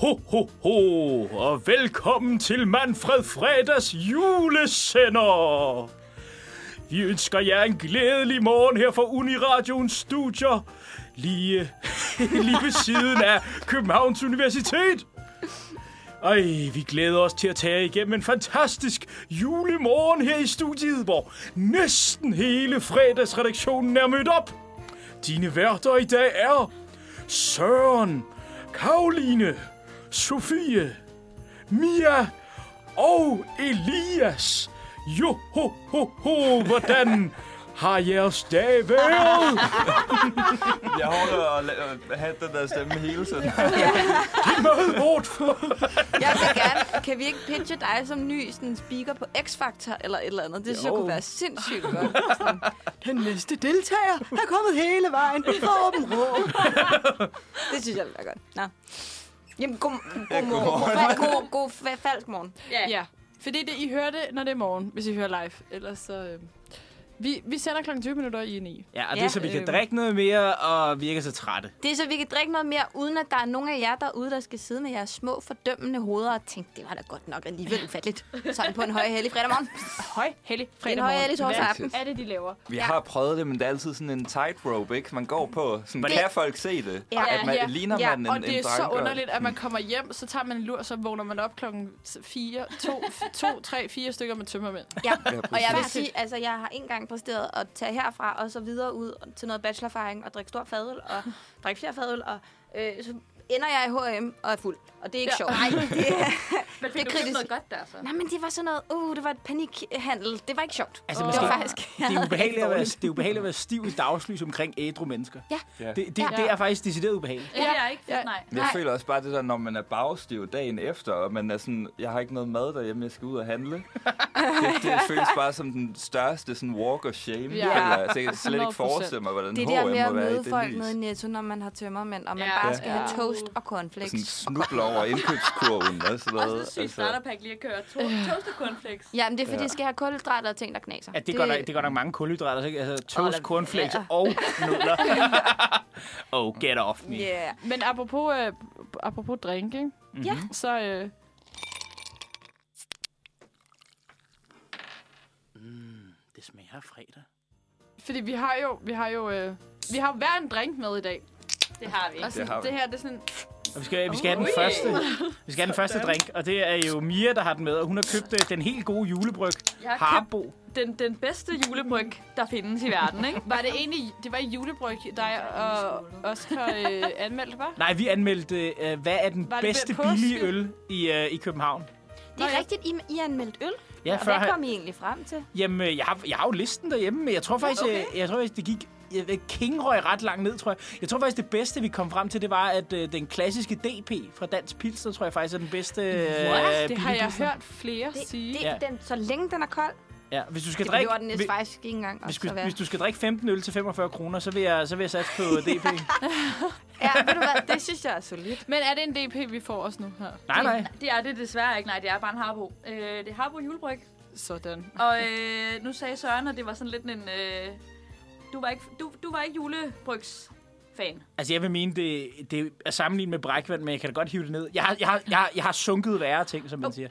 ho, ho, ho, og velkommen til Manfred Fredags julesender. Vi ønsker jer en glædelig morgen her fra Uniradioens studier, lige ved siden af Københavns Universitet. Ej, vi glæder os til at tage igennem en fantastisk julemorgen her i studiet, hvor næsten hele fredagsredaktionen er mødt op. Dine værter i dag er Søren, Karoline, Sofie, Mia og Elias. Jo, ho, ho, ho, hvordan har jeres dag været? Jeg håber at have den der stemme hele tiden. Det er meget hårdt for. Jeg vil gerne. Kan vi ikke pitche dig som ny sådan, speaker på X-Factor eller et eller andet? Det synes jeg kunne være sindssygt godt. Sådan, den næste deltager er kommet hele vejen fra Åben Rå. Det synes jeg vil være godt. Nå. Jamen, god falsk morgen. Ja, fordi det, I hører det, når det er morgen, hvis I hører live. Ellers så... Vi sender kl. 20 minutter i 9. Ja, og det er så, vi kan drikke noget mere og virke så trætte. Det er så, vi kan drikke noget mere, uden at der er nogen af jer derude, der skal sidde med jeres små fordømmende hoveder og tænke, det var da godt nok alligevel ufatteligt. Sådan på en højhellig fredag morgen. Højhellig fredag morgen. En højhellig torsdag aften. Hvad er det, de laver? Vi har prøvet det, men det er altid sådan en tightrope, ikke? Man går på. Sådan, kan folk se det? Ja. At man ligner man en og det er så dreng, underligt, at man kommer hjem, så tager man en lur, så vågner man op klokken 4, 3, 4 stykker med tømmermænd. Ja, og jeg vil sige, altså jeg har en gang præsteret at tage herfra og så videre ud til noget bachelorfejring og drikke stor fadøl og drikke flere fadøl, og så ender jeg i H&M og er fuld. Og det er ikke sjovt. Nej, det er kritisk. Noget godt der, så. Nej, men det var sådan noget, det var et panikhandel. Det var ikke sjovt. Altså, det var faktisk... Det er ubehageligt at være stiv i dagslys omkring ædru mennesker. Ja. Det er faktisk decideret ubehageligt. Det er ikke fedt, nej. Jeg føler også bare det der, når man er bagstiv dagen efter, og man er sådan, jeg har ikke noget mad derhjemme, jeg skal ud og handle. det føles bare som den største sådan walk of shame. Ja. Altså, jeg kan slet ikke forestille mig, hvordan det H&M må være i det lys. Det er der med at møde folk nede i Netto, når man har tømmermænd, og man bare skal have toast og cornflakes. Sådan snubler over indkøbskurven og sådan noget. Også hvis starterpack lige at køre toast og cornflakes. Ja, men det er fordi, de skal have kulhydrater og ting, der knaser. Ja, det går nok mange kulhydrater, ikke? Altså toast, cornflakes og nudler. Oh, get off me. Yeah. Men apropos drink, ikke? Ja. Så... Det smager af fredag. Fordi vi har jo hver en drink med i dag. Det har vi. Og sådan, det her, det er sådan... Og vi skal have den første. Vi skal have den første drink, og det er jo Mia, der har den med, og hun har købt den helt gode julebryg. Harbo. Den bedste julebryg, der findes i verden, ikke? Var det egentlig... Det var julebryg, dig og Oscar anmeldte, hva'? Nej, vi anmeldte, hvad er den bedste billige øl i København. Det er rigtigt, I anmeldt øl. Ja, og hvad kom I egentlig frem til? Jamen, jeg har jo listen derhjemme, men jeg tror faktisk, det gik... King røg ret langt ned, tror jeg. Jeg tror faktisk, det bedste, vi kom frem til, det var, at den klassiske DP fra Dansk Pilsner, tror jeg faktisk er den bedste det har jeg hørt flere sige. Så længe den er kold. Ja, hvis du skal det drikke... Det gjorde den faktisk ikke engang. Hvis du skal drikke 15 øl til 45 kroner, så vil jeg satse på DP. Ja, ved du hvad? Det synes jeg er solidt. Men er det en DP, vi får også nu her? Nej. Det er det desværre ikke. Nej, det er bare en Harbo. Det er Harbo julebryg. Sådan. Og nu sagde Søren, at det var sådan lidt en... Du var ikke julebrygs-fan. Altså, jeg vil mene, det er sammenlignet med brækvand, men jeg kan da godt hive det ned. Jeg har sunket værre ting, som man siger.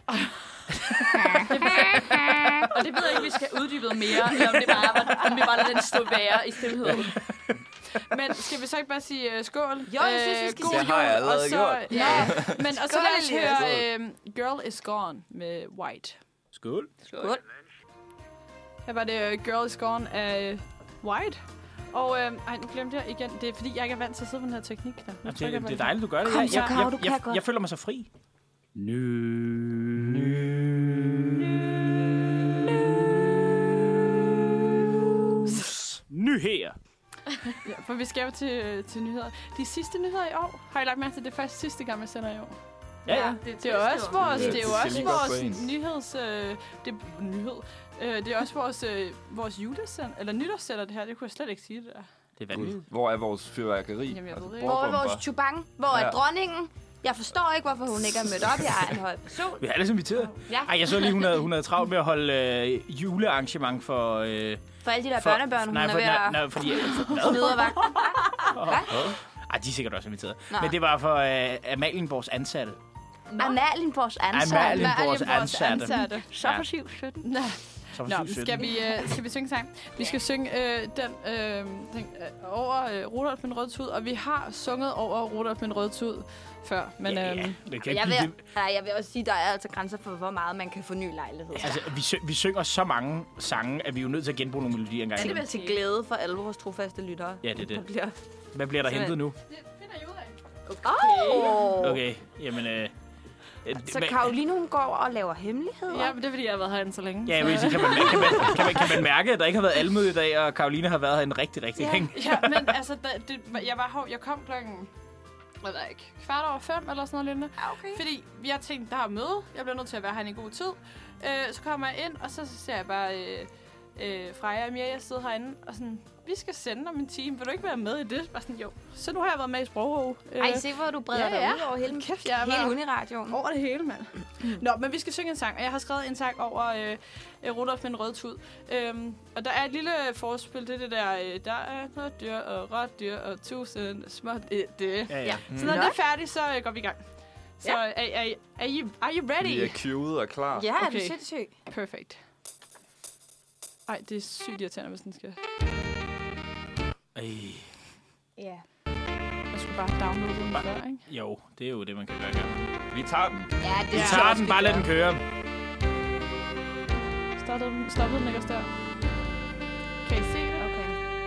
Og det ved jeg ikke, vi skal uddybe mere, eller om vi bare lader den stå være i stilheden. Men skal vi så ikke bare sige skål? Jo, jeg synes, vi skal sige det har jeg allerede gjort. Ja. Men og så lad os høre Girl Is Gone med White. Skål. Skål. Her var det Girl Is Gone af White. Og nu glemte jeg igen. Det er fordi, jeg ikke er vant til at sidde på den her teknik. Der. Det er dejligt, du gør det. Kom så, Karo, du kan godt. Jeg føler mig så fri. Nyheder. Ja, for vi skal jo til nyheder. De sidste nyheder i år, har I lagt mærke til, det er faktisk sidste gang, jeg sender i år. Ja. Det er også vores nyheds... det er også vores julesend, eller nytårssender det her. Det kunne jeg slet ikke sige det der. Det er vanvittigt. Hvor er vores fyrværkeri? Jamen, jeg ved det ikke. Hvor er vores chubang? Hvor er dronningen? Jeg forstår ikke, hvorfor hun ikke er mødt op. Jeg er en høj person. Vi er alle inviteret. Ja. Ej, jeg så lige, hun havde travlt med at holde julearrangement for... For alle de der børnebørn, hun er ved at fordi... smide vagten. de er sikkert også inviteret. Nå. Men det var for Amalienborgs ansatte. Amalienborgs ansatte. Amalienborgs ansatte. Så Ja. på 7-17. Nå, Så skal vi synge sang? Vi skal synge den over Rudolf med en rød tud, og vi har sunget over Rudolf med en rød tud før. Men det kan Jeg vil også sige, at der er altså grænser for, hvor meget man kan få ny lejlighed. altså, vi synger så mange sange, at vi er jo nødt til at genbruge nogle melodier engang. Det er til glæde for alle vores trofaste lyttere. Ja, det er det. Bliver... Hvad bliver der hentet nu? det finder jeg ud af. Okay, jamen... Så Karoline, hun går og laver hemmeligheder? Ja, men det er, fordi jeg har været herinde så længe. Ja, jeg vil sige, kan man mærke, at der ikke har været almøde i dag, og Karoline har været herinde rigtig længe? Ja, men altså, jeg kom klokken... Jeg ved ikke, 4:15 eller sådan noget lignende. Okay. Fordi jeg tænkte, der er møde. Jeg bliver nødt til at være herinde i god tid. Så kommer jeg ind, og så ser jeg bare Freja og Mirja sidde herinde, og sådan, vi skal sende om en time. Vil du ikke være med i det? Bare sådan, jo. Så nu har jeg været med i Sprogov. Ej, se hvor du breder dig ud over hele, Kæft, jeg hele Uniradioen. over det hele, mand. Nå, men vi skal synge en sang, og jeg har skrevet en sang over Rudolf med en rød tud. Og der er et lille forspil, det der, der er noget dyr og rådyr og 1000 små... Det. Ja. Så når det er færdigt, så går vi i gang. Så are you ready? Vi er queued og klar. Ja, Okay. det er sindssygt. Perfect. Ej, det er sygt irriterende, hvis den skal... Ja. Jeg skulle bare downloade den før, ikke? Jo, det er jo det, man kan gøre. Vi tager den. Ja, det Vi er tager den, bare lad den køre. Stoppede den ikke også der? Kan I se det? Okay.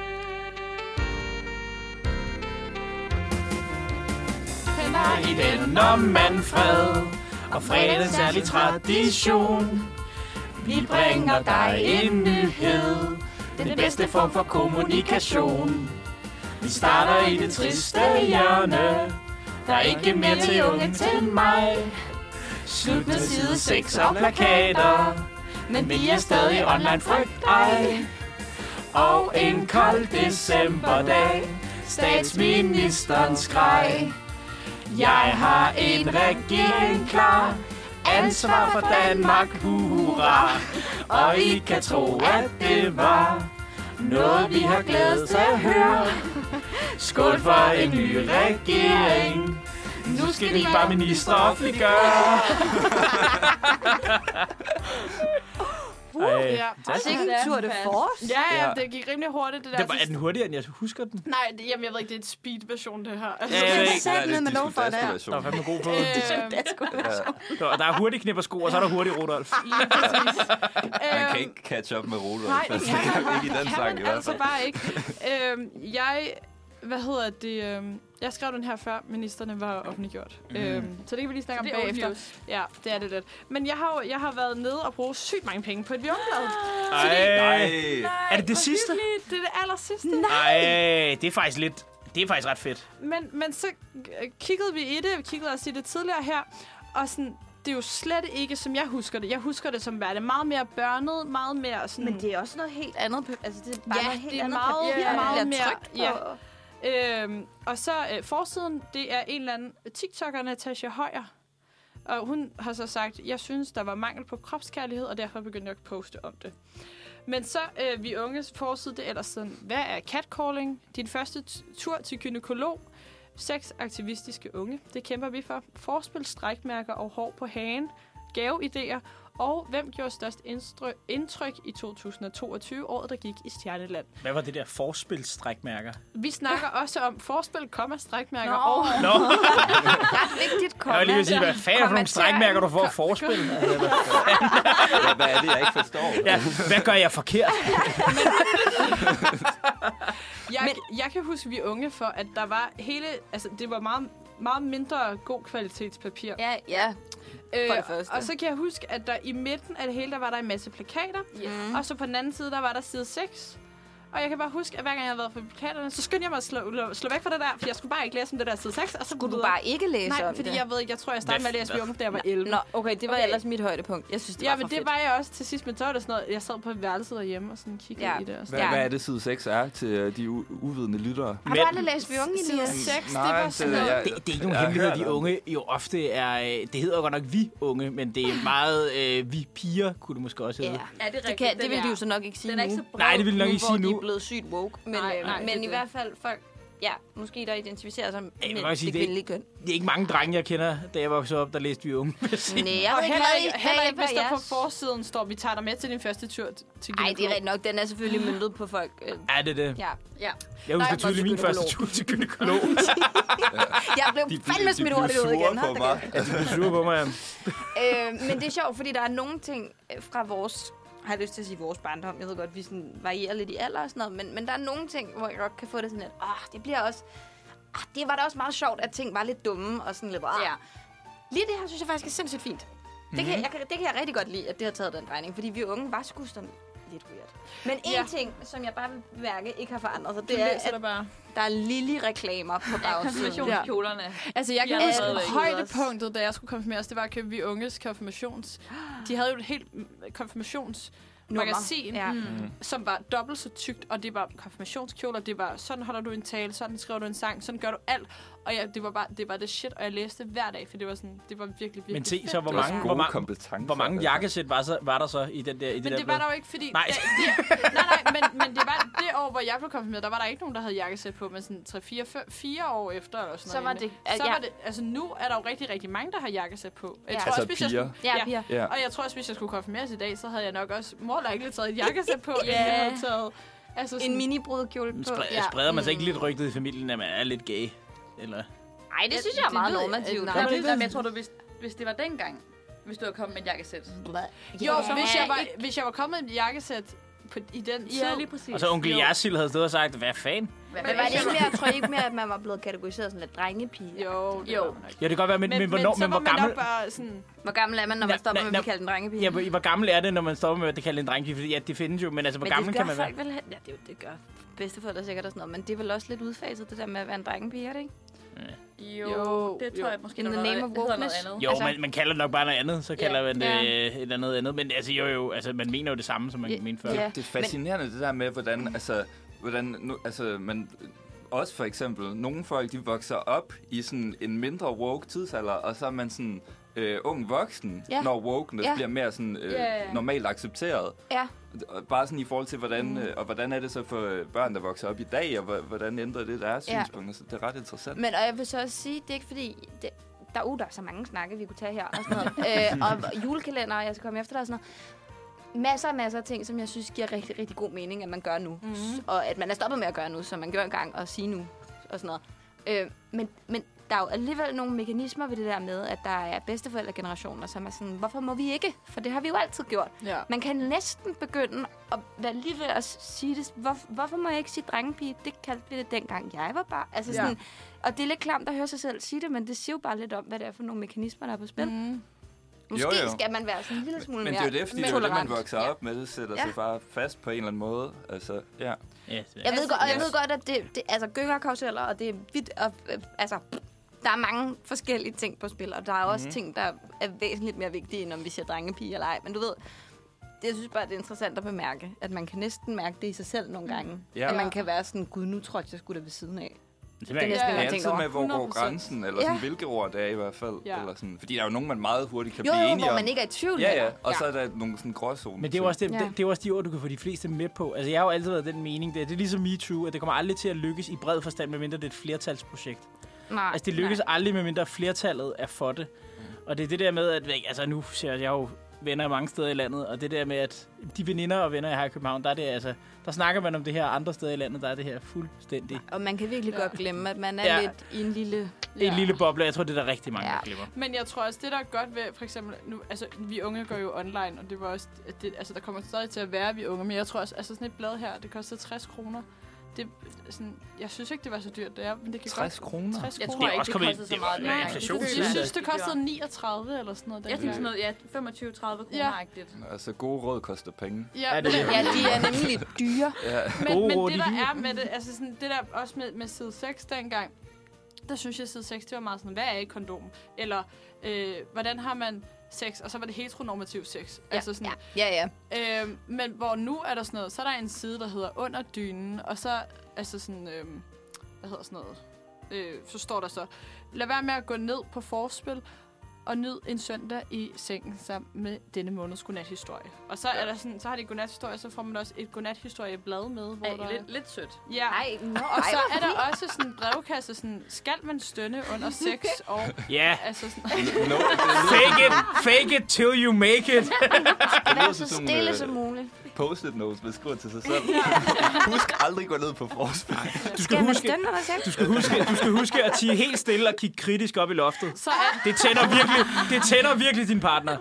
I den om Manfred og fredagens særlig tradition. Vi bringer dig en nyhed, den bedste form for kommunikation. Vi starter i det triste hjørne, der er ikke mere til unge til mig. Slut med side 6 og plakater, men vi er stadig online, frygt ej. Og en kold decemberdag, statsministeren skreg. Jeg har en regering klar, ansvar for Danmark, hurra. Og I kan tro, at det var noget, vi har glædet til at høre. Skål for en ny regering. Nu skal vi bare ministre offentliggøre. Ja. Sikke en tur de force. Ja, det gik rimelig hurtigt, det der. Er den hurtigere, end jeg husker den? Nej, jamen, jeg ved ikke, det er et speed-version, det her. Altså, Ja, jeg ved ikke. Sæt ned med lov for det. Der var fandme god på. Ja. Der er hurtig knipper sko, og så er der hurtig Rudolf. lige præcis. Man kan ikke catch up med Rudolf. Nej, det kan man ikke i den sang i hvert altså fald. bare ikke. Jeg skrev den her før ministerne var offentliggjort. Så det kan vi lige snakke om Det er old bagefter. news. Ja, det er det lidt. Men jeg har været nede og brugt sygt mange penge på et Bjørnblad. Nej. Er det det sidste? Det er det aller sidste. Nej, det er faktisk ret fedt. Men så kiggede vi i det. Vi kiggede os i det tidligere her. Og sådan, det er jo slet ikke, som jeg husker det. Jeg husker det som værende meget mere børnet, meget mere sådan... Men det er også noget helt andet. Altså, det er bare noget helt det er andet meget, papir, meget der bliver mere... trykt på. Ja. Og så forsiden, det er en eller anden TikToker, Natasha Højer. Og hun har så sagt, jeg synes, der var mangel på kropskærlighed, og derfor begyndte jeg at poste om det. Men så vi unges forside, det er ellers sådan, hvad er catcalling? Din første tur til gynekolog. 6 aktivistiske unge, det kæmper vi for. Forspil, strækmærker og hår på hagen. Gaveidéer. Og hvem gjorde størst indtryk i 2022, året der gik i Stjerneland? Hvad var det der forspilstrækmærker? Vi snakker også om forspil, strækmærker Nå. og... Nå, Ret vigtigt jeg vil lige vil sige, hvad fanden er for nogle strækmærker, du får at forspil? Hvad er det, jeg ikke forstår? Ja, hvad gør jeg forkert? Jeg kan huske, vi unge for, at der var hele... Altså, det var meget, meget mindre god kvalitetspapir. Ja. For det første. Og så kan jeg huske, at der i midten af det hele, der var der en masse plakater. Og så på den anden side, der var der side 6. Og jeg kan bare huske, at hver gang jeg havde været på plakaterne, så skyndte jeg mig at slå væk fra det der, for jeg skulle bare ikke læse om det der side 6. Og så Skulle du bare ikke læse Nej, om fordi det? jeg ved ikke, jeg tror, jeg startede med at læse Vi Unge, da jeg var 11. Nå, okay, det var Okay. ellers mit højdepunkt. Jeg synes, det Ja, var men for det fedt. var jeg også til sidst, men så var det sådan noget, jeg sad på et værelse derhjemme og sådan kiggede Ja. i det. Og Hvad, sådan. hvad er det, side 6 er til de uvidende lyttere? Har du aldrig læst Vi Unge, Side Elias? 6, det Nej, var sådan noget... Det er ikke nogen Jeg har hemmelighed, hørt vi om unge jo ofte er... Det hedder jo godt nok vi unge, men det er meget vi piger, kunne det måske også hedde. Ja. Ja, det er Det, rigtigt. det vil de jo så nok ikke sige Den er ikke nu. så bred. Nej, det vil de nok ikke sige Hvor de nu. er blevet sygt woke. Men, Nej, men det er i det. hvert fald folk... måske der identificerer sig med vil det godt sige, kvindelige køn. Det er ikke mange drenge, jeg kender, da jeg voksede op, der læste vi unge. Nej, jeg Og ved heller ikke, hvis der på jeres... forsiden står, vi tager dig med til din første tur til Ej, det er gynekolog. rigtigt nok. Den er selvfølgelig møntet på folk. Ja, det er det. Ja. Ja. Jeg husker Nej, tydeligt min gynækolog. første tur til gynekolog. Jeg blev fandme smidt hurtigt ud igen. på mig. De blev sure på mig. Men det er sjovt, fordi der er nogle ting fra vores... Har jeg lyst til at sige vores barndom. Jeg ved godt, vi sådan varierer lidt i alder og sådan noget. Men der er nogle ting, hvor jeg godt kan få det sådan lidt... det bliver også... det var da også meget sjovt, at ting var lidt dumme og sådan lidt... Ja. Lige det her synes jeg faktisk er sindssygt fint. Det kan jeg rigtig godt lide, at det har taget den drejning. Fordi vi unge var sgu sådan lidt weird. Men en ting, som jeg bare vil mærke, ikke har forandret sig, det er, at der er Lily-reklamer på bagsiden. Konfirmationskjolerne. Altså, jeg kan Ja, huske det er højdepunktet, da jeg skulle konfirmeres, det var at købe Vi Unges konfirmations... De havde jo et helt konfirmationsmagasin, som var dobbelt så tykt, og det var konfirmationskjoler, det var, sådan holder du en tale, sådan skriver du en sang, sådan gør du alt. Og det var det shit, og jeg læste hver dag, for det var sådan, det var virkelig Men se, fedt. så hvor mange jakkesæt var der så i den der? Men det var der jo ikke, fordi... Nej. Men det var det år, hvor jeg blev konfirmeret, der var der ikke nogen, der havde jakkesæt på, men sådan 4 år efter eller sådan Så noget. var det... Altså nu er der jo rigtig, rigtig mange, der har jakkesæt på. Jeg tror Altså også, hvis jeg skulle, piger. Ja. og jeg tror også, hvis jeg skulle konfirmeres i dag, så havde jeg nok også morlikeligt taget et jakkesæt på, end jeg havde taget... Altså En mini-brudkjole på. Spreder man så ikke lidt rygtet i familien, at man er lidt gay? Eller? Nej, det synes jeg er meget normativt. Nej, men jeg tror, hvis det var dengang, hvis du havde kommet med et jakkesæt. Jo, hvis jeg var kommet med et jakkesæt i den tid. Ja, lige præcis. Og så onkel Jersil havde stået og sagt, hvad fanden? Men var det ikke mere, tror jeg ikke mere, at man var blevet kategoriseret som lidt drengepige? Jo. Ja, det kan godt være, men hvor gammel... Hvor gammel er man, når man stopper med at blive kaldt en drengepige? Ja, hvor gammel er det, når man stopper med at blive kaldt en drengepige? Fordi ja, det findes jo, men altså, hvor gammel kan man være? Ja, det gør bedsteforældre sikkert og sådan noget, men det er vel også lidt udfaset, det der med at være en drengepige, er det ikke? Jo, det tror jeg måske, In the name of wokeness. Jo, man kalder det nok bare noget andet, så kalder man det et eller andet. Men altså, altså, man mener jo det samme, som man mente før. Ja. Det er fascinerende, det der med, hvordan man... Også for eksempel, nogle folk, de vokser op i sådan en mindre woke tidsalder, og så er man sådan ung voksen, når wokeness bliver mere sådan normalt accepteret. Ja. Bare sådan i forhold til, hvordan er det så for børn, der vokser op i dag, og hvordan ændrer det deres synspunkter. Så det er ret interessant. Men og jeg vil så også sige, det er ikke fordi... Der er så mange snakke, vi kunne tage her og sådan noget. Og julekalender, jeg skal komme efter dig og sådan noget. Masser af ting, som jeg synes giver rigtig, rigtig god mening, at man gør nu. Og at man er stoppet med at gøre nu, som man gør engang, og sige nu og sådan noget. Men der er jo alligevel nogle mekanismer ved det der med, at der er bedsteforældregenerationer, som er sådan, hvorfor må vi ikke? For det har vi jo altid gjort. Ja. Man kan næsten begynde at være lige ved at sige det. Hvorfor må jeg ikke sige drengepige? Det kaldte vi det dengang jeg var barn. Altså sådan, og det er lidt klamt at høre sig selv sige det, men det siger jo bare lidt om, hvad det er for nogle mekanismer, der er på spil. Måske skal man være sådan en lille smule mere men det er jo det, fordi det er det, man vokser op op med. Det sætter sig bare fast på en eller anden måde. Altså, ja. Jeg ved godt, at det altså gyngerkarruseller, og det er vidt, og altså... Der er mange forskellige ting på spil, og der er også ting, der er væsentligt mere vigtige, end om vi siger drengepige eller ej. Men du ved, jeg synes bare, det er interessant at bemærke, at man kan næsten mærke det i sig selv nogle gange. At man kan være sådan, gud, nu tror jeg skulle da ved siden af. Det er næsten ikke altid med, hvor går grænsen, eller sådan, hvilke ord det er i hvert fald. Eller sådan. Fordi der er jo nogen, man meget hurtigt kan blive enige om. hvor man ikke er i tvivl. Og så er der nogle sådan gråzoner. Men det er jo også, det er også de ord, du kan få de fleste med på. Altså, jeg har jo altid været den mening, det er ligesom MeToo, at det kommer aldrig til at lykkes i bred forstand, medmindre det er et flertalsprojekt. Nej, altså, det lykkes aldrig, medmindre flertallet er for det. Og det er det der med, at altså, nu ser jeg jo venner mange steder i landet, og det der med, at de veninder og venner, jeg har i København, der er det altså, der snakker man om det her andre steder i landet, der er det her fuldstændig. Og man kan virkelig godt glemme, at man er lidt i en lille... En lille boble, jeg tror, det er der rigtig mange, der glemmer. Men jeg tror også, det der er godt ved, for eksempel, nu, altså, vi unge går jo online, og det var også, altså, der kommer stadig til at være vi unge, men jeg tror også, altså sådan et blad her, det koster 60 kroner. Det, sådan, jeg synes ikke, det var så dyrt, det er, men det kan 60 kroner? 60 Jeg kroner. tror ikke, det kostede så meget. Nej, inflation. Jeg synes, det kostede 39 eller sådan noget. Jeg tænkte sådan noget, 25-30 kroner-agtigt. Altså, gode råd koster penge. Ja, de er nemlig dyre. Men det, der er med det, altså sådan, det der også med side 6 dengang, der synes jeg, side 6, det var meget sådan, hvad er et kondom? Eller, hvordan har man sex? Og så var det heteronormativ sex. Ja, altså sådan, men hvor nu er der sådan noget, så er der en side, der hedder under dynen, og så, altså sådan, hvad hedder sådan noget? Så står der så, lad være med at gå ned på forspil, og nyd en søndag i sengen sammen med denne måneds godnathistorie. Og så er der sådan, så har de godnathistorie, så får man også et godnathistorieblad med, hvor der lidt sødt. Ja. Ej, Og så er der også sådan en brevkasse, sådan, skal man stønne under 6 år? Ja. Altså sådan, Fake it till you make it. Vær så stille som muligt. Post-it notes, man skriver til sig selv. Husk aldrig gå ned på forspil. Du skal huske at tige helt stille og kigge kritisk op i loftet. så er, Det tænder virkelig din partner.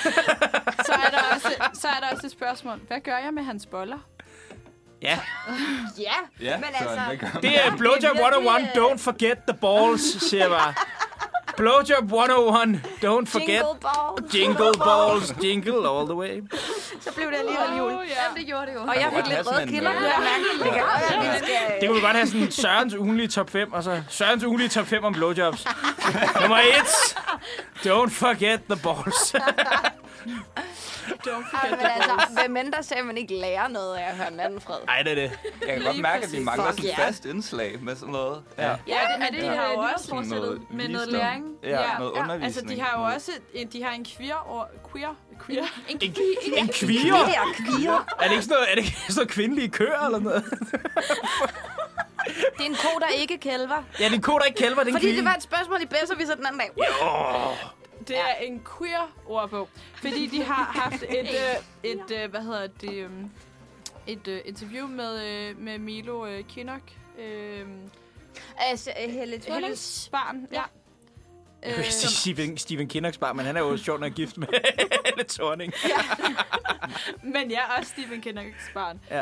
så er der også et spørgsmål. Hvad gør jeg med hans boller? Ja. Ja, men Søren, altså... hvad gør man? Det er Blowjob 101. Don't forget the balls, siger jeg bare. Blowjob 101. Don't forget jingle balls. Jingle all the way. Så blev det alligevel jul. Ja, det gjorde det jo. Og jeg fik lidt røde kilder. Det kunne vi godt have sådan Sørens ugenlige top 5, og så Sørens ugenlige top 5 om blowjobs. Nummer 1. Don't forget the balls. Hvem mindre sagde, man ikke lærer noget af at høre Manfred? Ej, det er det. Jeg kan godt mærke, at vi mangler sådan et fast indslag med sådan noget. Ja, Ja, det de har jo også nytårsforsættet med noget læring. Ja, noget undervisning. Altså, de har jo også de har en queer. En queer? Er det ikke sådan noget kvindelige køer eller noget? Det er en ko, der ikke kælver. Ja, det er en ko, der ikke kælver, det er en Fordi kvie. det var et spørgsmål i Bedserviser den anden dag. Det er en queer-ordbog, fordi de har haft et interview med Milo Kinnock. Helle Thornings barn, ja. Jeg vil sige Stephen Kinnocks barn, men han er jo sjovt nok gift med Helle Thorning. Men ja, også Stephen Kinnocks barn. Ja.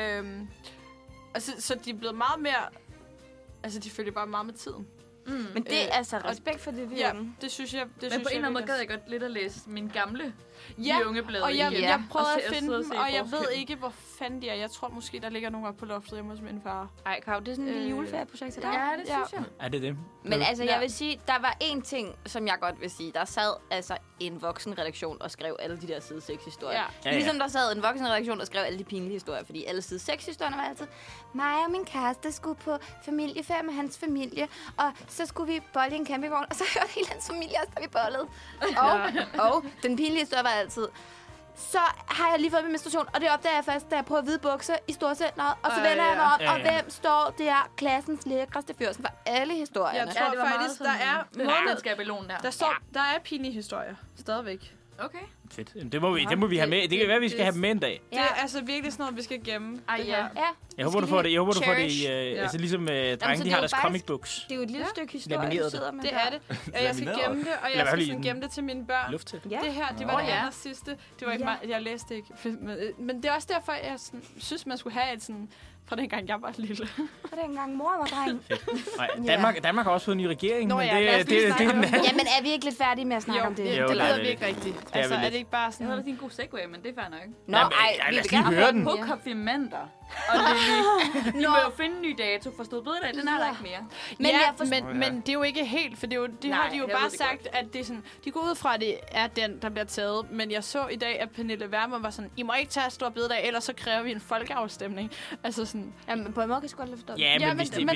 Så de er blevet meget mere... Altså, de følger bare meget med tiden. Men det er altså respekt for det, vi ja, det synes jeg. Men på en eller anden måde gad jeg godt lidt at læse min gamle ungeblade. Og jeg prøvede at finde dem, og jeg ved ikke, hvor fanden de er. Jeg tror måske, der ligger nogle op på loftet hjemme hos min far. Ej, Kav, det er sådan en lille juleferieprojekt til dig. Ja, det synes jeg. Er det det? Men altså, jeg vil sige, der var én ting, som jeg godt vil sige. Der sad altså en voksenredaktion og skrev alle de der side 6-historier. Ja. Ligesom der sad en voksenredaktion og skrev alle de pinlige historier, fordi alle side 6-historierne var altid, mig og min kæreste skulle på familieferie med hans familie, og så skulle vi bolle i en campingvogn, og så hørte hele hans familie også, da vi bollede. Og den pinlige historie var altid, så har jeg lige fået min menstruation, og det opdager jeg først, da jeg prøver hvide bukser i storcenteret, og så vender jeg mig om, og hvem står der? Klassens lækreste fyr, for alle historierne. Jeg tror faktisk, der er månedskabelon der. Der er pinlige historier stadigvæk. Okay. Fedt. Det må vi have med. Det kan være, vi skal have dem med en dag. Det er altså virkelig sådan noget, vi skal gemme. Ej, ja. Jeg håber, du får det. Jeg håber, du får det i... Altså ligesom drenge, de har deres comic books. Det er jo et lille stykke historie, Lamineret du sidder med. Det er det. Jeg skal gemme det, og jeg skal sådan gemme det til mine børn. Lufttæt. Det her, det var det aller sidste. Det var ikke mig. Jeg læste ikke. Men det er også derfor, jeg synes, man skulle have et sådan... Fra dengang jeg var lille. Fra dengang mor var dreng. Nej, Danmark har også fået en ny regering. Nå men ja, det Jamen, er vi ikke lidt færdige med at snakke om det? Det lyder virkelig rigtigt. Altså, er det ikke bare sådan... Jeg havde da en god segway, men det er fair nok. Nå, ej, lad os lige høre den. På konfirmander. Og Lily, I må jo finde en ny dato for stod bededag. Den er der ikke mere. Men det er jo ikke helt, for det har de jo bare sagt, at det er sådan, de går ud fra, at det er den, der bliver taget. Men jeg så i dag, at Pernille Vermund var sådan, I må ikke tage stor bededag, ellers så kræver vi en folkeafstemning. Altså sådan... Jamen, på en måde kan jeg sgu godt forstå det. Ja,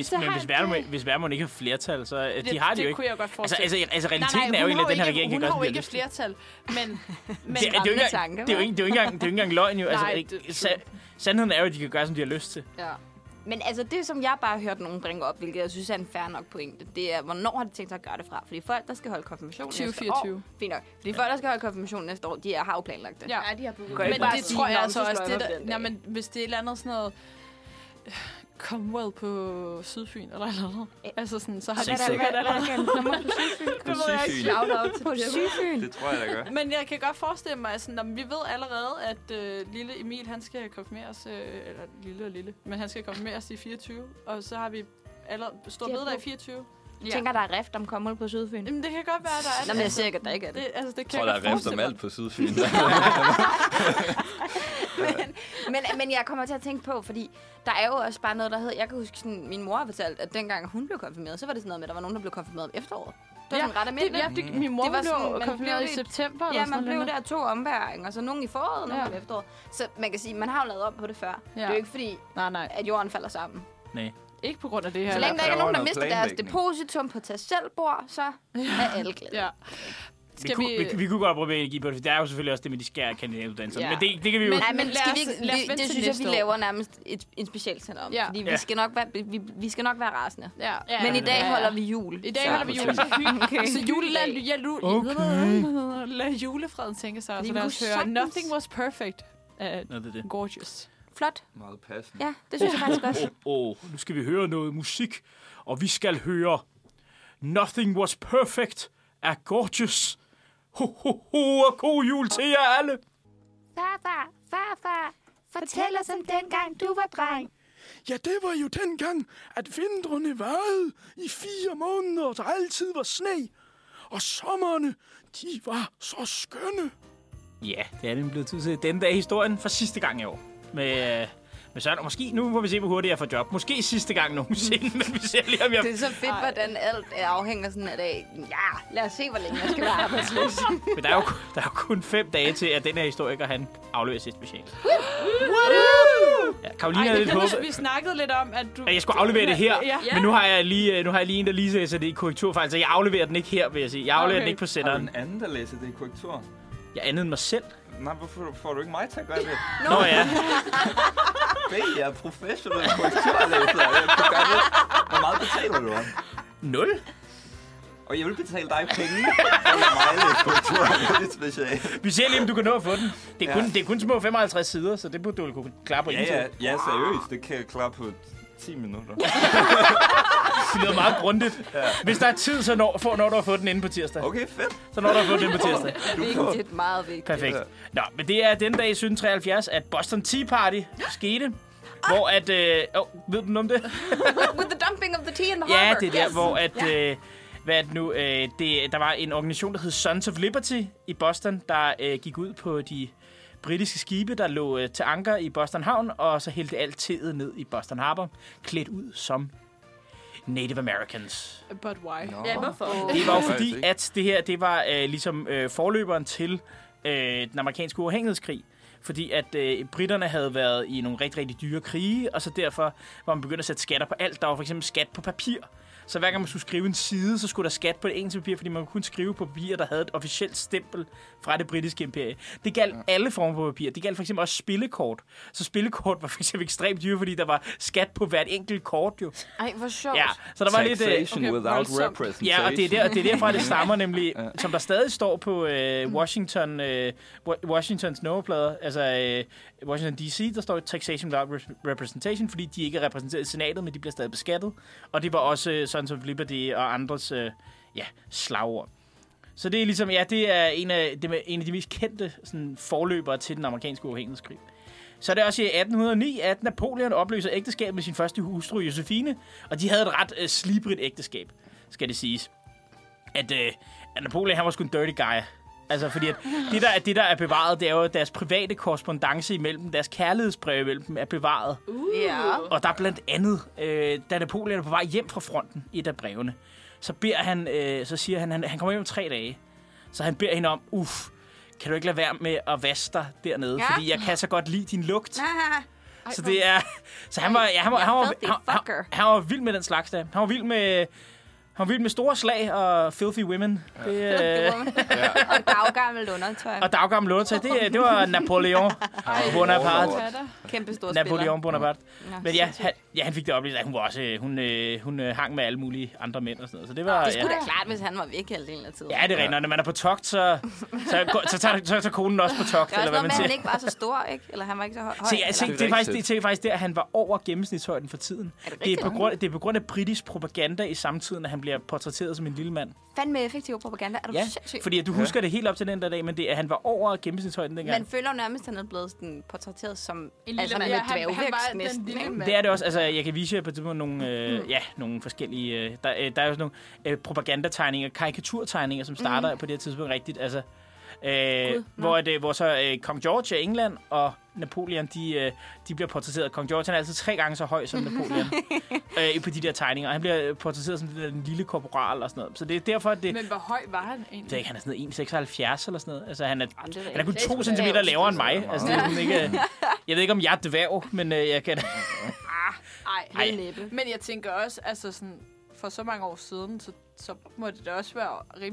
men hvis Vermund ikke har flertal, så de har det jo ikke. Det kunne jeg godt forestille. Altså realiteten er jo egentlig, at den her regering kan gøre, hun har jo ikke flertal, men det er jo ikke engang løgn jo. Sandheden er jo, at de kan gøre, som de har lyst til. Ja. Men altså, det som jeg bare har hørt nogen bringe op, hvilket jeg synes er en fair nok pointe, det er, hvornår har de tænkt sig at gøre det fra? Fordi folk, der skal holde konfirmation 2024. næste år... Fint nok. Fordi folk, der skal holde konfirmation næste år, de har jo planlagt det. Ja, de har booket. Men det tror jeg altså også, men hvis det er et eller andet sådan noget... Commonwealth på Sydfyn, eller noget. Altså sådan, så har de sikkert allerede nummer på Sydfyn. På Sydfyn. På Sydfyn. Det tror jeg, der gør. Men jeg kan godt forestille mig, at vi ved allerede, at lille Emil, han skal konfirmeres, eller lille, men han skal konfirmeres i 24, og så har vi allerede stor bededag i 24. Jeg tænker, der er rift om Commonwealth på Sydfyn. Jamen, det kan godt være, der er det. Nå, men jeg siger ikke, at der ikke er det. Jeg tror, der er rift om alt på Sydfyn. men jeg kommer til at tænke på, fordi der er jo også bare noget, der hedder... Jeg kan huske, sådan, min mor har fortalt, at dengang hun blev konfirmeret, så var det sådan noget med, at der var nogen, der blev konfirmeret om efteråret. Det var sådan ret almindeligt. Min mor blev konfirmeret i september. Ja, man blev der 2 omværinger, så nogen i foråret og nogen om efteråret. Så man kan sige, man har jo lavet om på det før. Det er jo ikke fordi, at jorden falder sammen. Nej. Ikke på grund af det her. Så længe der ikke er nogen, der mister deres depositum på tag-selv-bord, så er alle glade. Ja. Vi kunne godt bruge energi på det, for der er jo selvfølgelig også det med de skære kandidatuddannelser. Men det kan vi jo... Nej, men skal vi ikke, det synes jeg, vi laver nærmest en specialsend om. Ja. Fordi vi skal nok være rasende. Ja. Men i dag holder vi jul. I dag holder vi jul. Så julefreden tænker sig også. Lad os høre Nothing Was Perfect. Gorgeous. Flot. Meget passende. Ja, det synes jeg faktisk også. Nu skal vi høre noget musik, og vi skal høre Nothing Was Perfect af Gorgeous. Og god jul til jer alle. Farfar, fortæl os om dengang du var dreng. Ja, det var jo dengang, at vintrene varede i 4 måneder, og der altid var sne. Og sommerne, de var så skønne. Ja, det er nemlig blevet tid til den dag historien for sidste gang i år. Med Søren, og måske, nu må vi se, hvor hurtigt jeg får job. Måske sidste gang nogensinde, men vi ser lige, om jeg... Det er så fedt, hvordan alt afhænger sådan af dag. Ja, lad os se, hvor længe jeg skal være arbejdsløs. Men der er jo kun 5 dage til, at den her historiker, han afleverer sit special. Ja, Karoline er lidt håbet. Vi snakkede lidt om, at du... Jeg skulle aflevere det her, men nu har jeg lige en, der lige læser det i korrekturfejl, så jeg afleverer den ikke her, vil jeg sige. Jeg afleverer den ikke på senderen. Har du en anden, der læser det i korrektur? Jeg andet end mig selv. Nej, hvorfor får du ikke mig til at gøre det? Nå ja. Jeg er professionel korrekturlæser. Jeg kan gøre det. Hvor meget betaler du om? 0. Og jeg vil betale dig penge for mig læse korrekturlæser. Vi ser lige, om du kan nå at få den. Det er kun små 55 sider, så det burde du kunne klare på en tid. Ja, seriøst. Det kan jeg klare på 10 minutter. Det lyder meget grundigt. Ja. Hvis der er tid, så når du har fået den inde på tirsdag. Okay, fedt. Så når du har fået den inde på tirsdag. Vigtigt, meget vigtigt. Perfekt. Nå, men det er den dag i 1773, at Boston Tea Party skete. Hvor at... ved du om det? With the dumping of the tea in the harbor. Ja, det er der, hvor at... der var en organisation, der hed Sons of Liberty i Boston, der gik ud på de britiske skibe, der lå til anker i Boston Havn, og så hældte alt teet ned i Boston Harbor, klædt ud som Native Americans. But why? No. Ja, hvorfor? Det var jo fordi, at det her, det var ligesom forløberen til den amerikanske uafhængighedskrig. Fordi at britterne havde været i nogle rigtig, rigtig dyre krige, og så derfor var man begyndt at sætte skatter på alt. Der var for eksempel skat på papir. Så hver gang man skulle skrive en side, så skulle der skat på det engelske papir, fordi man kunne kun skrive på papir, der havde et officielt stempel fra det britiske imperie. Det galt alle former på papir. Det galt for eksempel også spillekort. Så spillekort var for eksempel ekstremt dyre, fordi der var skat på hvert enkelt kort jo. Ej, hvor sjovt. Ja, så der var lidt... without representation. Ja, og det er derfra, det stammer nemlig, som der stadig står på Washingtons nummerplader, altså Washington D.C., der står taxation without representation, fordi de ikke er repræsenteret i senatet, men de bliver stadig beskattet. Og det var også Sons of Liberty og andres slagord. Så det er ligesom, det er en af de mest kendte sådan, forløbere til den amerikanske uafhængighedskrig. Så er det også i 1809, at Napoleon opløser ægteskab med sin første hustru, Josefine, og de havde et ret slibrigt ægteskab, skal det siges. At Napoleon, han var sgu en dirty guy. Altså, fordi at det, der er bevaret, det er jo deres private korrespondance imellem, deres kærlighedsbreve imellem dem er bevaret. Og der er blandt andet, da Napoleon er på vej hjem fra fronten i et af brevene, så beder han, så siger han kommer hjem om 3 dage. Så han beder hende om, kan du ikke lade være med at vaske dig dernede, fordi jeg kan så godt lide din lugt. Så det er, så han var vild med den slags der. Han var vild med store slag og filthy women. Og daggammelt undertøj. Det var Napoleon Bonaparte. Kæmpe stor Napoleon Bonaparte. Men han fik det oplevet, at hun var også hun hang med alle mulige andre mænd og sådan noget. Så det var det skulle da klart, hvis han var væk halvdelen af tiden. Ja, det er rent. Når man er på togt, så tager konen også på togt, eller hvad man siger. Han ikke var så stor, ikke? Eller han var ikke så høj. Det er faktisk der, han var over gennemsnitshøjden for tiden. Det er på grund af britisk propaganda i samtiden, at han bliver portrætteret som en lille mand. Fandme effektiv propaganda. Er du sindssyg? Fordi du husker det helt op til den der dag, men han var over gennemsnitshøjden dengang. Man føler nærmest, at han er blevet sådan portrætteret som en lille mand. Dværgvækst næsten. Det er det også. Altså, jeg kan vise jer på nogle forskellige... Der er jo sådan nogle propagandategninger, karikaturtegninger, som starter på det her tidspunkt rigtigt. Altså, hvor så Kong George af England og Napoleon, de bliver portrætteret. Kong George han er altid 3 gange så høj som Napoleon på de der tegninger, og han bliver portrætteret som den lille korporal og sådan noget. Så det er derfor, at det... Men hvor høj var han egentlig? Han er sådan noget 1,76 eller sådan noget. Altså, han er kun 2 centimeter lavere end mig. Altså, det er sådan ikke... Jeg ved ikke, om jeg er dværg, men jeg kan... Ej, næppe. Men jeg tænker også, altså sådan, for så mange år siden, så må det da også være rimelig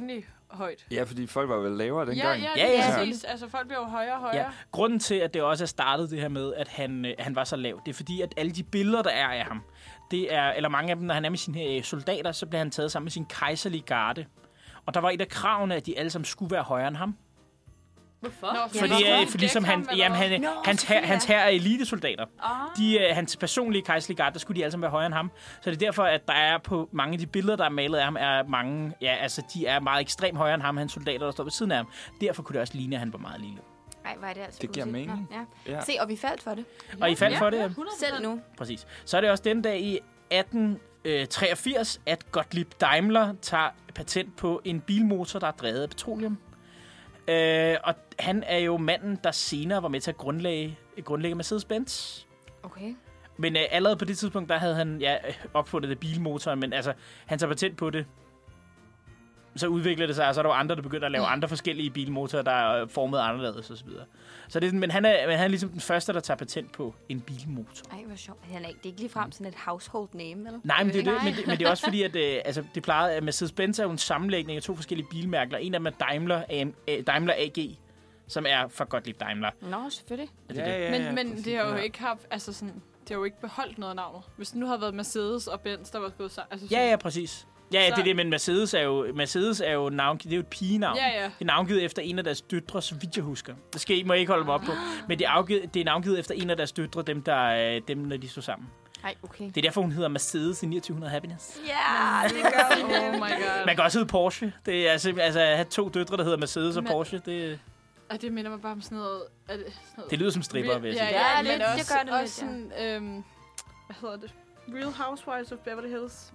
højt. Ja, fordi folk var vel lavere dengang. Ja, præcis. Altså, folk bliver jo højere og højere. Ja. Grunden til, at det også er startet det her med, at han var så lav, det er fordi, at alle de billeder, der er af ham, det er, eller mange af dem, når han er med sine soldater, så bliver han taget sammen med sin kejserlige garde. Og der var et af kravene, at de alle sammen skulle være højere end ham. Hvorfor? Fordi som hans herre er elitesoldater. Hans personlige kejserlige garde, der skulle de alle sammen være højere end ham. Så det er derfor, at der er på mange af de billeder, der er malet af ham, er mange, de er meget ekstremt højere end ham, hans soldater, der står ved siden af ham. Derfor kunne det også ligne, at han var meget lille. Ej, hvor er det altså det giver mening. Ja. Se, og vi faldt for det. Og I faldt for det? 100%. Selv nu. Præcis. Så er det også den dag i 1883, at Gottlieb Daimler tager patent på en bilmotor, der er drevet af petroleum. Og han er jo manden, der senere var med til at grundlægge Mercedes-Benz. Okay. Men allerede på det tidspunkt, der havde han opfundet det bilmotoren, men altså, han tager patent på det. Så udviklede det sig, og så er der jo andre, der begynder at lave andre forskellige bilmotorer, der er formet anderledes osv. Så det, men han er ligesom den første, der tager patent på en bilmotor. Ej, hvor sjovt. Det er ikke ligefrem sådan et household name, eller? Nej, men det er det. Men det er også fordi, at det plejede, at Mercedes-Benz er jo en sammenlægning af to forskellige bilmærker. En af dem er Daimler AG, som er fra Gottlieb Daimler. Nå, selvfølgelig. Men det har jo ikke haft, altså sådan, det har jo ikke beholdt noget navn. Hvis det nu havde været Mercedes og Benz, der var gået sammen. Altså ja, præcis. Ja, det er det, men Mercedes er jo navngivet, det er jo et pigenavn. Ja. Det er navngivet efter en af deres døtre, så vidt jeg husker. Det må I ikke holde mig op på. Men det er navngivet efter en af deres døtre, dem når de stod sammen. Ej, okay. Det er derfor, hun hedder Mercedes i 2900 Happiness. Ja, det gør hun. Oh my god. Man kan også hedde Porsche. Det er altså at have to døtre, der hedder Mercedes og Porsche. Det minder mig bare om sådan noget... Det lyder som stripper, vil jeg sige. Ja, men det gør det også sådan... hvad hedder det? Real Housewives of Beverly Hills.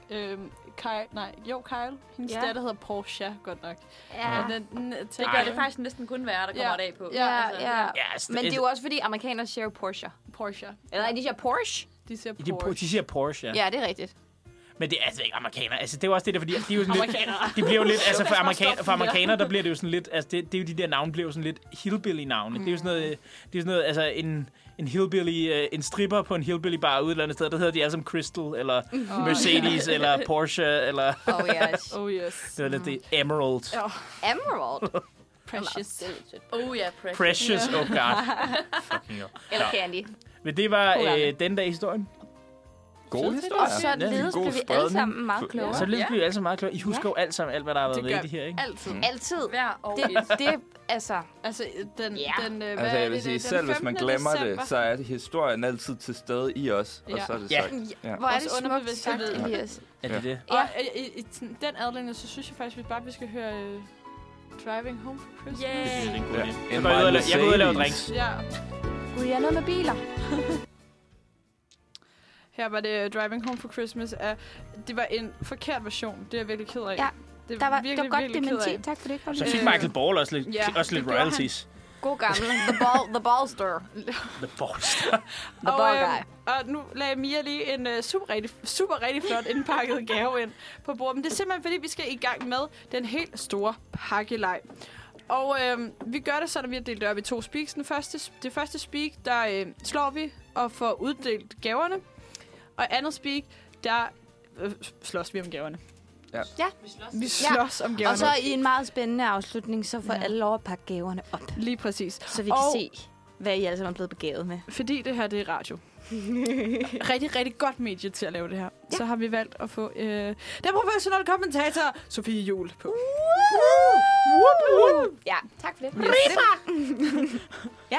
Kyle. Hendes datter hedder Porsche, godt nok. Ja. Det gør det faktisk næsten kun være, der kommer af på. Ja. Men det er jo også fordi, amerikanere siger Porsche. Eller de siger Porsche? De siger Porsche. De siger Porsche, ja. Ja, det er rigtigt. Men det er altså ikke amerikanere. Altså, det er jo også det der, fordi de er jo sådan lidt... De bliver jo lidt... Altså, for amerikanere, der bliver det jo sådan lidt... Altså, det er jo de der navne, bliver jo sådan lidt hillbilly-navne. Det er jo sådan noget... Altså, en hillbilly... en stripper på en hillbilly-bar ude et eller andet sted, der hedder de alle som Crystal, eller Mercedes, eller Porsche, eller... Oh yes. Det er Emerald. Emerald? Precious. Precious, oh god. Fucking hell. Eller Candy. Men det var den dag i historien. God historie. Og så ledes blev vi alle sammen meget klogere. Så ledes blev vi alle sammen meget klogere. I husker jo alt sammen, alt hvad der har været med i det her, ikke? Altid. Hver år. Det altså... Altså, jeg vil sige, selv hvis man glemmer det, så er historien altid til stede i os. Og så er det sagt. Hvor er det smukt sagt, Elias. Er det det? Og i den adlænding, så synes jeg faktisk, vi skal høre Driving Home for Christmas. Det er en god idé. Jeg går ud og laver drinks. Ja. Gud, jeg er noget med biler. Her var det Driving Home for Christmas. Det var en forkert version. Det er jeg virkelig ked af. Ja, det var godt dementi. Tak for det. Så fik Michael Ball også lidt royalties. God gammel. The Ballster. The Ballster. The ball guy. Og nu lagde Mia lige en super rigtig flot indpakket gave ind på bordet. Men det er simpelthen, fordi vi skal i gang med den helt store pakkeleg. Og vi gør det sådan, at vi har delt det op i 2 speaks. Det første speak, der slår vi og får uddelt gaverne. Og andet speak, der slås vi om gaverne. Ja. Vi slås om gaverne. Og så i en meget spændende afslutning, så får alle lov at pakke gaverne op. Lige præcis. Så vi kan se, hvad I alle sammen er blevet begavet med. Fordi det her, det er radio. Rigtig, rigtig godt medie til at lave det her. Ja. Så har vi valgt at få den professionelle kommentator, Sofie Juhl, på. Ja, tak for det. Ja,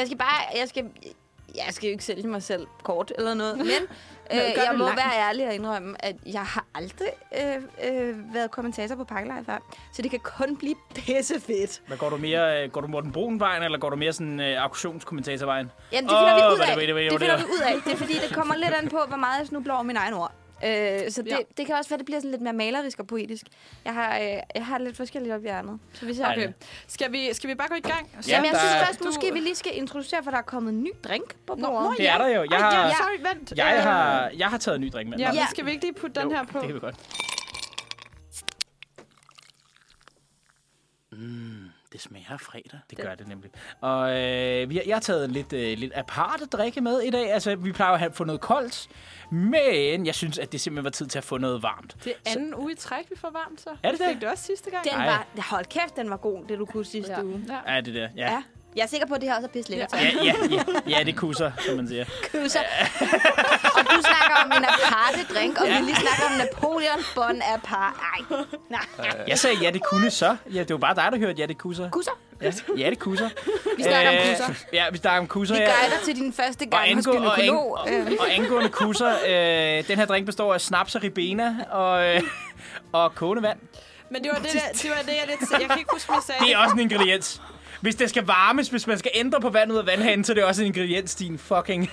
jeg skal jo ikke sælge mig selv kort eller noget, men jeg må være ærlig og indrømme, at jeg har aldrig været kommentator på Pakkelej før, så det kan kun blive pissefedt. Men går du Morten Brun-vejen, eller går du mere sådan auktionskommentatorvejen? Ja, det finder vi ud af. Det finder vi ud af. Det er fordi, det kommer lidt an på, hvor meget jeg snubler over min egen ord. Så det kan også være, det bliver sådan lidt mere malerisk og poetisk. Jeg har lidt forskelligt op i ærmet. Så vi ser. Okay. Skal vi bare gå i gang? Ja, men jeg synes først, måske vi lige skal introducere, for der er kommet en ny drink på bordet. Det er der jo. Vent. Jeg har taget en ny drink med. Ja, men skal vi ikke lige putte den her på? Det kan vi godt. Det smager af fredag. Det gør det nemlig. Og jeg har taget lidt aparte drikke med i dag. Altså, vi plejer at få noget koldt. Men jeg synes, at det simpelthen var tid til at få noget varmt. Det er anden uge i træk, vi får varmt, så. Er det det? Fik du også sidste gang? Hold kæft, den var god, det du kunne sidste uge. Ja, det der. Ja. Jeg er sikker på, at det her også er pisse lækkert. Ja, det kusser, som man siger. Kusser. Og du snakker om en aparte drink, og vi lige snakker om Napoleon Bonaparte. Nej. Jeg sagde, ja, det kunne så. Ja, det var bare dig, der hørte, ja, det kusser. Kusser? Ja, det kusser. Vi snakker om kusser. Ja, vi snakker om kusser. Vi guider til din første gang hos gynekolog. Og angående kusser, den her drink består af snaps og ribena og kogende vand. Men det var det jeg kan ikke huske, hvad jeg sagde. Det er også en ingrediens. Hvis det skal varmes, hvis man skal ændre på vandet ud af vandhanen, så er det også en ingrediens, din fucking...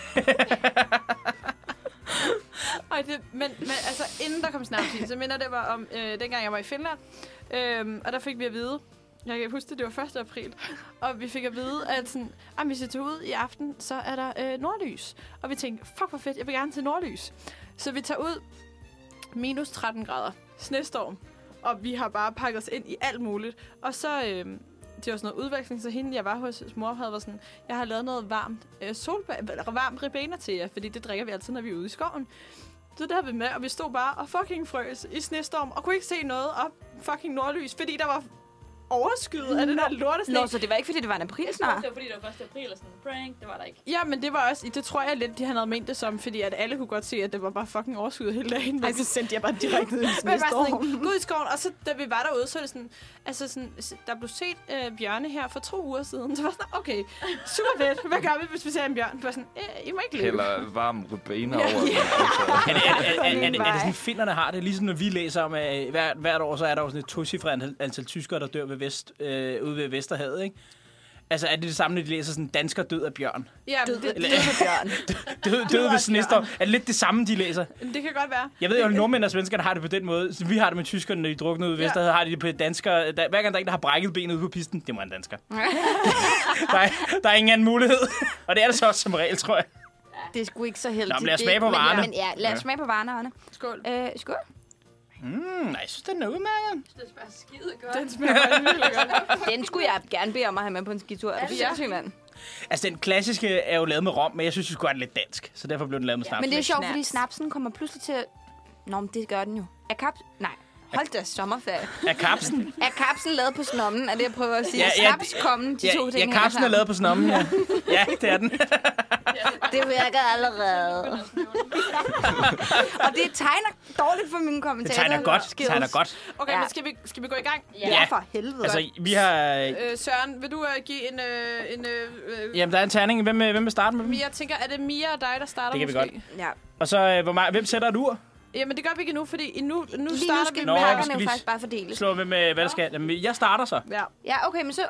Men altså, inden der kom snaps i, så minder det var om, dengang jeg var i Finland. Og der fik vi at vide, jeg kan huske det var 1. april, og vi fik at vide, at sådan, hvis jeg tager ud i aften, så er der nordlys. Og vi tænkte, fuck hvor fedt, jeg vil gerne til nordlys. Så vi tager ud, minus 13 grader, snestorm, og vi har bare pakket os ind i alt muligt. Og så... det var sådan noget udveksling, så hende, jeg var hos mor, havde været sådan, jeg har lavet noget varmt varmt ribena til jer, fordi det drikker vi altid, når vi er ude i skoven. Så der havde vi med, og vi stod bare og fucking frøs i snestorm, og kunne ikke se noget op fucking nordlys, fordi der var overskyet af det der lortesne. Nå, så det var ikke, fordi det var en april snart? Det var, fordi det var 1. april og sådan en prank. Det var der ikke. Ja, men det var også, det tror jeg lidt, de havde ment det som, fordi at alle kunne godt se, at det var bare fucking overskyet hele dagen. Men så sendte jeg bare direkte ud i snestorm. Gå ud i skoven, og så da vi var derude, så er det sådan, altså sådan, der blev set bjørne her for 2 uger siden. Så var sådan, okay, super fedt. Hvad gør vi, hvis vi ser en bjørn? Det var sådan, I må ikke løbe. Eller varm ribena over. Er det sådan, finnerne har det? Ligesom når vi læser om, at hvert år, så er der jo sådan et tocifret antal tyskere, der dør ude ved Vesterhavet, ikke? Altså, er det samme, når de læser sådan, dansker død af bjørn? Ja, død af bjørn. Død ved snestorm. Er det lidt det samme, de læser? Det kan godt være. Jeg ved jo, at nordmænd og svenskerne har det på den måde. Så vi har det med tyskerne, når de drukner ud ved Vesterhavet, har de det på danskere. Hver gang der er en, der har brækket benet ude på pisten, det må en dansker. der er ingen anden mulighed. Og det er det så også som regel, tror jeg. Det er sgu ikke så heldigt. Nå, men lad os smage på varerne. Men lad os smage på varerne, Anne. Skål. Skål. Nej, jeg synes, den er udmærket. Det smager skide godt. Den smager virkelig godt. Den skulle jeg gerne bede om at have med på en skitur. Altså, den klassiske er jo lavet med rom, men jeg synes, det skulle være lidt dansk. Så derfor blev den lavet med snaps. Men det er sjovt, fordi snapsen kommer pludselig til... Nå, men det gør den jo. Nej. Hold da sommerferie. Er kapsen? Er kapsen lavet på snommen? Er det, jeg prøver at sige? Snaps kommen, de to ting. Ja, kapsen er lavet på snommen, ja. Ja, det er den. Det virker allerede. Og det tegner dårligt for mine kommentarer. Det tegner godt. Okay, men skal vi gå i gang? Ja, for helvede. Altså, vi har... Søren, vil du give en... Jamen, der er en terning. Hvem vil starte med dem? Jeg tænker, er det Mia og dig, der starter? Det kan måske? vi godt. Ja. Og så, hvem sætter et ur? Jamen, det gør vi ikke nu, fordi nu lige starter vi vi med... pakkerne jo faktisk bare fordeles. Slå med, hvad der skal. Jamen, jeg starter så. Ja, okay, men så...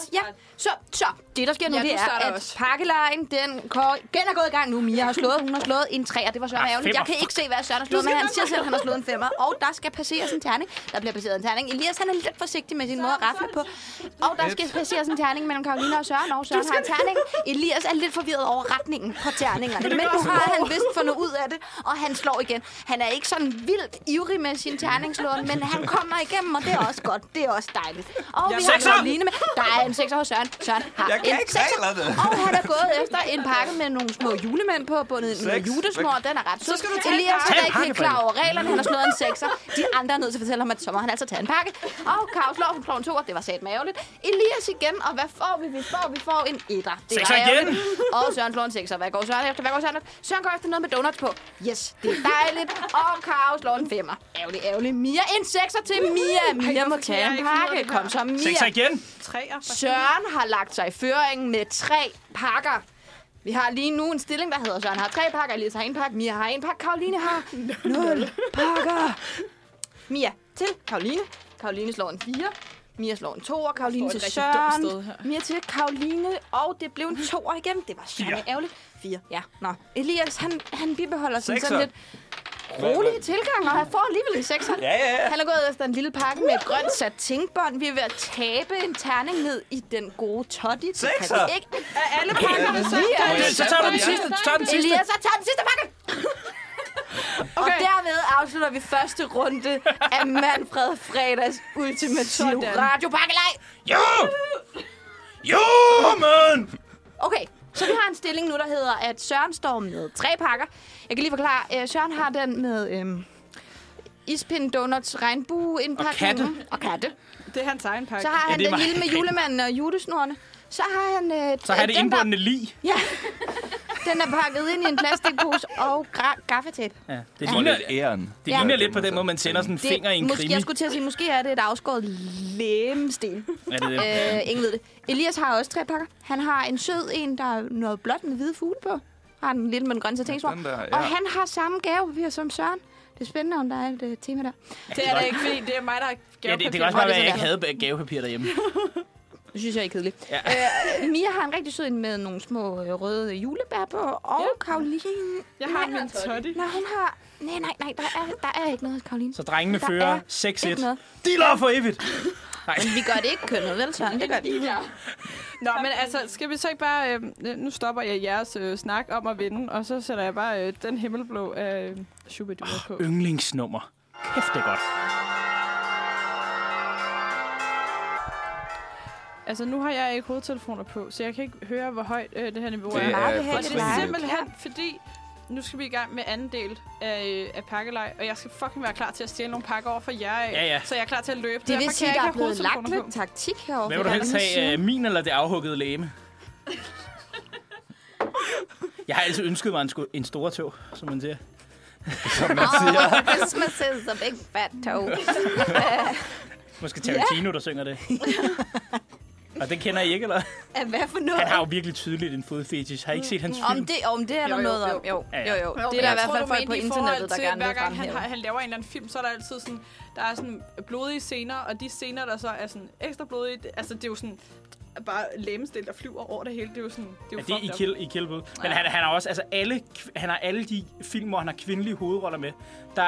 Så det, der sker nu, det er, at også. Pakkelejen, den er gået i gang nu. Mia hun har slået en 3'er. Det var Søren ærgerligt. Jeg kan ikke se, hvad Søren har slået, men han siger selv, at han har slået en 5'er. Og der skal passeres en terning. Der bliver passeret en terning. Elias, han er lidt forsigtig med sin måde at rafle på. Og der skal passeres en terning mellem Karoline og Søren. Og Søren har en terning. Elias er lidt forvirret over retningen på terningerne. Men nu har han vist fundet ud af det, og han slår igen. Han er ikke sådan vildt ivrig med sin terningslån, men han kommer igennem, og det er også godt. Det er også dejligt. Og vi har Karoline med. Der er en 6'er hos Søren. Søren har en 6'er. Og han er gået efter en pakke med nogle små julemænd på, bundet med julesnor. Den er ret sød. Elias er ikke helt klar over reglerne. Han har slået en 6'er. De andre er nødt til at fortælle ham, at så må han altså tage en pakke. Og Kav slår en 2'er. Det var satme ærgerligt. Elias igen, og hvad får vi? Vi får en 1'er. Det er ærgerligt. Og Søren slår en 6'er. Hvad går Søren efter? Søren går efter noget med donuts på. Yes, det er dejligt. Og Kav slår en 5'er. Ærgerligt. Mia, en 6'er til Mia. Mia må tage en pakke. Kom så, Mia. 6'er igen. Søren har lagt sig i føringen med 3 pakker. Vi har lige nu en stilling, der hedder Søren har 3 pakker, Elias har 1 pakke, Mia har 1 pakke, Karoline har 0 pakker. Mia til Karoline. Karoline slår en 4. Mia slår en 2'er, Karoline til Søren. Mia til Karoline, og det blev en 2'er igen. Det var Søren ærgerligt. 4, ja. Nå. Elias, han bibeholder sådan lidt rolige tilgang, og han får alligevel en 6'er. Ja. Han er gået efter en lille pakke med et grønt satinbånd. Vi er ved at tabe en terning ned i den gode toddy. 6'er! Er alle pakkerne Så tager du den sidste. Elias, så tager den sidste pakke! Og dermed afslutter vi første runde af Manfred Fredags ultimative radiopakkelej. Jo, man! Okay, så vi har en stilling nu, der hedder, at Søren står med 3 pakker. Jeg kan lige forklare, Søren har den med ispind, donuts, regnbue-indpakningen. Og katte. Det er hans egen pakke. Så har han den lille med julemanden og julesnorene. Så har han... Så har det indbundne lig. Ja. Den er pakket ind i en plastikpose og gaffatape. Ja, det ligner lidt æren. Det ligner lidt på den måde, man sender sådan en finger i en krimi. Jeg skulle til at sige, måske er det et afskåret lægemsten. Ja, det er det. Ingen ved det. Elias har også 3 pakker. Han har en sød en, der er noget blåt med hvide fugle på. Har den lidt med den grønne satinspor. Og han har samme gavepapir som Søren. Det er spændende, om der er et tema der. Det er da ikke, fordi det er mig, der har gavepapir. Ja, det kan også bare være, at jeg ikke havde gavepapir derhjemme. Det synes jeg er kedeligt. Ja. Mia har en rigtig sød en med nogle små røde julebær på. Og Karoline... Jeg har min toddy. Nej, hun har... Nej, der er ikke noget, Karoline. Så drengene fører 6-1. De laver for evigt. Nej. Men vi gør det ikke kønnet, vel, Søren? Det gør det ikke. Ja. Nå, men altså, skal vi så ikke bare... nu stopper jeg jeres snak om at vinde, og så sætter jeg bare den himmelblå af Shubidua på. Yndlingsnummer. Kæft, det er godt. Altså, nu har jeg ikke hovedtelefoner på, så jeg kan ikke høre, hvor højt det her niveau er. Og det er simpelthen, fordi nu skal vi i gang med anden del af pakkelej, og jeg skal fucking være klar til at stjæle nogle pakker over for jer af, ja. Så jeg er klar til at løbe. Det vil sige, der er blevet lagt lidt taktik herovre. Hvad vil du helst have, min eller det afhuggede læme? Jeg har altid ønsket mig en stor tog, som man siger. Som man siger. Christmas is a big fat toe. Måske Tarantino, der synger det. Og den kender I ikke, eller? Hvad for noget? Han har jo virkelig tydeligt en fodfetish. Har I ikke set hans film? Om det er der noget om. Jo. Det er der i hvert fald folk på internettet, der gerne vil fremhæve. Hver gang han laver en eller anden film, så er der altid sådan... Der er sådan blodige scener, og de scener, der så er sådan ekstra blodige... Altså, det er jo sådan... Bare lægemestil, der flyver over det hele. Det er jo sådan... Det er jo i Kill Bill. Men han har også... Altså, han har alle de film, hvor han har kvindelige hovedroller med. Der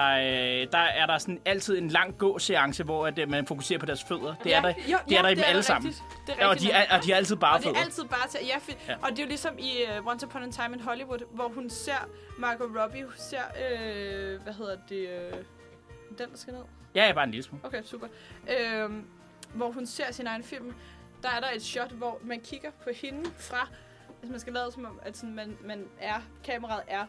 er der sådan altid en lang gåseance, hvor man fokuserer på deres fødder. Det er der i dem alle sammen. Og de er altid bare fødder. Og det er altid bare til... Ja, og det er jo ligesom i Once Upon a Time in Hollywood, hvor hun ser Margot Robbie, ser... hvad hedder det? Den, der skal ned? Ja, bare en lille smule. Okay, super. Hvor hun ser sin egen film. Der er der et shot, hvor man kigger på hende fra... Altså, man skal lade som om, at sådan, kameraet er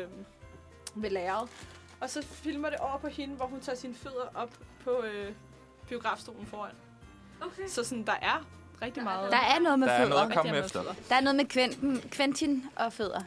ved lærret. Og så filmer det over på hende, hvor hun tager sine fødder op på biografstolen foran. Okay. Så sådan, der er rigtig meget... Der er noget med fødder. Der er noget at komme efter. Der er noget med Quentin og fødder.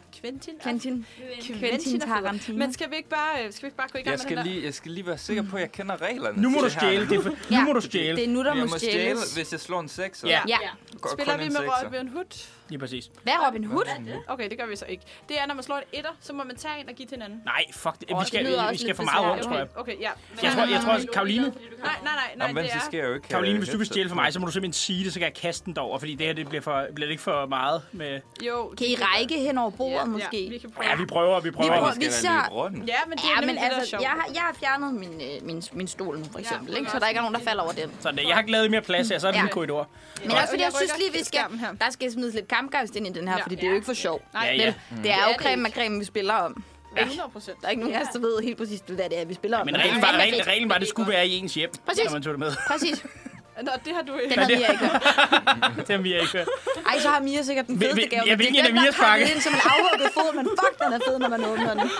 Quentin Tarantino. Men skal vi ikke bare gå i gang med den der? Jeg skal lige være sikker på, at jeg kender reglerne. Nu må du stjæle. Nu må du stjæle. Det er nu, der må stjæle. Hvis jeg slår en 6. Ja. Spiller vi med Robin Hood? Lige præcis. Hvad er Robin Hood? Okay, det gør vi så ikke. Det er, når man slår et etter, så må man tage en og give til hinanden. Nej, fuck det. Vi skal for meget rundt, tror jeg. Okay, ja. Jeg tror, Karoline... Nej, det sker jo ikke. Karoline, hvis du vil stjæle for mig, så må du simpelthen sige det, så kan jeg kaste den derover, fordi det her, bliver det ikke for meget med... Jo. Kan I række hen over bordet, måske? Ja, vi prøver. Vi ser... Ja, men det er nemlig det, der er sjovt. Jeg har fjernet min stol nu, for eksempel, ikke? Så der ikke er nogen, der falder over den. Sådan, jeg har glædet mere plads her, så er det min korridor. Men også fordi jeg synes lige, der skal smides lidt kampgejst ind i den her, fordi det er jo ikke for sjov. Nej, det er jo creme, vi spiller om. 100%. Der er ikke nogen af os, der ved helt præcis, hvad det er, vi spiller om. Men reglen var, det skulle være i ens hjem, når man tog det med. Præcis. Nå, det har du ikke. Den har Mia ikke hørt. Det har Mia ikke hørt. Ej, så har Mia sikkert den fedeste gave. Jeg vil ikke en af Mias pakke. Det er den som en afhugget fod, men fuck, den er fed, når man åbner den.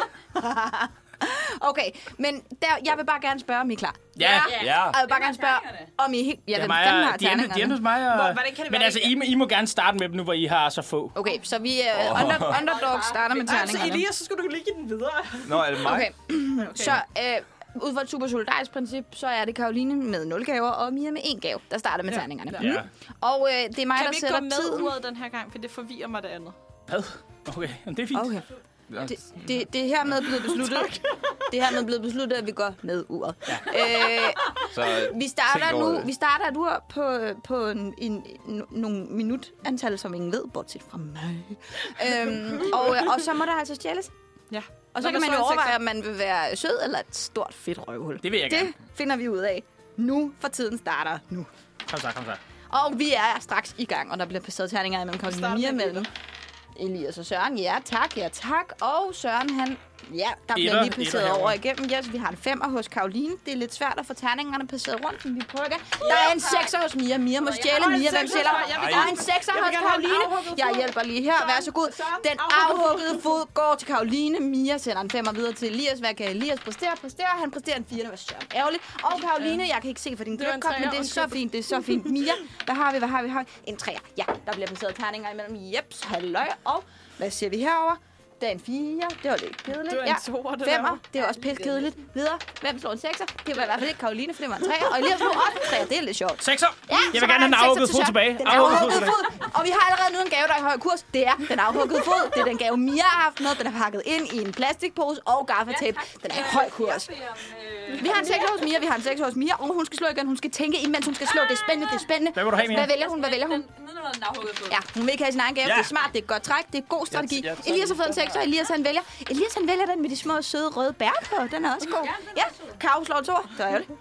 Okay, men jeg vil bare gerne spørge, om I er klar. Ja. Og jeg vil bare gerne spørge, om I... Ja, hvem fanden har terningerne? De er hos mig. Men altså, I må gerne starte med dem nu, hvor I har så få. Okay, så vi underdog starter med terningerne. Så Elias, så skulle du lige give den videre. Nå, er det mig? Okay. Så ud fra et super solidarisk princip, så er det Karoline med 0 gaver, og Mia med 1 gave, der starter med terningerne. Ja. Og det er mig, der sætter tiden. Kan vi ikke gå med uret den her gang, for det forvirrer mig det andet? Hvad? Okay, det er fint. Okay. Det er hermed blevet besluttet. Det er hermed blevet besluttet, at vi går med uret. Ja. Vi starter et ur på nogle minutantal, som ingen ved, bortset fra mig. Og så må der altså stjæles. Ja. Og så kan man jo overveje, om man vil være sød eller et stort fedt røvhul. Det vil jeg gerne. Det finder vi ud af nu, for tiden starter nu. Kom så. Og vi er straks i gang, og der bliver placeret terninger imellem Karoline og Mia mellem Elias og Søren. Ja tak. Og Søren, han Ja, der bliver lige passeret over igennem. Ja, vi har en 5'er hos Karoline. Det er lidt svært at få terningerne passeret rundt, men vi prøver igen. Der er en 6'er hos Mia. Mia må stjæle. Mia, hvem stjæler? Og en 6'er hos Karoline. Jeg hjælper lige her. Vær så god. Den afhuggede fod går til Karoline. Mia sender en 5'er videre til Elias. Hvad kan Elias præstere? Han præsterer en 4'er. Det var så ærgerligt. Og Karoline, jeg kan ikke se for din gløbkop, men det er så fint. Det er så fint. Mia, hvad har vi? En 3'er. Ja, der bliver passeret terninger imellem. Jeps, halløj. Og hvad siger vi herover? Det er en 4. Det var lidt kedeligt. Det var en 2'er, det 5'er. Det var også pisse kedeligt. Videre. Hvem slår en 6'er? Det var i hvert fald ikke Karoline, for det var en 3'er. Og Elias slog også en 3'er. Det er lidt sjovt. 6'er. Ja, jeg vil gerne have den afhuggede fod tilbage. Den afhuggede fod. Og vi har allerede nu en gave, der er i høj kurs. Det er den afhuggede fod. Det er den gave, Mia har haft med. Den er pakket ind i en plastikpose og gaffatape. Den er i høj kurs. Vi har en 6'er hos Mia. Vi har en 6'er hos Mia. Og hun skal slå igen. Hun skal tænke, imens hun skal slå. Det er spændende. Hvad vil du have, Mia? Hvad vælger hun? Ja, hun vil ikke have sin egen gave. Det er smart. Det er et godt træk. Det er god strategi. Elias har fået en 6'er. Elias han vælger den med de små, søde, røde bær på. Den er også god. Ja, Karo slår 2. Det var ærgerligt.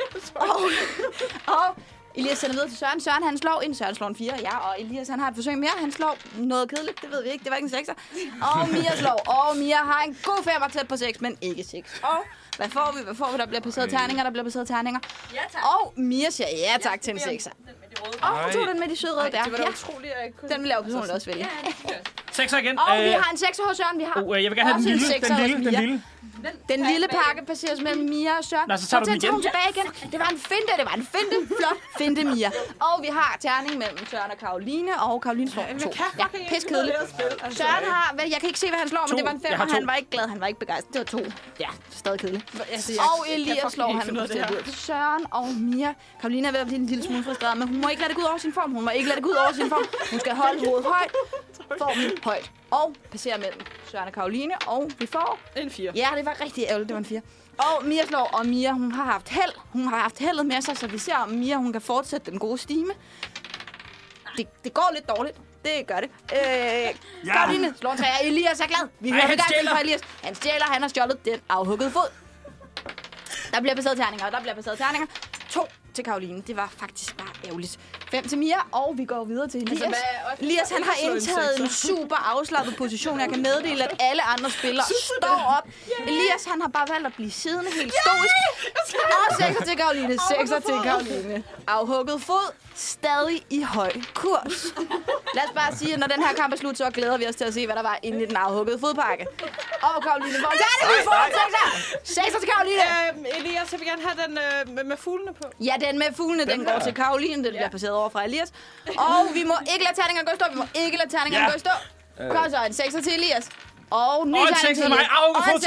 Og Elias sender videre til Søren. Søren, han slår en. Søren slår en 4. Ja, og Elias, han har et forsøg mere. Han slår noget kedeligt. Det ved vi ikke. Det var ikke en 6'er. Og Mia slår. Og Mia har en god 5'er tæt på 6, men ikke 6. Og hvad får vi? Der bliver passeret terninger. Ja, tak. Og Mia siger ja tak til en 6'er. Og hun tog den med de søde røde bær. Det var da utroligt, at jeg kunne... Den vil jeg jo personligt også vælge. 6'er igen. Og vi har en 6'er hos Søren. Vi har jeg vil gerne have den lille. Den lille pakke passeres mellem Mia og Søren. Nå, så tager du den igen. Tilbage igen. Det var en finte. Flot finte, Mia. Og vi har terning mellem Søren og Karoline. Og Karoline slår 2. Ja, piskedeligt. Søren har... Jeg kan ikke se, hvad han slår, men det var en 5, og han var ikke glad. Han var ikke begejstret. Det var 2. Ja, stadig kedeligt. Og Elias slår han ud til Søren og Mia. Karoline er ved at blive en lille smule frustreret, men hun må ikke lade det gå ud over sin form. Hun skal holde hovedet højt. Formen højt. Og passerer mellem Søren og Karoline, og vi får... En 4. Ja, det var rigtig ærgerligt, det var en 4. Og Mia slår, og Mia, hun har haft held. Hun har haft heldet med sig, så vi ser, om Mia, hun kan fortsætte den gode stime. Det går lidt dårligt. Det gør det. Karoline slår en 3'er. Elias er glad. Vi hører begejstring fra Elias. Han har stjålet den afhuggede fod. Der bliver passeret terninger. 2 til Karoline. Det var faktisk bare ærgerligt. 5 til Mia, og vi går videre til Elias. Elias, han har indtaget en super afslappet position. Jeg kan meddele, at alle andre spillere står op. Elias, han har bare valgt at blive siddende helt stoisk. Og 6'er til Karoline. Afhugget fod. Stadig i høj kurs. Lad os bare sige, at når den her kamp er slut, så glæder vi os til at se, hvad der var inde i den afhuggede fodpakke. Og Karoline får en terning. Vi får en 6'er. 6'er til Karoline. Elias, jeg vil gerne have den med fuglene på. Ja, den med fuglene, den går til Karoline. Den bliver passeret over fra Elias. Og vi må ikke lade terningerne gå i stå. Kom så, en 6'er til Elias. Og ny terning til Elias.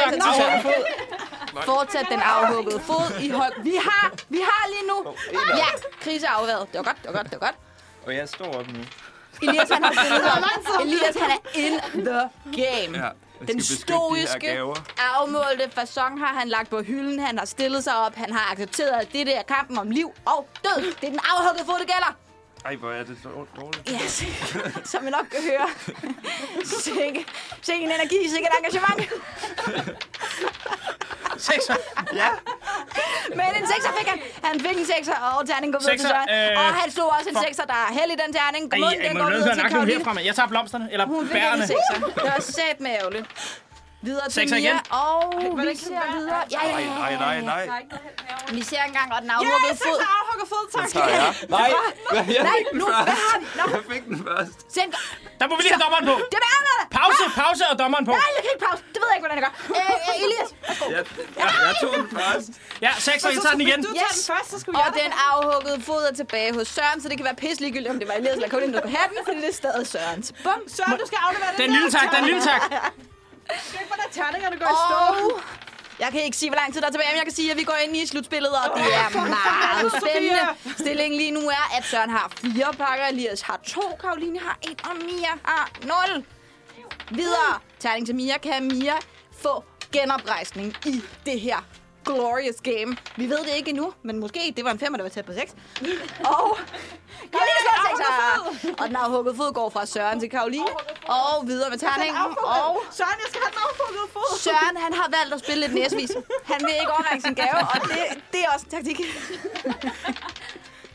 Fortsat den afhuggede fod i høj. Vi har lige nu. Ja, krise afværet. Det var godt. Og jeg står op nu. Elias, han har stillet op. Elias, han er in the game. Ja, den stoiske, afmålte facon har han lagt på hylden. Han har stillet sig op. Han har accepteret, at det der kampen om liv og død. Det er den afhuggede fod, det gælder. Ej, hvor er det så dårligt. Ja, som vi nok kan høre. Sikke en energi, sikke et engagement. 6'er. Ja. Men en 6'er fik han. Han fik en 6'er, og terningen går videre til Søren. Og han slog også en 6'er, der er held i den terning. Jeg må nødt til at nakke nu herfra. Jeg tager blomsterne, eller bærene. Hun fik en 6'er. Det var sat med ærgerligt. Videre til Mia, og vi ser videre. Nej. Vi ser engang, og den afhuggede fod. Ja, 6'er afhugget fod, tak. Nej, nu, hvad har vi? Jeg fik den først. Der må vi lige have dommeren på. Det er der. Pause og dommeren på. Nej, jeg kan ikke pause. Det ved jeg ikke, hvordan jeg gør. Elias. Jeg tog den først. Ja, 6'er, jeg tager den igen. Du tager den først, så skulle jeg. Og den afhuggede fod er tilbage hos Søren, så det kan være pisse ligegyldigt, om det var Elias eller Karoline, der kunne have den, fordi det er stadig Sørens. Bum. Søren, du skal aflevere den. Den lille tak. Skal ikke, hvordan terningerne går i stå? Jeg kan ikke sige, hvor lang tid der er tilbage, men jeg kan sige, at vi går ind i slutspillet, og det er meget spændende. Stillingen lige nu er, at Søren har 4 pakker, Elias har 2, Karoline har 1, og Mia har 0. Videre. Terning til Mia. Kan Mia få genoprejsning i det her glorious game? Vi ved det ikke endnu, men måske det var en 5, der var tæt på 6. Og Karoline slår 6'er. Og den afhuggede fod går fra Søren til Karoline. Og videre med terningen. Og Søren, jeg skal have den afhuggede fod. Søren, han har valgt at spille lidt næsvis. Han vil ikke overrække sin gave, og det er også en taktik.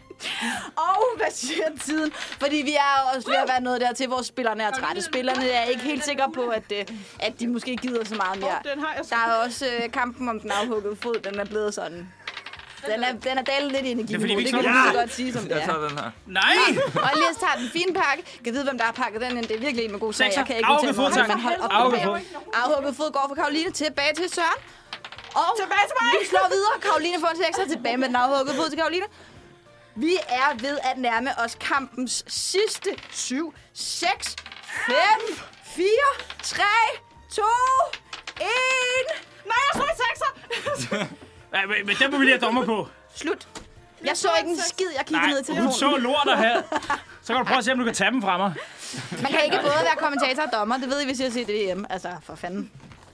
Og hvad siger tiden? Fordi vi er også ved at være noget der til, hvor spillerne er trætte. Spillerne er ikke helt sikre på, at de måske gider så meget mere. Der er også kampen om den afhuggede fod. Den er blevet sådan... Den er dalet lidt i energi. Det kan du godt sige, som det er. Jeg tager den her. Nej! Og Elias tager den fine pakke. Kan vide, hvem der har pakket den ind. Det er virkelig en med god sag. Jeg kan ikke afhugget fod, tak. Afhugget fod går for Karoline tilbage til Søren. Og tilbage til mig. Vi slår videre. Karoline får en 6'er tilbage med den afhuggede fod til Karoline. Vi er ved at nærme os kampens sidste 7, 6, 5, 4, 3, 2, 1. Nej, jeg slår en 6'er! Men den må vi lige have dommer på. Slut. Jeg så ikke en skid. Jeg kiggede ned i telefonen. Hun så lorter her. Så kan du prøve at se, om du kan tage dem fra mig. Man kan ikke både være kommentator og dommer. Det ved I, hvis jeg siger det hjemme. Altså, for fanden.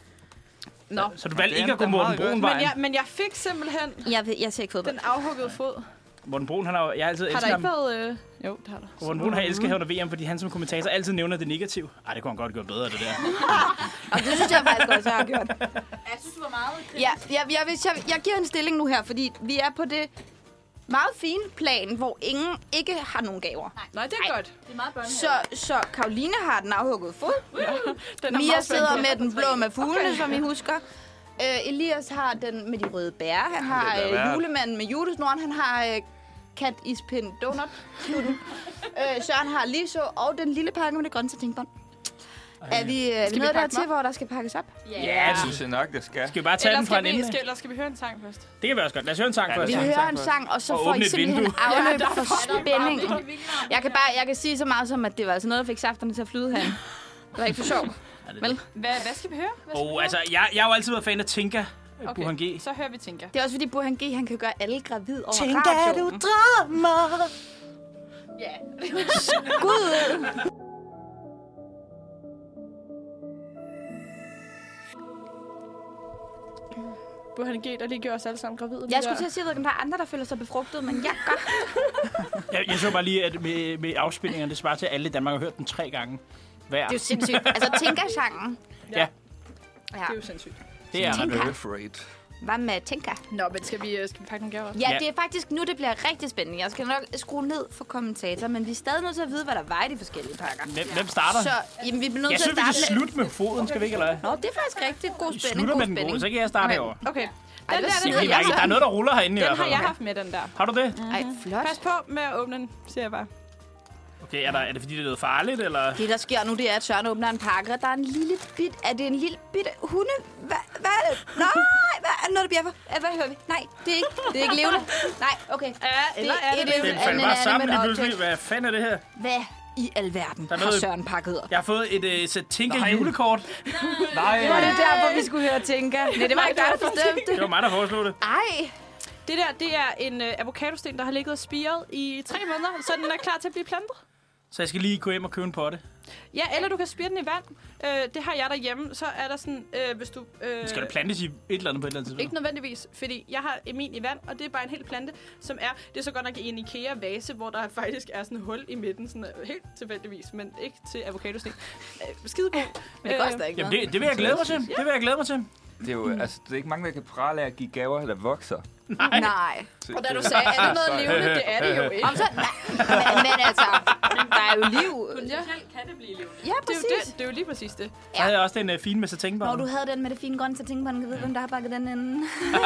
Nå. Så du valgte ikke at gå Morten Brun-vejen? Men jeg fik simpelthen... Jeg ser ikke fodbold. Den afhuggede fod. Morten Brun, jeg har altid elsket ham. Har der ikke været... Jo, det har der. Morten Brun har elsket her under VM, fordi han som kommentator altid nævner det negative. Ej, det kunne han godt gøre bedre, det der. Og det synes jeg faktisk også, jeg har gjort. Jeg synes, du var meget kritisk. Jeg giver en stilling nu her, fordi vi er på det meget fine plan, hvor ingen ikke har nogen gaver. Nej, det er godt. Det er meget børnehave. Så Karoline har den afhuggede fod. Mia sidder med den blå med fuglene, som I husker. Elias har den med de røde bær. Han har julemanden med julesnoren. Han har kat ispind donut. Søren har lige så, og den lille pakke med det grønne satinbånd. Er vi nået dertil, hvor der skal pakkes op? Ja, det synes jeg nok, det skal. Skal vi bare tage den fra en ende? Eller skal vi høre en sang først? Det kan vi også godt. Lad os høre en sang først. Vi hører en sang, og så får I simpelthen afløb for spænding. Jeg kan sige så meget som, at det var altså noget, der fik safterne til at flyde herinde. Det var ikke for sjov. Vel? Hvad skal vi høre? Altså, jeg har jo altid været fan af Tinka. Okay, Burhan G. Så hører vi Tinka. Det er også fordi Burhan G, han kan gøre alle gravid over Tinka, radioen. du drømmer. Ja. Gud. Burhan G, der lige gør os alle sammen gravide. Jeg skulle til at sige, at der er andre, der føler sig befrugtet, men jeg gør. Jeg så bare lige, at med afspilningerne, det svarer til, at alle i Danmark har hørt den 3 gange hver. Det er jo sindssygt. Altså, Tinka-sangen. Ja. Det er jo sindssygt. Det er Tinka. Hvad med Tinka? Nå, men skal vi pakke nogle gaver også? Ja, det er faktisk nu, det bliver rigtig spændende. Jeg skal nok skrue ned for kommentator, men vi er stadig nødt til at vide, hvad der var i de forskellige pakker. Hvem starter? Så, jamen, vi bliver nødt jeg til at starte synes, vi skal slutte med foden, skal vi ikke, eller hvad? Nå, det er faktisk rigtig god spænding. Slutter med den gode, så kan jeg starte herovre. Okay. Ej, der er noget, der ruller herinde i hvert fald. Den har jeg haft med, den der. Har du det? Ej, flot. Pas på med at åbne den, siger jeg bare. Okay, er det fordi, det er noget farligt, eller? Det, der sker nu, det er, at Søren åbner en pakke, og der er en lille bit... Er det en lille bitte hunde? Hvad er det? Nej, hvad er det noget, der bjeffer? Hvad hører vi? Nej, det er ikke levende. Nej, okay. Ja, eller er det Den faldt bare sammen lige pludselig. Hvad fanden er det her? Hvad i alverden har Søren pakket op? Jeg har fået et sæt Tinka julekort. Nej. Var det derfor, vi skulle høre Tinka? Nej, det var ikke dig, der bestemte. Det var mig, der foreslog det. Ej. Det er en avocadosten, der har ligget og spiret i 3 måneder, så den er klar til at blive plantet. Så jeg skal lige gå hjem og købe en potte? Ja, eller du kan spire den i vand. Det har jeg derhjemme. Så er der sådan, hvis du... Skal det plantes i et eller andet på et eller andet tidspunkt? Ikke nødvendigvis, fordi jeg har min i vand, og det er bare en hel plante, som er... Det er så godt nok i en IKEA-vase, hvor der faktisk er sådan et hul i midten, sådan helt tilfældigvis, men ikke til avocadosten. Skidegod. Men det koster ikke noget. Det vil jeg glæde mig til. Det vil jeg glæde mig til. Det er jo, altså, det er ikke mange, der kan prale af at give gaver, der vokser. Nej. Og da du sagde, er det noget levende? Det er det jo ikke. Men altså, der er jo liv. Potentielt kan det blive levende. Ja, præcis. Det er jo lige præcis det. Jeg havde også den fine med satinbånd. Når du havde den med det fine grønne satinbånd, kan vide, hvem der har bakket den inde.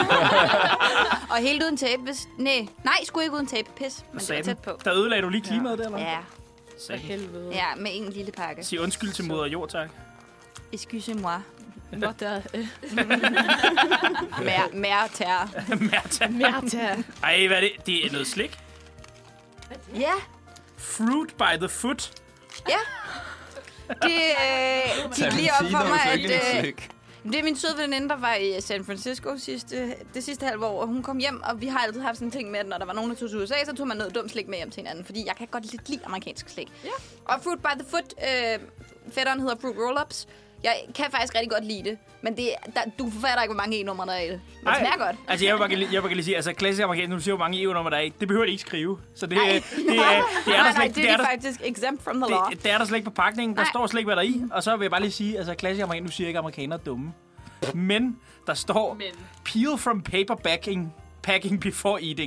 Og helt uden tape, hvis... Nej, skulle ikke uden tape. Pis, men det var tæt på. Der ødelagde du lige klimaet der, eller? Ja. For helvede. Ja, med en lille pakke. Sig undskyld til moder jord, tak. Excusez-moi. Hvor der... Mærter. Ej, hvad er det? Det er noget slik. Ja. Fruit by the foot. Ja. Det gik lige op for mig, at... Det er min søde veninde, der var i San Francisco det sidste halve år, og hun kom hjem, og vi har altid haft sådan en ting med, at når der var nogen, der tog til USA, så tog man noget dumt slik med hjem til hinanden, fordi jeg kan godt lidt lide amerikansk slik. Ja. Og Fruit by the Foot, fætteren hedder Fruit Roll-Ups. Jeg kan faktisk rigtig godt lide det, men du forfatter ikke, hvor mange E-numre der er i det. Men det smager godt. Altså, jeg vil bare lige sige, altså klassisk amerikansk, når du siger, hvor mange E-numre der er i, det behøver de ikke skrive. Så det er faktisk exempt from the law. Det er der slet ikke på pakningen. Der står slet ikke, hvad der er i. Og så vil jeg bare lige sige, altså klassisk amerikansk, nu siger jeg ikke, amerikanere er dumme. Men der står peel from paper packing before eating.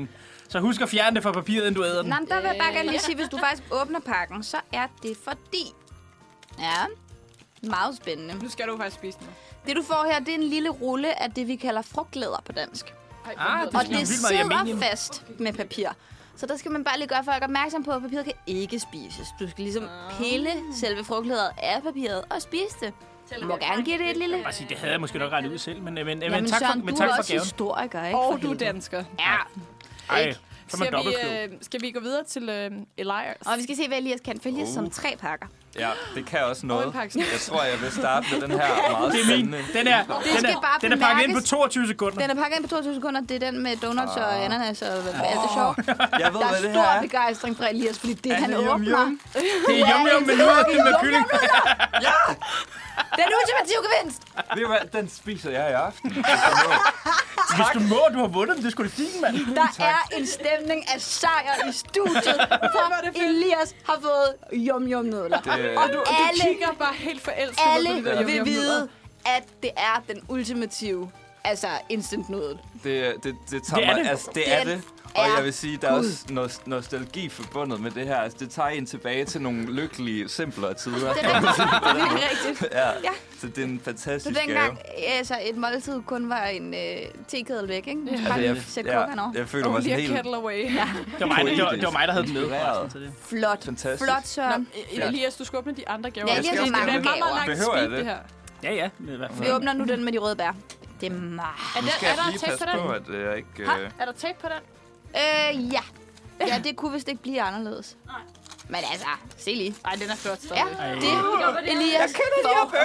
Så husk at fjerne det fra papiret, inden du æder den. Nå, der vil jeg bare gerne lige sige, hvis du faktisk åbner pakken, så er det fordi... Ja, meget spændende. Nu skal du faktisk spise den. Det, du får her, det er en lille rulle af det, vi kalder frugtlæder på dansk. Ah, Og det sidder fast med papir. Så der skal man bare lige gøre folk opmærksom på, at papiret kan ikke spises. Du skal ligesom pille selve frugtlæderet af papiret og spise det. Du må gerne give det et lille... Det havde jeg måske nok regnet ud selv, men tak Søren, for gaven. du er også historiker, ikke? Og du er dansker. Ja. Ej, så er man dobbeltklog. Skal vi gå videre til Elias? Og vi skal se, hvad Elias kan. For Elias som 3 pakker. Ja, det kan også noget. Jeg tror, jeg vil starte med den her meget spændende. Den er pakket ind på 22 sekunder. Den er pakket ind på 22 sekunder. Det er den med donuts og ananas og alt det sjov. Jeg ved, der hvad det er her stor begejstring fra Elias, fordi det han åbner. Det er yum med nudler med kylling. Ja! Den ultimative gevinst! Ved du hvad, den spiser jeg i aften. Hvis du må, du har vundet den. Det skulle det din, mand. Der er en stemning af sejr i studiet, for Elias har fået yum-yum-nudler. Og du kigger bare helt forelsket på Alle de der vil vide, at det er den ultimative, instant nudel. Det tager mig, altså, det er det. Og jeg vil sige, der er også nostalgi forbundet med det her. Altså, det tager en tilbage til nogle lykkelige, simplere tider. Det er rigtigt. Ja. Så det er en fantastisk så dengang et måltid kun var en tekedel væk, ikke? Altså, jeg føler mig sådan helt... Ja. Det var mig, der havde den med. Flot. Fantastisk. Flot, Søren. Elias, du skal åbne de andre gaver. Ja, Elias har mange gaver. Behøver jeg det? Ja. Vi åbner nu den med de røde bær. Det er meget... Nu skal jeg lige passe på, at jeg ikke... Er der tape på den? Ja. Ja, det kunne vist ikke blive anderledes. Nej. Men altså, se lige. Ej, den er flot. Ja, det Elias. Jeg kender de her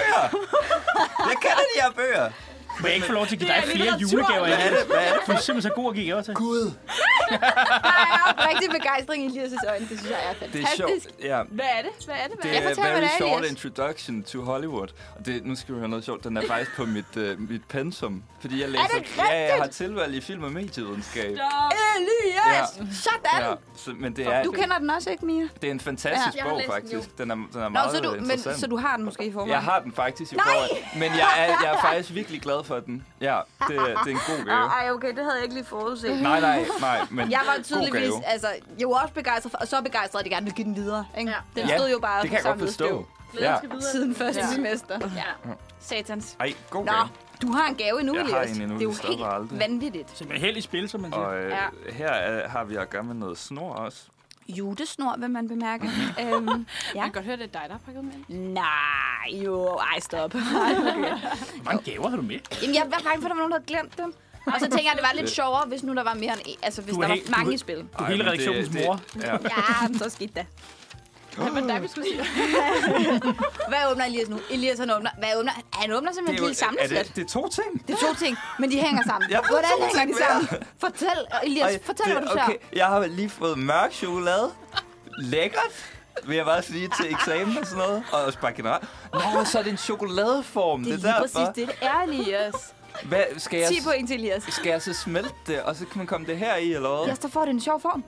bøger! Må jeg ikke få lov til at give dig flere julegaver? Hvad er det? Du er simpelthen så god at give gaver til. Gud! Der er rigtig begejstring i Elias' øjne. Det synes jeg er fantastisk. Det er sjovt. Ja. Hvad er det? Det er Very Short Introduction to Hollywood. Og nu skal vi høre noget sjovt. Den er faktisk på mit pensum. Fordi jeg læser... jeg har tilvalg i film- og medievidenskab. Elias! Sådan! Ja, men det er... Du kender den også, ikke, Mia? Det er en fantastisk bog, faktisk. Den er meget interessant. Så du har den måske i forvejen? Jeg har den faktisk i forvejen. Men jeg er faktisk virkelig glad for den. Ja, det er en god gave. Ej, okay, det havde jeg ikke lige forudset. Nej, men jeg var tydeligvis, jeg var også begejstret, og så begejstret, at jeg gerne ville give den videre. Ikke? Den stod jo bare det kan jeg godt forstå. Ja. Siden første semester. Ja. Satans. Ej, god gave. Du har en gave endnu, Elias. Jeg har en endnu, det er jo helt vanvittigt. Så med held i spil, som man siger. Og her har vi at gøre med noget snor også. Jutesnor, vil man bemærke. Jeg kan godt høre, det er dig, der har pakket med. Nej, jo. Ej, stop. Hvor mange gaver har du med? Jamen, jeg var bange for, at der var nogen, der havde glemt dem. Og så tænker jeg, at det var lidt sjovere, hvis nu der var mere end altså hvis der var mange i spil. Du er hele redaktionens mor. Ja, så skidt da. Det var dig, vi skulle sige. Hvad åbner Elias nu? Elias, han åbner simpelthen en lille samlesæt. Det er 2 ting. Det er 2 ting, men de hænger sammen. Hvordan hænger de sammen? Fortæl, Elias, hvad du ser. Okay, jeg har lige fået mørk chokolade. Lækkert. Vil jeg bare sige til eksamen og sådan noget. Og bare generelt. Nå, så er det en chokoladeform. Det er lige præcis det er, Elias. Hvad, skal jeg 10 point til Elias. Skal jeg så smelte det, og så kan man komme det her i, eller hvad? Ja, så får det en sjov form.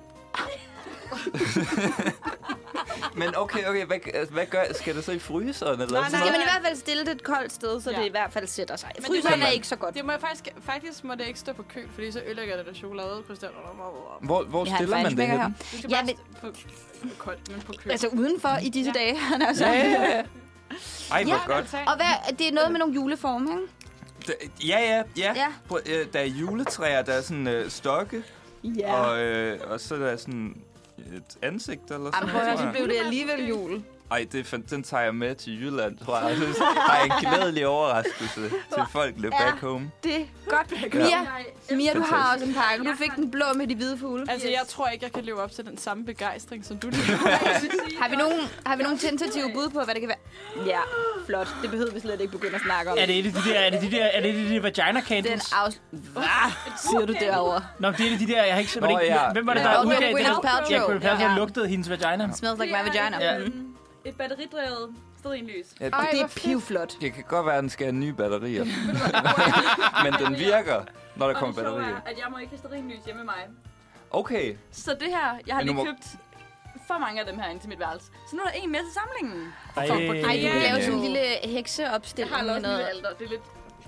Men okay, hvad gør, skal det så i fryseren? Eller Nej, skal man i hvert fald stille det et koldt sted, så det i hvert fald sætter sig. Fryseren er ikke så godt. Det må faktisk må det ikke stå på køl, fordi så ødelægger det der chokoladekrystaller. Hvor stiller man det hen? Ja, men på køl. Altså udenfor i disse dage. Ja. Ej, hvor godt. Og det er noget med nogle juleformer, ikke? Ja. Der er juletræer, der er sådan stokke. Ja. Og så er der sådan et ansigt eller sådan noget. Så blev det alligevel jul. Ej, den tager jeg med til Jylland, tror jeg. Det er en glædelig overraskelse til folk lidt back home. Det er godt. Mia, du har også en pakke. Du fik den blå med de hvide fugle. Altså, jeg tror ikke, jeg kan leve op til den samme begejstring, som du lige Har vi nogle tentative bud på, hvad det kan være? Ja, flot. Det behøver vi slet ikke begynde at snakke om. Er det de der vagina candles? Hvad siger du derovre? Nå, det er de der, jeg har ikke set. Hvem var det, der udgav det? Ja, Gwyneth Paltrow lugtede hendes vagina. Smells like my vagina. Et batteridrevet stearinlys. Ja, det er pivflot. Det kan godt være, at den skal have nye batterier. Men den virker, når der kommer batterier. Og det sjove er, at jeg må ikke have stearinlys hjemme med mig. Okay. Så det her, jeg har lige købt for mange af dem her ind til mit værelse. Så nu er der en med til samlingen. Ej, du kan lave sådan en lille hekseopstilling. Jeg har også en lille alder. Det er lidt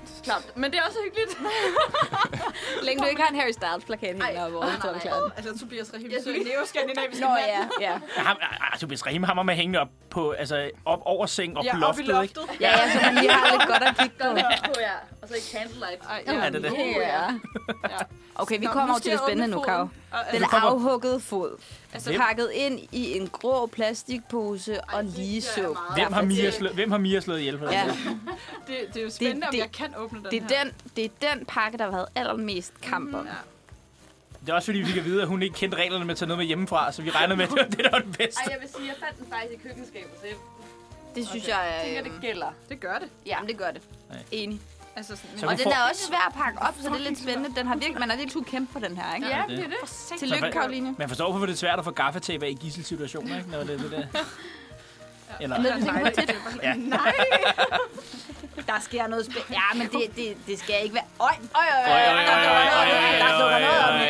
Klamt. Men det er også hyggeligt. Længe du ikke har en Harry Styles-plakat hængende op over tøjklæden. Altså, Tobias Rahim, så er neo-skandinavisk Nå, ja. Tobias Rahim hammer med hængende op på, altså op over seng og på loftet, op i ikke? loftet. Ja, så man lige har lidt godt at kigge på. Ja. Og så i candlelight. Ja, det er det. Ja. Okay, vi kommer over til det spændende nu, Kav. Den Den afhuggede fod. Altså, Pakket ind i en grå plastikpose og lige så. Hvem har Mia slået ihjel på det? Ja. det er jo spændende, om jeg kan åbne den her. Det er den pakke, der har været allermest kamp om. Det er også fordi, vi kan vide, at hun ikke kendte reglerne med at tage noget med hjemmefra, så vi regner med, at det var det, der var det bedste. Ej, jeg vil sige, jeg fandt den faktisk i køkkenskabet, så jeg Det synes jeg tænker, det gælder. Det gør det. Ja, det gør det. Enig. Altså sådan, Så Og hun den får- er også svær at pakke op, så det er lidt spændende. Man har virkelig skulle kæmpe for den her, ikke? Ja, det. det er det. Tillykke, Karoline. Man forstår, hvorfor det er svært at få gaffatape af i gisselsituationer, ikke? Når det er det der. Eller, Noget, du tænker på tit. Ja. Nej! Der sker noget spændende. Ja, men det skal ikke være... Øj, Der dukker noget op.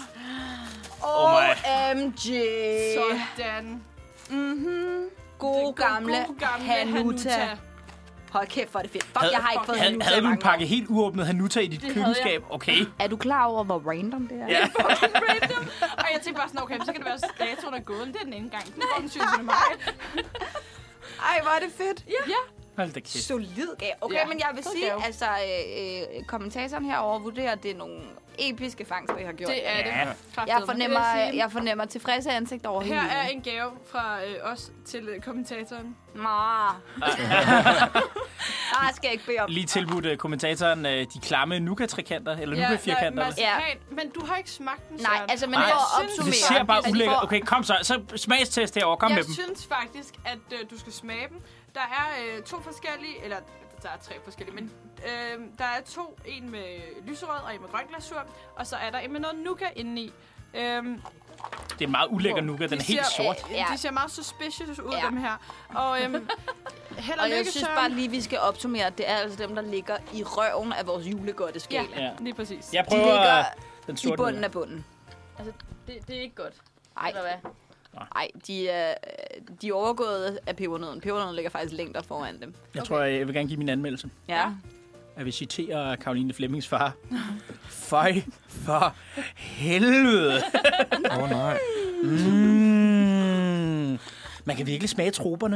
OMG. Sådan. God gamle Hanuta. Hold kæft, hvor er det fedt. Fuck, jeg har ikke fået Hanuta. havde du en pakke helt uåbnet Hanuta i dit køkkenskab? Okay. Er du klar over, hvor random det er? Ja. Random. Og jeg tænkte bare sådan, okay, så kan det være, at datoen er gået. Det er den ene gang. Den går den 7. maj. Ej, hvor er det fedt. Ja. Hold da kæft. Solid gave. Okay, Ja, men jeg vil fed sige, gave. altså, kommentatoren herover vurderer, at det er nogle episke fangster, I har gjort. Det er det. Ja. Kraftedeme. Jeg fornemmer tilfredse ansigt over hele Her er linjen. en gave fra os til kommentatoren. Nå. Skal jeg ikke bede om. Lige tilbudt kommentatoren de klamme Nuka-trikanter, eller Nuka-firkanter. Ja. Men du har ikke smagt den, Nej, Søren. altså, men Nej, for at det opsummere. ser bare Altså, ulækkert. for- Okay, kom så smagstest herovre. Kom med Jeg dem. synes faktisk, at du skal smage dem. Der er 2 forskellige, eller der er 3 forskellige, men der er 2. En med lyserød og en med grøn glasur. Og så er der en med noget nougat indeni. Det er en meget ulækker Nuka. Den er helt sort. Ja. De ser meget suspicious ud, Ja. dem her. Og held og Og jeg lykke, synes Søren. bare lige, vi skal opsummere, at det er altså dem, der ligger i røven af vores julegodteskala. Ja, Ja. lige præcis. Jeg De prøver ligger den i sorte bunden Nuka. af bunden. Altså, det er ikke godt. Nej, Eller hvad? nej, de er overgået af pebernøden. Pebernøden ligger faktisk længere foran dem. Jeg tror, jeg vil gerne give min anmeldelse. Ja. Jeg vil citere Caroline Flemmings far. Føj for helvede. Nej. Man kan virkelig smage troberne.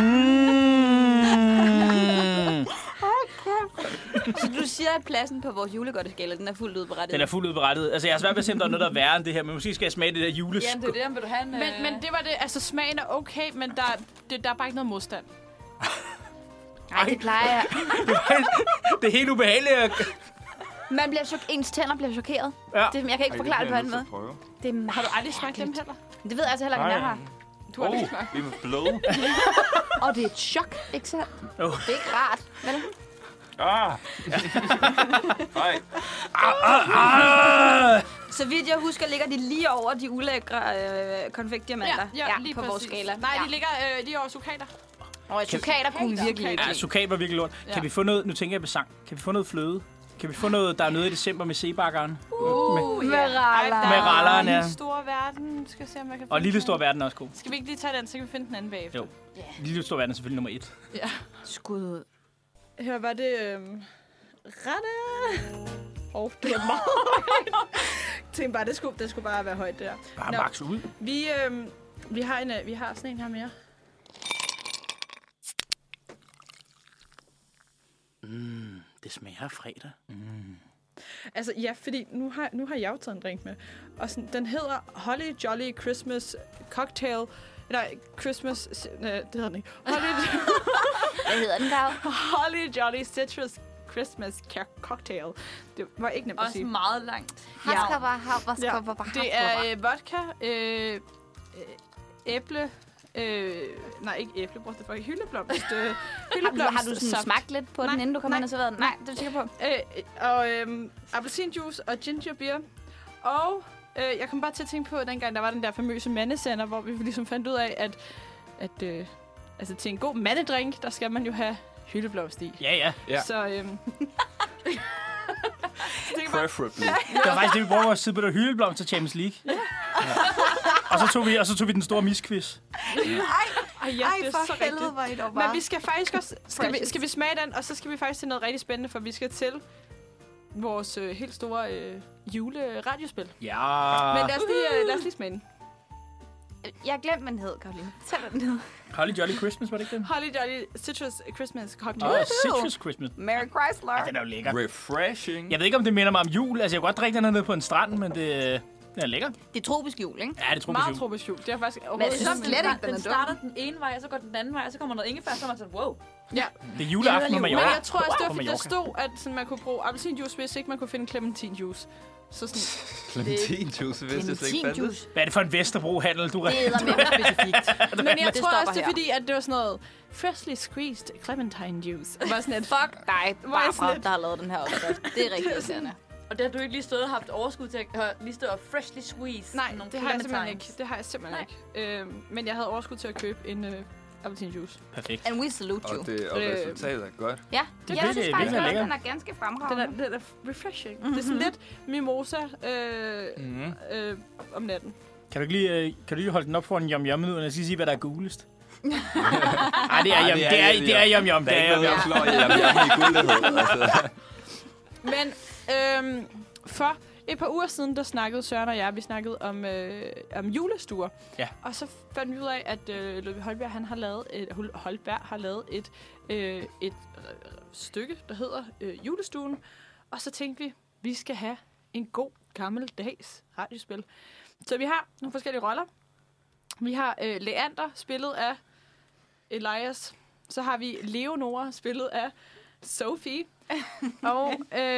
Så du siger, at pladsen på vores julegodteskala, den er fuldt ud berettiget? Den er fuldt ud berettiget. Altså, jeg har svært ved at se, om der er noget, der er værre end det her, men måske skal jeg smage det der Ja, det er det. Vil du have en... Men det var det. Altså, smagen er okay, men der er bare ikke noget modstand. Nej, det plejer jeg. Det er helt ubehageligt. Man bliver ens tænder bliver chokeret. Ja. Jeg kan ikke forklare det på anden måde. Det er Har du aldrig smagt dem mærkeligt. heller? Det ved jeg altså heller ikke, om jeg har. Du har aldrig smagt. Det er med blod. Og det er et chok, ikke sandt? Jo. Det er ikke rart, vel? Nej. Så vidt jeg husker, ligger de lige over de ulækre konfektdiamanter lige på præcis. vores skala. Nej, de ligger lige over sukater. Og sukater kunne vi virkelig ikke Ja, lide. sukat var virkelig lort. Kan vi få noget, nu tænker jeg på sang, kan vi få noget fløde? Kan vi få noget, der er noget i december med sebakkeren? Med Med ralleren, ja. Lille store verden. Skal jeg se, om jeg kan Og finde Lille den. Stor Verden er også god. Skal vi ikke lige tage den, så kan vi finde den anden bagefter? Jo. Lille Stor Verden er selvfølgelig nummer 1. Ja. Skud ud. Her var det rette. Det var meget højt. Tænkte bare, det skulle bare være højt der. Bare Nå. max ud. Vi har sådan en her mere. Det smager af fredag. Altså, ja, fordi nu har jeg jo taget en drink med. Og sådan, den hedder Holly Jolly Christmas Cocktail. Nej, Christmas... det hedder den ikke. Hvad hedder den, Gav? Holly Jolly Citrus Christmas Cocktail. Det var ikke nemt at Også sige. meget langt. Det er vodka, æble... nej, ikke æblebrød, det var hyldeblomst. Har du sådan smagt lidt på den, inden du kom ind og serverede den? Nej, det er du sikker på. Og appelsinjuice og ginger beer. Og jeg kom bare til at tænke på, at dengang der var den der famøse mandesender, hvor vi ligesom fandt ud af, at altså til en god mandedrink, der skal man jo have hyldeblomst i. Ja. Ja. Så Preferably. Det var faktisk det, vi brugte vores tid på, der hyldeblomst til Champions League. Ja. Og så tog vi den store misquiz. Ej, Ja, det er for så helvede, rigtigt. hvor I dog Men bare. vi skal faktisk også... Skal vi smage den, og så skal vi faktisk til noget rigtig spændende, for vi skal til vores helt store juleradiospil. Ja. Men lad os lige smage den. Jeg har glemt, hvad den hed, Karoline. Tæl den hed. Holly Jolly Christmas, var det ikke den? Holly Jolly Citrus Christmas Cocktail. Citrus Christmas. Mary Chrysler. Ja, den er jo lækker. Refreshing. Jeg ved ikke, om det minder mig om jul. Altså, jeg kan godt drikke den her nede på en strand, men det er lækker. Det er tropisk jul, ikke? Ja, det tror Meget jeg. tropisk jul. Det er faktisk Men overhovedet jeg synes slet ikke, den er Den starter den ene vej, og så går den anden vej, og så kommer noget ingefær, så er man sådan, wow. Ja. Det er juleaften på Men Mallorca. jeg tror også, det var, På fordi der Mallorca. stod, at sådan, man kunne bruge appelsinjuice, hvis ikke man kunne finde clementinjuice. Så sådan, Clementinjuice, hvis jeg slet ikke fandt det. Hvad er det for en Vesterbro-handel, du Det er mere specifikt. men jeg Det tror stopper også, det er her. fordi, at det var sådan noget freshly squeezed clementine juice. Det var sådan et Fuck dig, Hvor er jeg sådan Barbara, lidt- der har lavet den her opskrift. Det er rigtig irriterende. Og det har du ikke lige stået og haft overskud til at lige stå og freshly squeeze. Nej, nogle det har jeg simpelthen clementines. ikke. Det har jeg simpelthen ikke. Men jeg havde overskud til at købe en appelsinjuice. Perfekt. And we salute you. Og resultatet er godt. Ja, Det jeg er synes virkelig faktisk også, lækkert. den er ganske Den fremragende. er refreshing. Det er sådan lidt mimosa om natten. Kan du lige holde den op for en yum-yum nu, og jeg skal sige, hvad der er gulest? Nej, det er yum. Det er yum-yum. Der Det er er ikke noget, yum-yum. der slår i guldighed. Altså. Men for et par uger siden, der snakkede Søren og jeg, vi snakkede om julestuer. Ja. Og så fandt vi ud af, at Ludvig Holberg, har lavet et stykke, der hedder Julestuen. Og så tænkte vi skal have en god gammeldags radiospil. Så vi har nogle forskellige roller. Vi har Leander, spillet af Elias. Så har vi Leonora, spillet af Sophie. Og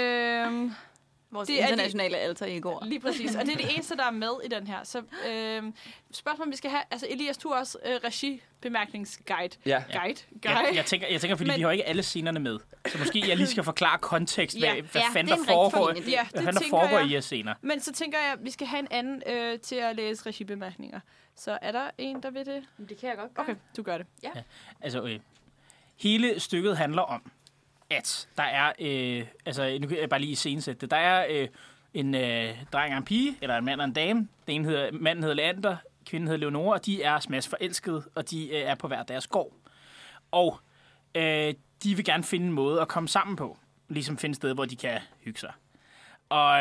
Vores det er internationale alter egoer. lige præcis. Og det er det eneste, der er med i den her. Så spørgsmålet, vi skal have... Altså, Elias, du er også regi-bemærkningsguide. Ja. Jeg tænker, fordi vi har ikke alle scenerne med. Så måske jeg lige skal forklare kontekst, hvad Ja, fanden det er der en foregår, rigtig fin idé. Ja, hvad det fanden der tænker foregår jeg. i jeres scener. Men så tænker jeg, at vi skal have en anden til at læse regibemærkninger. Så er der en, der vil det? Men det kan jeg godt gøre. Okay, du gør det. Altså, hele stykket handler om, at der er... nu kan jeg bare lige iscenesætte det. Der er en dreng og en pige, eller en mand og en dame. Manden hedder Leander, kvinden hedder Leonora, og de er smadsforelskede, og de er på hver deres gård. Og de vil gerne finde en måde at komme sammen på. Ligesom finde et sted, hvor de kan hygge sig. Og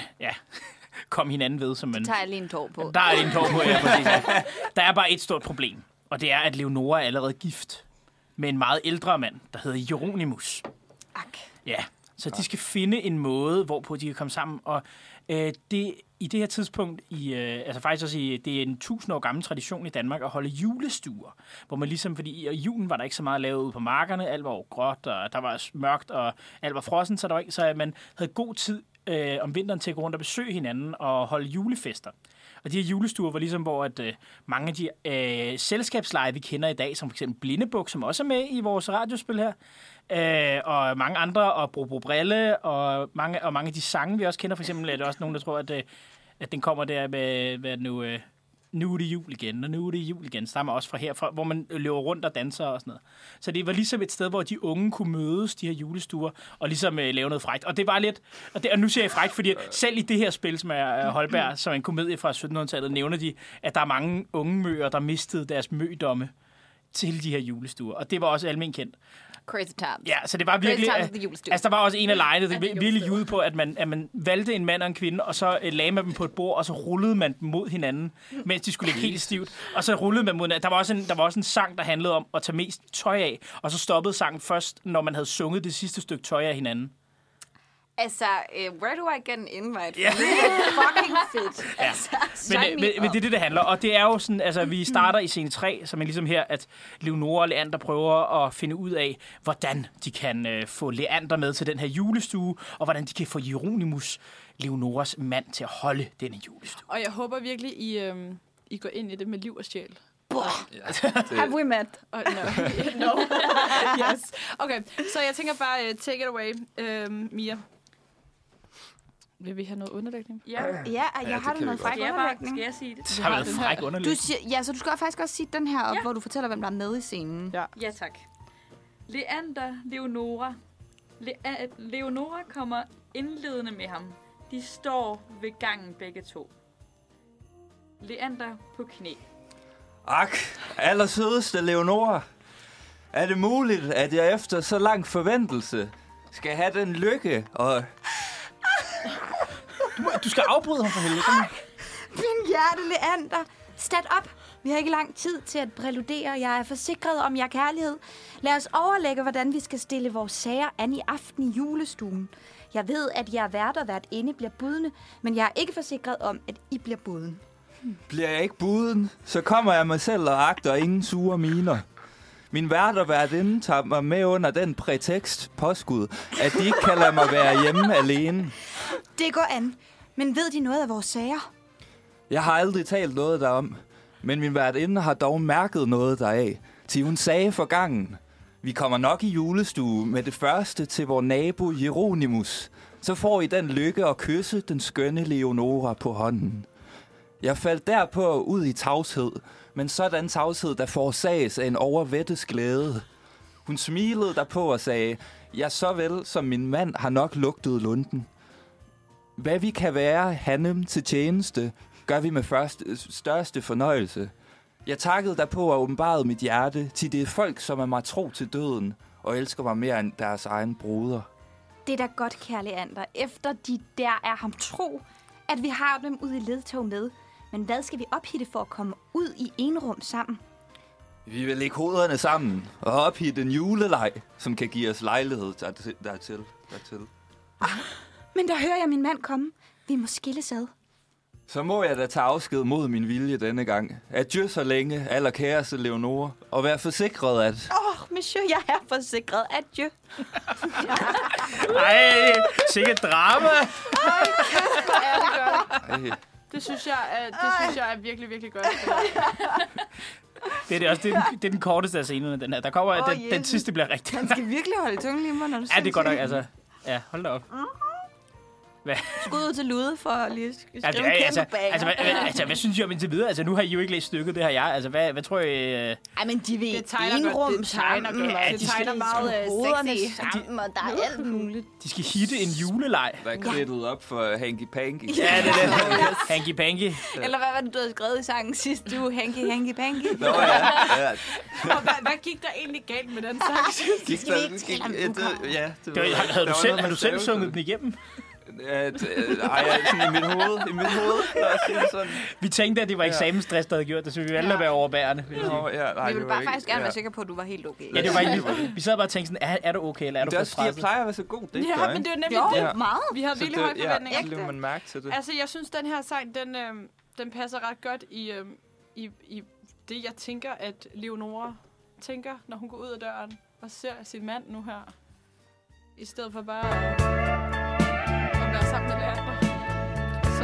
komme hinanden ved, som man... Tager jeg lige en tår på. Der er en tår på, ja, præcis. Ja. Der er bare et stort problem, og det er, at Leonora er allerede gift med en meget ældre mand, der hedder Jeronimus. Ak. Ja, så de skal finde en måde, hvorpå de kan komme sammen, og det i det her tidspunkt, faktisk også det er en 1000 år gammel tradition i Danmark at holde julestuer, hvor man ligesom, fordi i julen var der ikke så meget lavet ude på markerne, alt var jo gråt, og der var mørkt, og alt var frossen, så man havde god tid om vinteren til at gå rundt og besøge hinanden og holde julefester. Og de her julestuer var ligesom, hvor at, mange af de selskabsleje, vi kender i dag, som for eksempel Blindebuk, som også er med i vores radiospil her, og mange andre, og Bro Brille, og mange af de sange, vi også kender. For eksempel er der også nogen, der tror, at den kommer der med nu er det jul igen, og nu er det jul igen. Stammer også fra herfra, hvor man løber rundt og danser og sådan noget. Så det var ligesom et sted, hvor de unge kunne mødes, de her julestuer, og ligesom lave noget frækt. Og det var lidt... Og nu siger jeg frækt, fordi selv i det her spil, som er Holberg, som er en komedie fra 1700-tallet, nævner de, at der er mange unge møer, der mistede deres mødomme til de her julestuer. Og det var også almen kendt. Crazy times. Ja, så det var virkelig... Crazy times of the julestue. Altså, der var også en af lejene, der virkelig jude på, at man valgte en mand og en kvinde, og så lagde man dem på et bord, og så rullede man dem mod hinanden, mens de skulle ligge helt stivt. Og så rullede man mod hinanden. Der var også en sang, der handlede om at tage mest tøj af, og så stoppede sangen først, når man havde sunget det sidste stykke tøj af hinanden. Altså, where do I get an invite? Ja. Det er fucking fedt. Ja. Altså, Men det er det handler. Og det er jo sådan, altså vi starter i scene 3, som er ligesom her, at Leonora og Leander prøver at finde ud af, hvordan de kan få Leander med til den her julestue, og hvordan de kan få Jeronimus, Leonoras mand, til at holde denne julestue. Og jeg håber virkelig, I går ind i det med liv og sjæl. have we met? Oh, no. Yes. Okay, så jeg tænker bare, take it away, Mia. Vil vi have noget underlægning? Ja. Ja, jeg har det du kan noget vi fræk Skal jeg underlægning? sige det? Det har været fræk underligt. Du siger, ja, så du skal faktisk også sige den her op, hvor du fortæller, hvem der er med i scenen. Ja. Ja, tak. Leander, Leonora. Leonora kommer indledende med ham. De står ved gangen begge to. Leander på knæ. Ak, allersødeste Leonora. Er det muligt, at jeg efter så lang forventelse skal have den lykke og... Du skal afbryde ham for helvede. Min hjerte, Leander. Stat op. Vi har ikke lang tid til at præludere. Jeg er forsikret om jer kærlighed. Lad os overlægge, hvordan vi skal stille vores sager an i aften i julestuen. Jeg ved, at jer vært og værtinde bliver budende, men jeg er ikke forsikret om, at I bliver buden. Bliver jeg ikke buden, så kommer jeg mig selv og agter ingen sure miner. Min vært og værtinde tager mig med under den prætekst påskud, at de ikke kan lade mig være hjemme alene. Det går an. Men ved de noget af vores sager? Jeg har aldrig talt noget derom, men min værtinde har dog mærket noget deraf, til hun sagde for gangen. Vi kommer nok i julestue med det første til vor nabo Jeronimus. Så får I den lykke at kysse den skønne Leonora på hånden. Jeg faldt derpå ud i tavshed, men sådan tavshed, der forårsages af en overvættes glæde. Hun smilede derpå og sagde, jeg såvel som min mand har nok lugtet lunden. Hvad vi kan være hanem til tjeneste, gør vi med største fornøjelse. Jeg takkede derpå og åbenbarede mit hjerte til det folk, som er mig tro til døden og elsker mig mere end deres egen broder. Det er da godt, kære Leander. Efter de der er ham tro, at vi har dem ud i ledtog med. Men hvad skal vi ophitte for at komme ud i en rum sammen? Vi vil lægge hovederne sammen og ophitte en juleleg, som kan give os lejlighed dertil. Men der hører jeg min mand komme. Vi må skilles ad. Så må jeg da tage afsked mod min vilje denne gang. Adieu så længe, allerkæreste Leonora, og være forsikret at... Monsieur, jeg er forsikret. Adieu. Ej, sikkert drama. Det synes jeg er virkelig, virkelig godt. Det er den korteste af scenerne, den her. Der kommer, den sidste bliver rigtig. Han skal virkelig holde tungen lige mig, når du Ja, det er godt nok, altså. Ja, hold da op. Hvad? Skud ud til Lude for lige at skrive hvad synes I om indtil videre? Altså, nu har I jo ikke læst stykket, det har jeg. Altså, hvad tror I... Ej, men de vil det tegner godt. Det tegner meget sexy sammen, og der er alt muligt. De skal hitte en juleleg. Hvad er kridtet op for Hanky Panky? Ja, det er det. Hanky Panky. Eller hvad var det, du havde skrevet i sangen sidst? Du, Hanky Panky. Nå, ja. Og hvad gik der egentlig galt med den sang? Havde du selv sunget den igennem? Sådan i mit hoved. Vi tænkte, at det var eksamensstress, der havde gjort det, så vi ville være overbærende. Vi ville bare faktisk gerne være sikre på, at du var helt okay. Ja, det var ikke. Vi sad bare og tænkte sådan, er du okay, eller er du for stresset? Jeg plejer at være så god, det ja, men det er nemlig det. Meget. Vi har virkelig høje forventninger. Ja, så man mærke til det. Altså, jeg synes, den her sang, den passer ret godt i det, jeg tænker, at Leonora tænker, når hun går ud af døren og ser sin mand nu her. I stedet for bare at være sammen med Leander. Så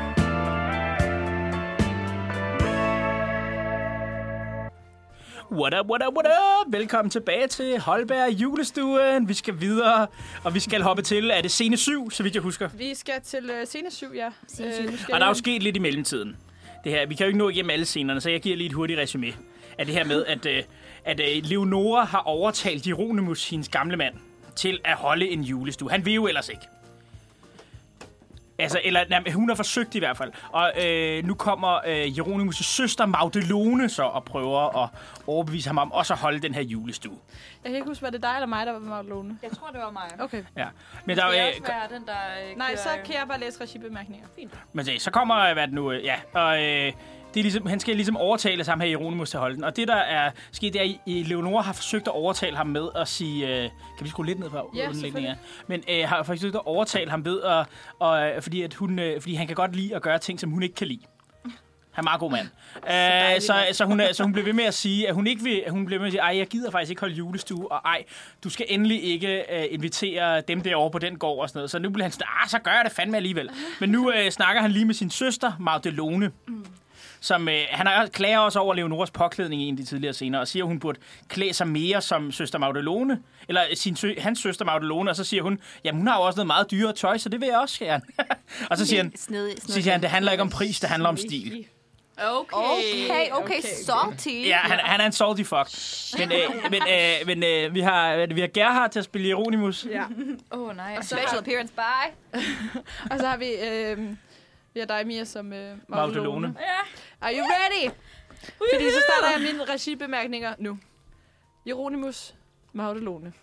What up? Velkommen tilbage til Holberg Julestuen. Vi skal videre, og vi skal hoppe til, er det scene 7, så vidt jeg husker? Vi skal til scene 7, ja. Og der er jo sket lidt i mellemtiden. Det her, vi kan jo ikke nå igennem alle scenerne, så jeg giver lige et hurtigt resumé af det her med, at Leonora har overtalt Jeronimus, hendes gamle mand, til at holde en julestue. Han vil jo ellers ikke. Altså, hun har forsøgt i hvert fald. Og nu kommer Jeronimus' søster Magdelone så og prøver at overbevise ham om også at holde den her julestue. Jeg kan ikke huske, var det dig eller mig, der var Magdelone? Jeg tror, det var mig. Okay. Ja. Men der det er også være den, der nej, så kan jeg bare læse regibemærkninger. Fint. Men så kommer, hvad det nu... Ja, og... Det er ligesom, han skal ligesom overtale sammen her Jeronimus til at holde den. Og det, der er sket, det er, at Leonora har forsøgt at overtale ham med at sige... kan vi skrue lidt ned på udlægningen? Men har forsøgt at overtale ham ved, fordi han kan godt lide at gøre ting, som hun ikke kan lide. Han er meget god mand. Så hun blev ved med at sige, at hun ikke vil... Hun blev ved med at sige, ej, jeg gider faktisk ikke holde julestue, og ej, du skal endelig ikke invitere dem derovre på den gård og sådan noget. Så nu bliver han sådan, så gør jeg det fandme alligevel. Men nu snakker han lige med sin søster, Magdelone. Som, han klager også over Leonoras påklædning i en af de tidligere scener, og siger, at hun burde klæde sig mere som søster Magdelone, eller hans søster Magdelone, og så siger hun, jamen hun har jo også noget meget dyrere tøj, så det vil jeg også gerne. Og så siger han, det handler ikke om pris, det handler om stil. Okay, salty. Ja, han er en salty fuck. Men vi har Gerhard til at spille Jeronimus. Ja. Nej. Special appearance by. Og så har vi... vi har dig, Mia, som Magdelone. Ja. Are you ready? Fordi så starter jeg mine regibemærkninger nu. Hieronymus Magdalone.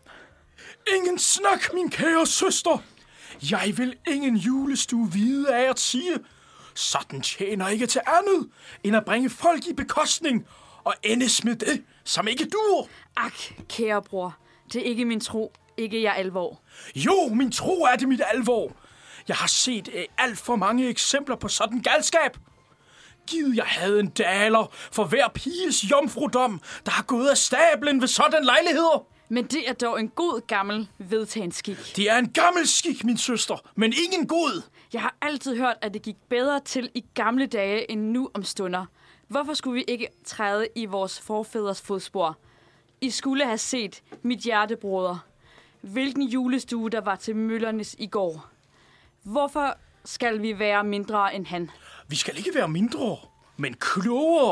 Ingen snak, min kære søster. Jeg vil ingen julestue vide af at sige. Sådan tjener ikke til andet, end at bringe folk i bekostning og endes med det, som ikke dur. Ak, kære bror. Det er ikke min tro, ikke jeg alvor. Jo, min tro er det mit alvor. Jeg har set alt for mange eksempler på sådan galskab. Gid jeg havde en daler for hver piges jomfrudom, der har gået af stablen ved sådan lejligheder. Men det er dog en god gammel vedtagen skik. Det er en gammel skik, min søster, men ingen god. Jeg har altid hørt, at det gik bedre til i gamle dage end nu om stunder. Hvorfor skulle vi ikke træde i vores forfædres fodspor? I skulle have set mit hjertebroder. Hvilken julestue der var til møllernes i går. Hvorfor skal vi være mindre end han? Vi skal ikke være mindre, men klogere.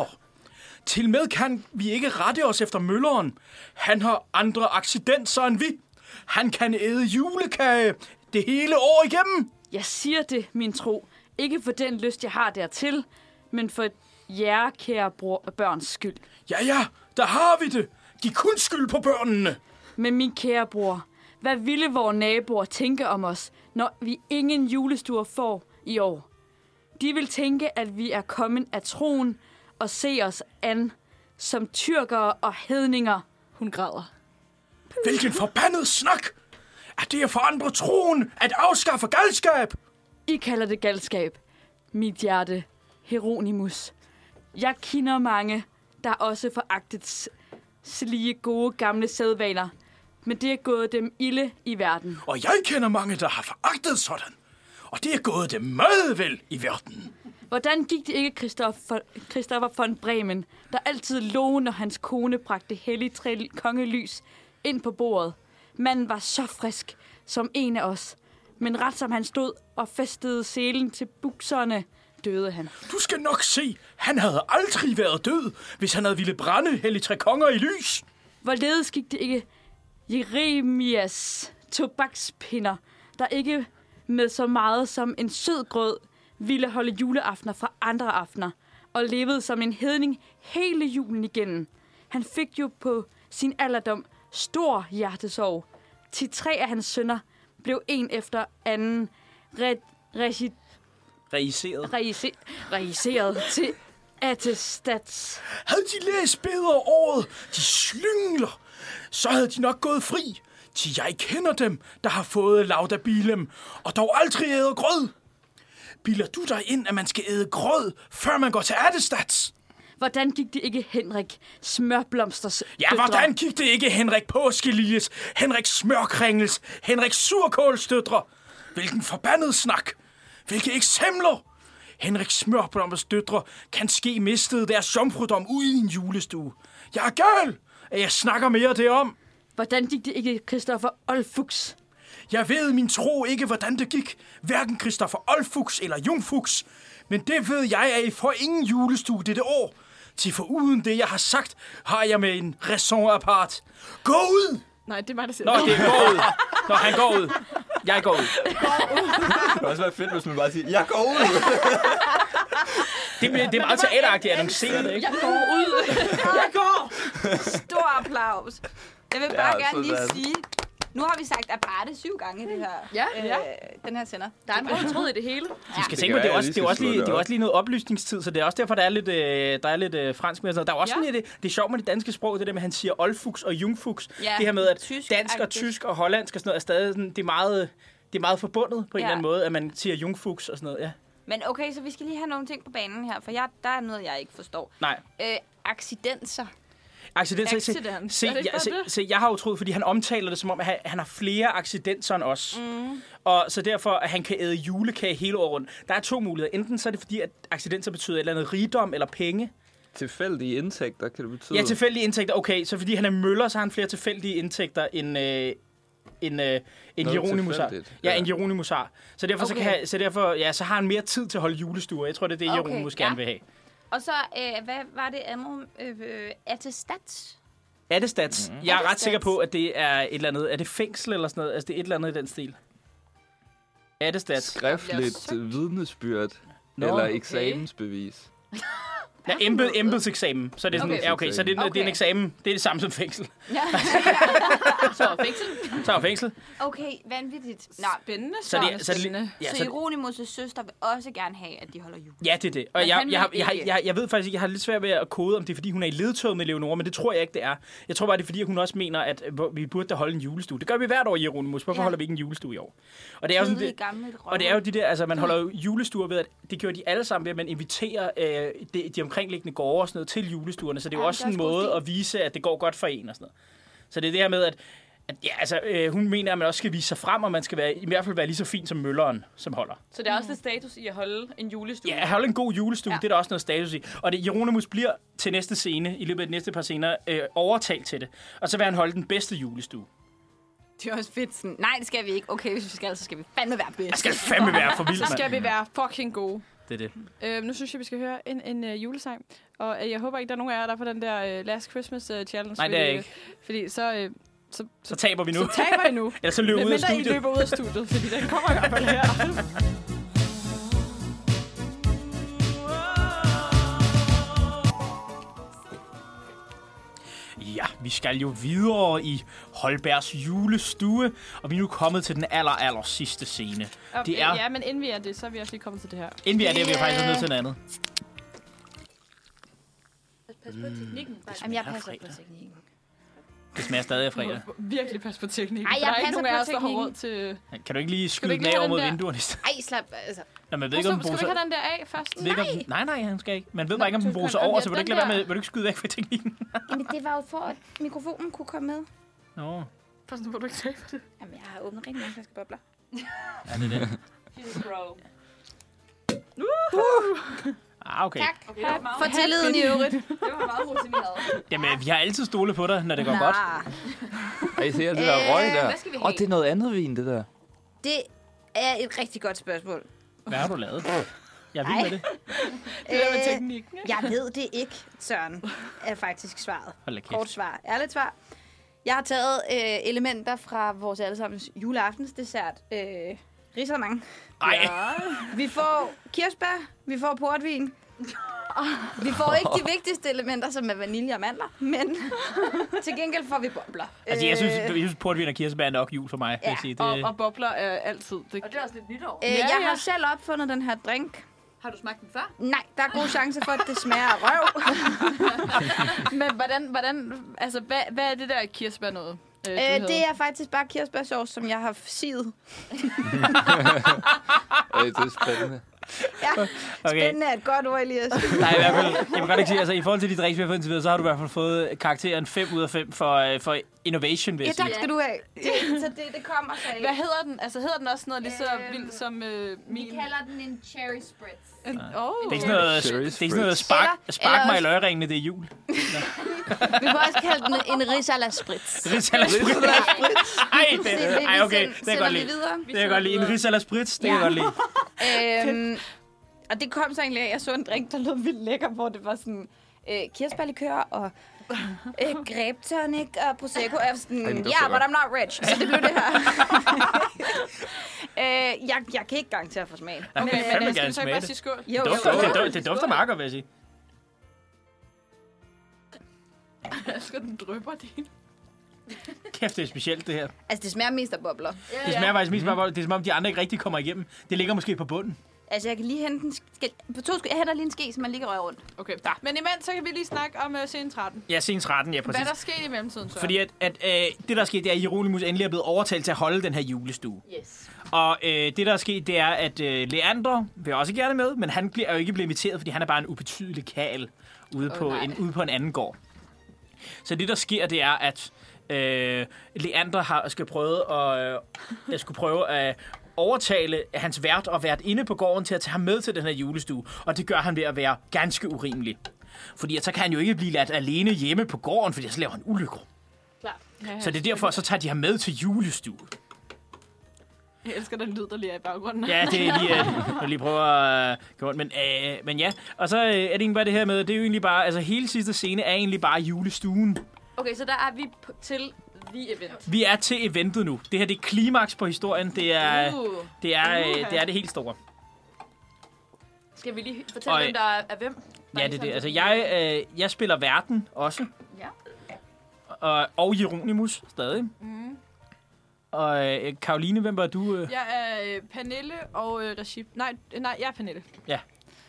Til med kan vi ikke rette os efter mølleren. Han har andre accidenter end vi. Han kan æde julekage det hele år igennem. Jeg siger det, min tro. Ikke for den lyst, jeg har dertil, men for jer, kære børns skyld. Ja, der har vi det. Giv kun skyld på børnene. Men min kære bror, hvad ville vores naboer tænke om os, når vi ingen julestuer får i år? De vil tænke, at vi er kommet af troen og se os an som tyrkere og hedninger. Hun græder. Hvilken forbandet snak! Er det at forandre troen, at afskaffe galskab? I kalder det galskab. Mit hjerte, Hieronymus. Jeg kender mange, der også foragtet slige gode gamle sædvaner. Men det er gået dem ilde i verden. Og jeg kender mange, der har foragtet sådan. Og det er gået dem meget vel i verden. Hvordan gik det ikke Christoffer von Bremen, der altid lå, når hans kone bragte hellig kongelys ind på bordet? Manden var så frisk som en af os. Men ret som han stod og fæstede selen til bukserne, døde han. Du skal nok se, han havde aldrig været død, hvis han havde ville brænde hellig tre konger i lys. Hvorledes gik det ikke Jeremias tobakspinder, der ikke med så meget som en sød grød ville holde juleaftener fra andre aftener, og levede som en hedning hele julen igennem. Han fik jo på sin alderdom stor hjertesorg. Til 3 af hans sønner blev en efter anden regiseret til attestats. Havde de læst bedre året, de slyngler, så havde de nok gået fri. Til jeg kender dem, der har fået laudabilem, og dog aldrig æder grød. Bilder du dig ind, at man skal æde grød, før man går til attestats? Hvordan gik det ikke Henrik Smørblomsters Ja, hvordan gik det ikke Henrik Påskeliljes, Henrik Smørkringels, Henrik Surkålsdøtre? Hvilken forbandet snak! Hvilke eksempler! Henrik Smørblomsters døtre kan ske mistede deres jomfrudom ude i en julestue. Jeg er gal, at jeg snakker mere derom. Hvordan gik det ikke Christoffer Olfuchs? Jeg ved min tro ikke, hvordan det gik. Hverken Christoffer Olfuchs eller Jungfuchs. Men det ved jeg, at I får ingen julestue dette år. Til foruden det, jeg har sagt, har jeg med en raison apart. Gå ud! Nej, det er mig, der siger Nå, det går ud. Nå, han går ud. Jeg går ud. Det kunne også være fedt, hvis man bare siger, jeg går ud. Det er meget teateragtigt at annoncere det, ikke? Jeg går ud. Jeg går! Stor applaus. Jeg vil bare gerne lige sådan. sige, nu har vi sagt aparte 7 gange i det her, den her sender. Der er en rød tråd i det hele. Vi skal tænke på, det er også lige noget oplysningstid, så det er også derfor, der er lidt fransk med. Der er også sådan det er sjovt med det danske sprog, det der med, at han siger Olfuchs og Jungfuchs. Ja, det her med, at dansk og tysk og hollandsk og sådan noget er stadig sådan, det er meget forbundet på en eller anden måde, at man siger Jungfuchs og sådan noget, ja. Men okay, så vi skal lige have nogle ting på banen her, for der er noget, jeg ikke forstår. Nej. Accidenser. Se, jeg har jo troet, fordi han omtaler det som om, at han har flere accidenter end os. Og så derfor, at han kan æde julekage hele året rundt. Der er 2 muligheder. Enten så er det fordi, at accidenter betyder et eller andet rigdom eller penge. Tilfældige indtægter, kan det betyde? Ja, tilfældige indtægter. Okay, så fordi han er møller, så har han flere tilfældige indtægter end Hieronymus har. Ja, en Hieronymus har. Så derfor, så har han mere tid til at holde julestuer. Jeg tror, det er det, Hieronymus gerne vil have. Og så, hvad var det andet? Attestats? Attestats. Jeg er ret sikker på, at det er et eller andet. Er det fængsel eller sådan noget? Altså, det er et eller andet i den stil. Attestats. Skriftligt vidnesbyrd eller eksamensbevis. Ja, embedseksamen. Så er det sådan, okay, så det er en eksamen. Det er det samme som fængsel. Ja. Så fængsel. Okay, vanvittigt. Nå, spændende. Så Hieronymus' søster vil også gerne have, at de holder jul. Ja, det er det. Og jeg ved faktisk ikke, jeg har lidt svært ved at kode, om det er, fordi hun er i ledtoget med Leonora, men det tror jeg ikke, det er. Jeg tror bare, det er, fordi hun også mener, at vi burde da holde en julestue. Det gør vi hvert år i Hieronymus. Hvorfor holder vi ikke en julestue i år? Og det er jo sådan, det er jo de der, altså man holder jo julestuer ved, at det gjorde de alle sammen ved, at man inviterer de omkringliggende gårde og sådan noget til julestuerne. Så det er jo også sådan en måde at vise, at det går godt for en og sådan noget. Så det er det her med, at hun mener, at man også skal vise sig frem, og man skal i hvert fald være lige så fin som mølleren, som holder. Så det er også lidt status i at holde en julestue? Ja, at holde en god julestue, det er der også noget status i. Og Hieronymus bliver til næste scene, i løbet af de næste par scener, overtalt til det. Og så vil han holde den bedste julestue. Det er også fedt sådan, nej, det skal vi ikke. Okay, hvis vi skal, så skal vi fandme være bedst. Det skal fandme være for vildt, så skal vi være fucking gode. Det er det. Nu synes jeg, vi skal høre en julesang. Og jeg håber ikke, der er nogen af jer, der er på den der Last Christmas Challenge. Nej, det er ikke. Fordi så taber vi nu. Så taber I nu. Eller så løber ud af studiet. I løber ud af studiet, fordi den kommer i hvert fald her. Ja, vi skal jo videre i Holbergs julestue, og vi er nu kommet til den aller sidste scene. Det er... Ja, men inden vi er det, så er vi også lige kommet til det her. Inden vi er det, er vi faktisk nødt til noget andet. Pas på teknikken. Jamen, jeg passer på teknikken. Det smager stadig af fredag. Virkelig pas på teknikken. Ej, jeg passer på teknikken. Der har råd til... Kan du ikke lige skyde den af over mod vinduerne? Ej, slap. Altså. Nå, man ved ikke, om den bruser... Skal vi ikke have den der af først? Nej, han skal ikke. Man ved bare ikke, om den bruser over, så vil du ikke lade være med... Vil du ikke skyde væk fra teknikken? Jamen, det var jo for, at mikrofonen kunne komme med. Nå. Først nu får du ikke tage for det. Jamen, jeg har åbnet rigtig mange flasker bobler. Ja, det er det. Jesus, bro. Okay. Tak. Okay, for tilliden i øvrigt. Det var meget rutineret. Jamen, vi har altid stolet på dig, når det går godt. Og I ser det der røg der. Hvad skal vi have? Det er noget andet vin, det der. Det er et rigtig godt spørgsmål. Hvad har du lavet? Jeg vil med det. Det der med teknikken. Jeg ved det ikke, Søren, er faktisk svaret. Kort svar. Ærligt svar. Jeg har taget elementer fra vores allesammens juleaftensdessert. Risalemang. Ej. Vi får kirsebær, vi får portvin. Vi får ikke de vigtigste elementer, som er vanilje og mandler, men til gengæld får vi bobler. Altså, jeg synes portvin og kirsebær er nok jul for mig. Ja. Jeg sige. Og bobler er altid. Og det er også lidt nytår. Jeg har selv opfundet den her drink. Har du smagt den før? Nej, der er god chance for, at det smager af røv. Men hvordan altså, hvad er det der kirsebær noget? Det er faktisk bare kirsebærsauce, som jeg har siet. Det er spændende. Ja, spændende er et godt ord, Elias. Nej, i hvert fald, jeg må godt ikke sige, altså i forhold til de drinks, vi har fået indtil videre, så har du i hvert fald fået karakteren 5 ud af 5 for innovation, vil jeg sige. Ja, tak skal du have. Så det kommer så af. Hvad hedder den? Altså hedder den også noget lige så vildt som min? Vi kalder den en cherry spritz. Det er ikke sådan noget, spark mig i løgringene, det er jul. Vi kan også kalde den en Rizala Spritz. Rizala Spritz. Ej, okay, det er godt lide. Det er godt lide. En Rizala Spritz, det er godt lide. Og det kom så egentlig af, at jeg så en drink, der lød vildt lækker, hvor det var sådan kirsebærlikør og grapetonic og prosecco. Og jeg var sådan, but I'm not rich. Så det blev det her. Jeg kan ikke garantere for smagen. Okay, men skal vi så ikke bare sige skål? Det dufter meget godt, vil jeg sige. Jeg elsker, den drypper din. Kæft, det er specielt, det her. Altså, det smager mest af bobler. Det smager faktisk mest af bobler. Det er som om, de andre ikke rigtig kommer igennem. Det ligger måske på bunden. Altså, jeg kan lige hente jeg henter lige en ske, som man lige kan røre rundt. Okay, men imens, så kan vi lige snakke om scene 13. Ja, scene 13, ja, præcis. Hvad der skete i mellemtiden, så? Fordi det, der er sket, det er, at Hieronymus endelig er blevet overtalt til at holde den her julestue. Yes. Og det, der er sket, det er, at Leander vil også gerne med, men han er jo ikke blevet inviteret, fordi han er bare en ubetydelig kal ude på en anden gård. Så det, der sker, det er, at Leander skulle prøve at overtale hans vært og vært inde på gården til at tage ham med til den her julestue. Og det gør han ved at være ganske urimelig. Fordi så kan han jo ikke blive ladt alene hjemme på gården, fordi så laver han ulykker. Klar. Ja, så det er derfor, så tager de ham med til julestue. Jeg elsker den lyd, der lige er i baggrunden. Ja, det er lige, jeg lige prøver at gå rundt. Men ja, og så er det egentlig bare det her med, det er jo egentlig bare, altså hele sidste scene er egentlig bare julestuen. Okay, så der er vi til the event. Vi er til eventet nu. Det her, det er klimaks på historien. Det er det helt store. Skal vi lige fortælle, hvem der er hvem? Ja, det er det. Altså, jeg spiller Verden også. Ja. Og Jeronimus stadig. Mm. Og Karoline, hvem var du? Jeg er Pernille og Rashid. Nej, jeg er Pernille. Ja.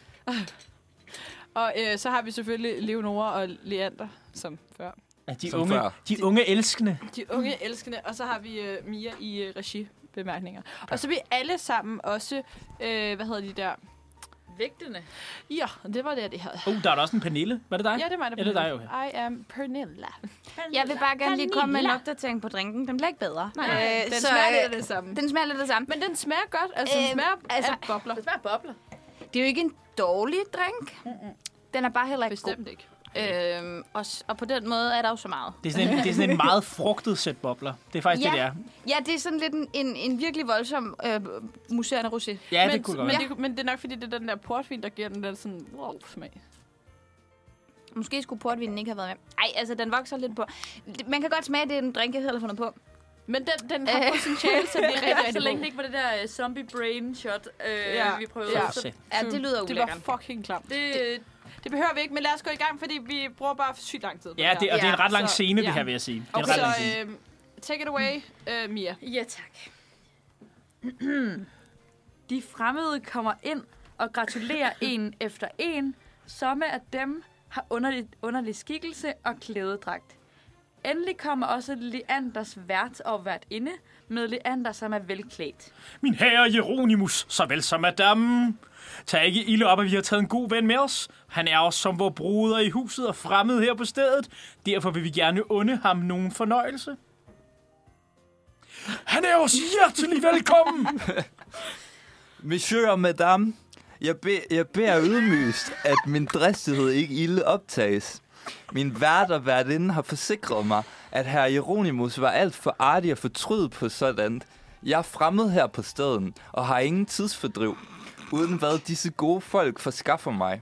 Og så har vi selvfølgelig Leonora og Leander, som før. Ja, før. de unge elskende. De unge elskende. Og så har vi Mia i regi-bemærkninger. Og så er vi alle sammen også, hvad hedder de der? Vægtene. Ja, det var det her. Der er der også en Pernille. Var det dig? Ja, det er mig, der Ja, det er dig jo. I am Pernilla. Jeg vil bare gerne lige komme med en opdatering på drinken. Den bliver ikke bedre. Nej, den smager lidt af det samme. Den smager lidt det samme. Men den smager godt. Altså, den smager af bobler. Det smager bobler. Det er jo ikke en dårlig drink. Den er bare heller ikke Bestemt ikke. og på den måde er der jo så meget. Det er sådan en meget frugtet sæt bobler. Det er faktisk det er. Ja, det er sådan lidt en virkelig voldsom muserende rosé. Ja, det kunne godt. Men det er nok, fordi det er den der portvin, der giver den der sådan smag. Måske skulle portvinen ikke have været med. Nej, altså den vokser lidt på. Man kan godt smage, at det er en drink, jeg selv har fundet på. Men den har potentiale, så det er rigtig, rigtig så længe det ikke var det der zombie brain shot, vi prøvede. Ja, det lyder ulækkert. Det var fucking klamt. Det behøver vi ikke, men lad os gå i gang, fordi vi bruger bare sygt lang tid. Ja, og det er en ret lang scene, det her, vil jeg sige. Det er en ret lang scene. Take it away, Mia. Ja, tak. De fremmede kommer ind og gratulerer en efter en. Somme af dem har underlig skikkelse og klædedragt. Endelig kommer også Leanders vært og værtinde med Leander, som er velklædt. Min herre Jeronimus, såvel som madame. Tag ikke ilde op, at vi har taget en god ven med os. Han er også som vor broder i huset og fremmed her på stedet. Derfor vil vi gerne unde ham nogen fornøjelse. Han er også hjertelig velkommen. Monsieur og madame, jeg beder ydmygst, at min dristighed ikke ilde optages. Min vært og værtinde har forsikret mig, at herre Jeronimus var alt for artig og fortryd på sådan. Jeg er fremmed her på stedet og har ingen tidsfordriv, uden hvad disse gode folk forskaffer mig.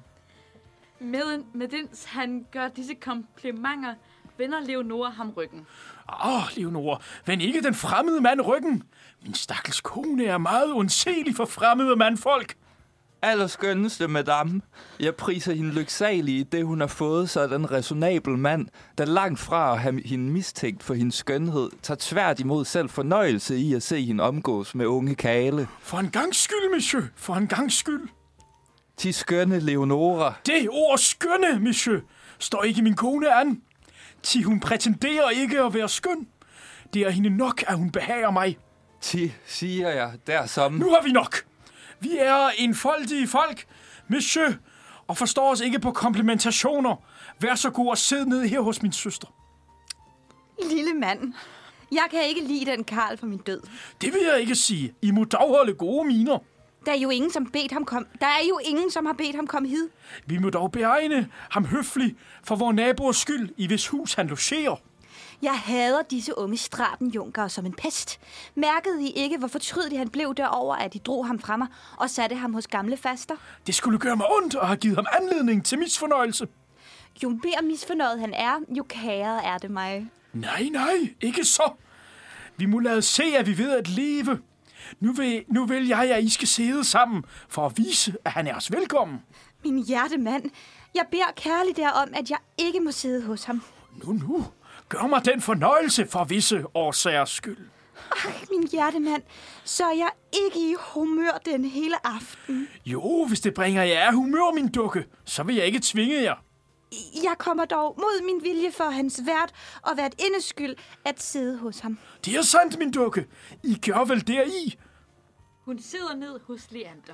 Medens han gør disse komplimenter, vender Leonora ham ryggen. Leonora, vend ikke den fremmede mand ryggen. Min stakkels kone er meget undselig for fremmede mandfolk. Allerskønneste madame, jeg priser hende lyksalig i det, hun har fået sådan en ræsonabel mand, der langt fra at have hende mistænkt for hendes skønhed, tager tvært imod selv fornøjelse i at se hende omgås med unge kale. For en gangs skyld, monsieur, for en gangs skyld. De skønne Leonora. Det ord skønne, monsieur, står ikke min kone an. Ti hun prætenderer ikke at være skøn. Det er hende nok, at hun behager mig. Ti, siger jeg, dersom. Nu har vi nok. Vi er enfoldige folk, monsieur, og forstår os ikke på komplimentationer. Vær så god og sid ned her hos min søster. Lille mand, jeg kan ikke lide den Karl for min død. Det vil jeg ikke sige. I må dog holde gode miner. Der er jo ingen, som har bedt ham komme hid. Vi må dog beegne ham høflig for vor naboers skyld, i hvis hus han logerer. Jeg hader disse unge stratenjunkere som en pest. Mærkede I ikke, hvor fortrydeligt han blev derover, at de drog ham fra mig og satte ham hos gamle faster? Det skulle gøre mig ondt og have givet ham anledning til misfornøjelse. Jo mere misfornøjet han er, jo kæret er det mig. Nej, ikke så. Vi må lade se, at vi ved at leve. Nu vil jeg, at I skal sidde sammen for at vise, at han er os velkommen. Min hjertemand, jeg beder kærligt derom, at jeg ikke må sidde hos ham. Nu. Gør mig den fornøjelse for visse årsagers skyld. Min hjertemand, så er jeg ikke i humør den hele aften. Jo, hvis det bringer jer humør, min dukke, så vil jeg ikke tvinge jer. Jeg kommer dog mod min vilje for hans vært og værtindes skyld at sidde hos ham. Det er sandt, min dukke. I gør vel deri. Hun sidder ned hos Leander.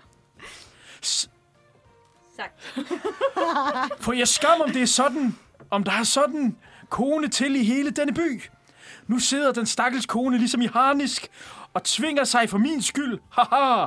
Sagt. For jeg skam, om det er sådan, om der er sådan kone til i hele denne by. Nu sidder den stakkels kone ligesom i harnisk og tvinger sig for min skyld. Haha!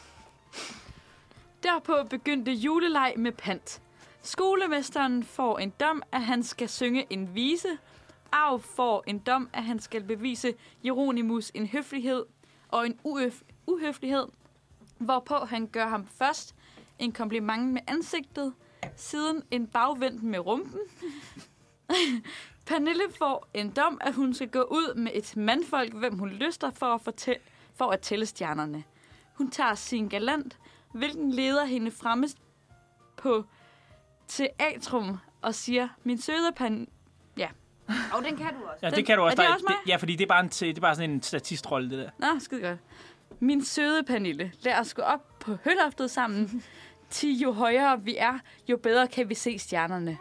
Derpå begyndte juleleg med pant. Skolemesteren får en dom, at han skal synge en vise. Arv får en dom, at han skal bevise Jeronimus en høflighed og en uhøflighed, hvorpå han gør ham først en kompliment med ansigtet, siden en bagvendt med rumpen. Pernille får en dom, at hun skal gå ud med et mandfolk, hvem hun lyster for at tælle stjernerne. Hun tager sin galant, hvilken leder hende fremmest på til Atrum og siger, min søde Ja. Den kan du også. Ja, det kan du også. Er det også mig? Ja, fordi det er bare sådan en statistrolle, det der. Nå, skide godt. Min søde Pernille, lad os gå op på høloftet sammen. Jo højere vi er, jo bedre kan vi se stjernerne.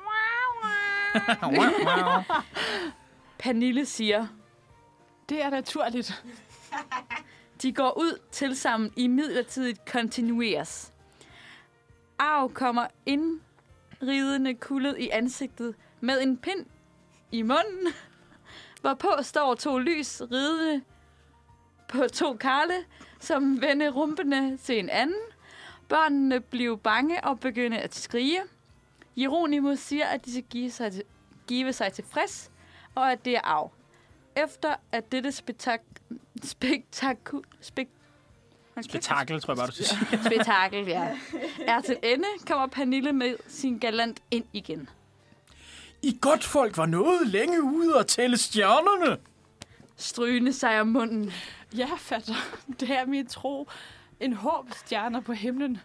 Pernille siger, Det er naturligt. de går ud til sammen i midlertidigt kontinueres. Arv kommer indridende kuldet i ansigtet med en pind i munden, hvorpå står 2 lys ridende på 2 karle, som vender rumpene til en anden. Børnene bliver bange og begynder at skrige. Hieronymus siger, at de skal give sig tilfreds, og at det er arv. Efter at dette spektakel, tror jeg bare, du skal sige. spektakel, ja, er til ende, kommer Pernille med sin galant ind igen. I godt folk var noget længe ude og tælle stjernerne. Strygende sig om munden. Ja, fatter. Det er min tro. En håbstjerner på himlen.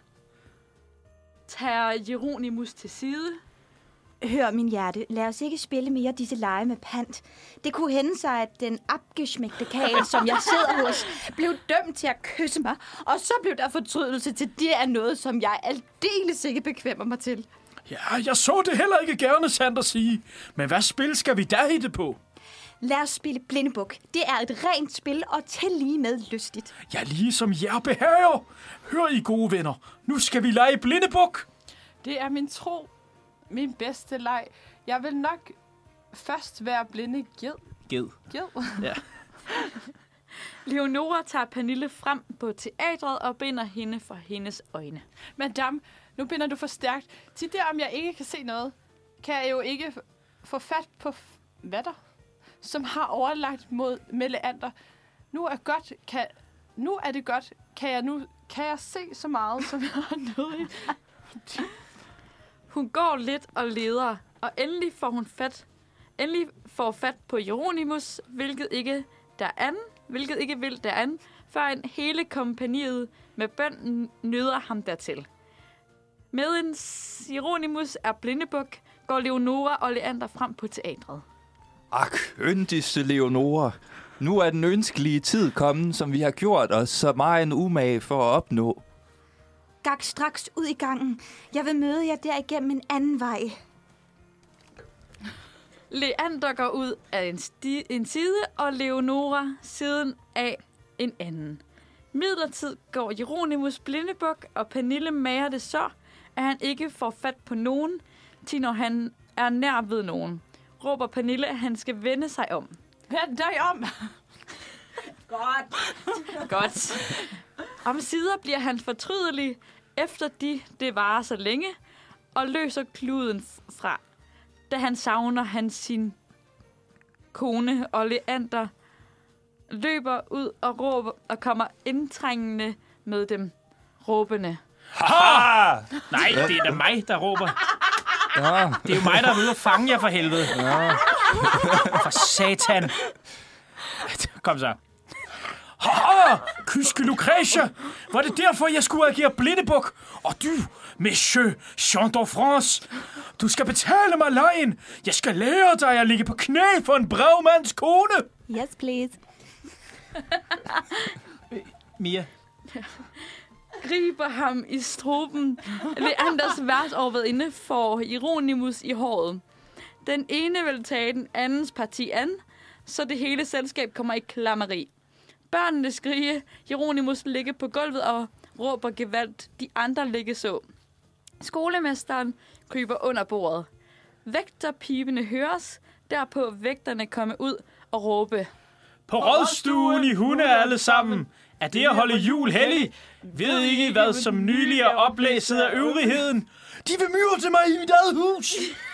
Tager Hieronymus til side. Hør, min hjerte, lad os ikke spille mere disse lege med pant. Det kunne hende sig, at den abgeschmægte karl, som jeg sidder hos, blev dømt til at kysse mig, og så blev der fortrydelse til, det er noget, som jeg aldeles ikke bekvemmer mig til. Ja, jeg så det heller ikke gerne, sandt at sige. Men hvad spil skal vi der hitte på? Lad os spille blindebuk. Det er et rent spil, og til lige med lystigt. Ja, ligesom jer behager. Hør I, gode venner. Nu skal vi lege blindebuk. Det er min tro. Min bedste leg. Jeg vil nok først være blinde ged. Ja. Leonora tager Pernille frem på teatret og binder hende for hendes øjne. Madame, nu binder du for stærkt. Til det, om jeg ikke kan se noget, kan jeg jo ikke få fat på vatter, som har overlagt mod Meleander. Nu er det godt. Kan jeg se så meget, som jeg har nødigt? Hun går lidt og leder, og endelig får fat på Hieronymus, hvilket ikke vil derand, før en hele kompagniet med bøn nyder ham dertil. Medens Hieronymus er blindebuk, går Leonora og Leander frem på teatret. Ak, yndigste Leonora. Nu er den ønskelige tid kommet, som vi har gjort os så meget en umage for at opnå. Gak straks ud i gangen. Jeg vil møde jer derigennem en anden vej. Leander går ud af en side, og Leonora siden af en anden. Midlertid går Hieronymus blindebuk, og Pernille mager det så, at han ikke får fat på nogen, til når han er nær ved nogen. Råber Pernille, at han skal vende sig om. Vend dig om! Godt. Omsider bliver han fortrydelig, efter det varer så længe, og løser kluden fra, da han savner sin kone, og Leander løber ud og råber og kommer indtrængende med dem, råbende. Ha! Nej, det er da mig, der råber. Ja. Det er jo mig, der er ude og fange jer for helvede. Ja. For satan. Kom så. Haha, kyske Lucretia. Var det derfor, jeg skulle agere blindebuk? Og du, Monsieur Jean de France, du skal betale mig lejen. Jeg skal lære dig at ligge på knæ for en bragmands kone. Yes, please. Mia. Griber ham i struben. Leanders værtsovervedinde får Hieronymus i håret. Den ene vil tage den andens parti an, så det hele selskab kommer i klammeri. Børnene skriger, Hieronymus ligger på gulvet og råber gevalt. De andre ligger så. Skolemesteren kryber under bordet. Vægterpibene høres, derpå vægterne komme ud og råbe. På rådstuen i hunde alle sammen. Er det at holde jul hellig? Ved ikke, hvad som nylig er oplæsset af øvrigheden. De vil myrde mig i mit eget hus.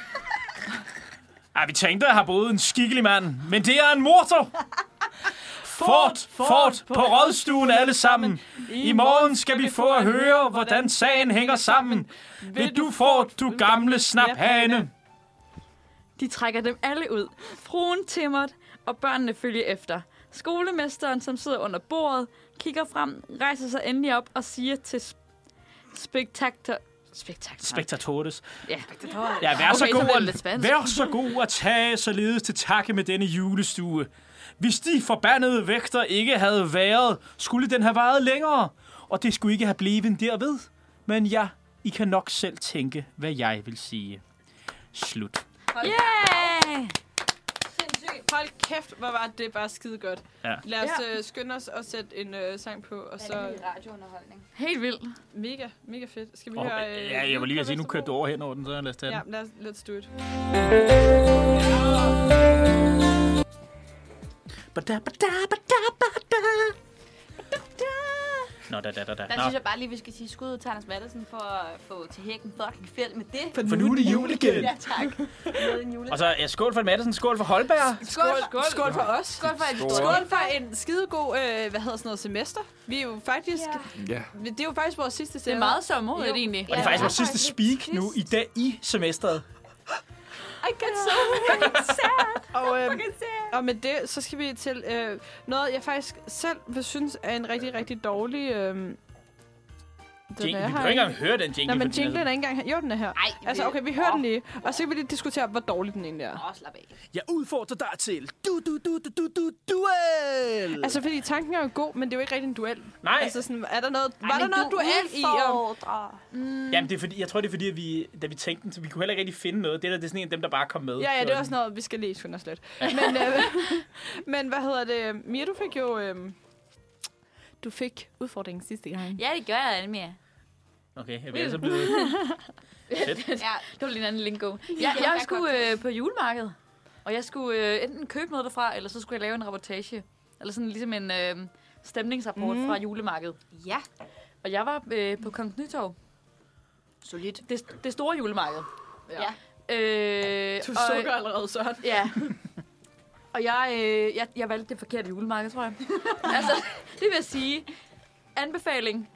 Vi tænkte at have boet en skikkelig mand, men det er en morder. Fort på rådstuen alle sammen. I morgen skal vi få at høre, hvordan sagen hænger sammen. Vil du fort, du gamle snaphane? De trækker dem alle ud. Fruen timmert, og børnene følger efter. Skolemesteren, som sidder under bordet, kigger frem, rejser sig endelig op og siger til Spectatores. Ja. Ja, vær Okay, så bliver det lidt så spansk. vær så god at tage således til takke med denne julestue. Hvis de forbandede vægter ikke havde været, skulle den have varet længere, og det skulle ikke have blevet derved. Men ja, I kan nok selv tænke, hvad jeg vil sige. Slut. Yeah! Hold kæft, hvor var det bare skide godt. Ja. Lad os skynde os og sætte en sang på, og så... radiounderholdning. Helt vildt. Mega fedt. Skal vi høre... Ja, jeg var lige ved at sige, nu kørte du over hen over den, så lad os tage den. Ja, let's do it. Nå, da. Der synes jeg bare lige, vi skal sige skud ud til Anders Maddelsen for at få til hækken fucking fedt med det. For nu er det jul igen. Ja, tak. Og så skål for Madsen, skål for Holberg. Skål for os. Skål for en Skål for en skidegod, semester. Vi er jo faktisk... Ja. Det er jo faktisk vores sidste Det semester. er meget sommerligt, egentlig. Og det er faktisk vores sidste speak nu i dag i semesteret. I get so fucking sad. Og med det, så skal vi til noget, jeg faktisk selv vil synes er en rigtig, rigtig dårlig... Vi kan jo ikke engang høre den jingle. Nej, men jinglen er ikke engang her. Jo, den er her. Ej, Altså, okay, vi hører den lige. Og så kan vi lige diskutere, hvor dårlig den egentlig er. Slap af. Jeg udfordrer dig til duel. Altså, fordi tanken er jo god, men det er jo ikke rigtig en duel. Nej. Altså, sådan, var der noget duel i? Jamen, det er fordi, jeg tror, det er fordi, at vi, da vi tænkte den, så vi kunne heller ikke rigtig finde noget. Det er sådan en af dem, der bare kom med. Ja, det er også noget, vi skal lige skynde os lidt. Men hvad hedder det? Mia, du fik jo... Du fik udfordringen sidste gang. Ja, det gør jeg, Almia. Okay, jeg bliver så blevet... Fedt. Ja, det var lige en anden lingo. Jeg skulle på julemarkedet, og jeg skulle enten købe noget derfra, eller så skulle jeg lave en reportage. Eller sådan ligesom en stemningsrapport fra julemarkedet. Ja. Og jeg var på Kongens Nytorv. Solidt. Det store julemarked. Ja. Du sukker allerede, Søren. Ja. Og jeg valgte det forkerte julemarked, tror jeg. Altså, det vil jeg sige. Anbefaling.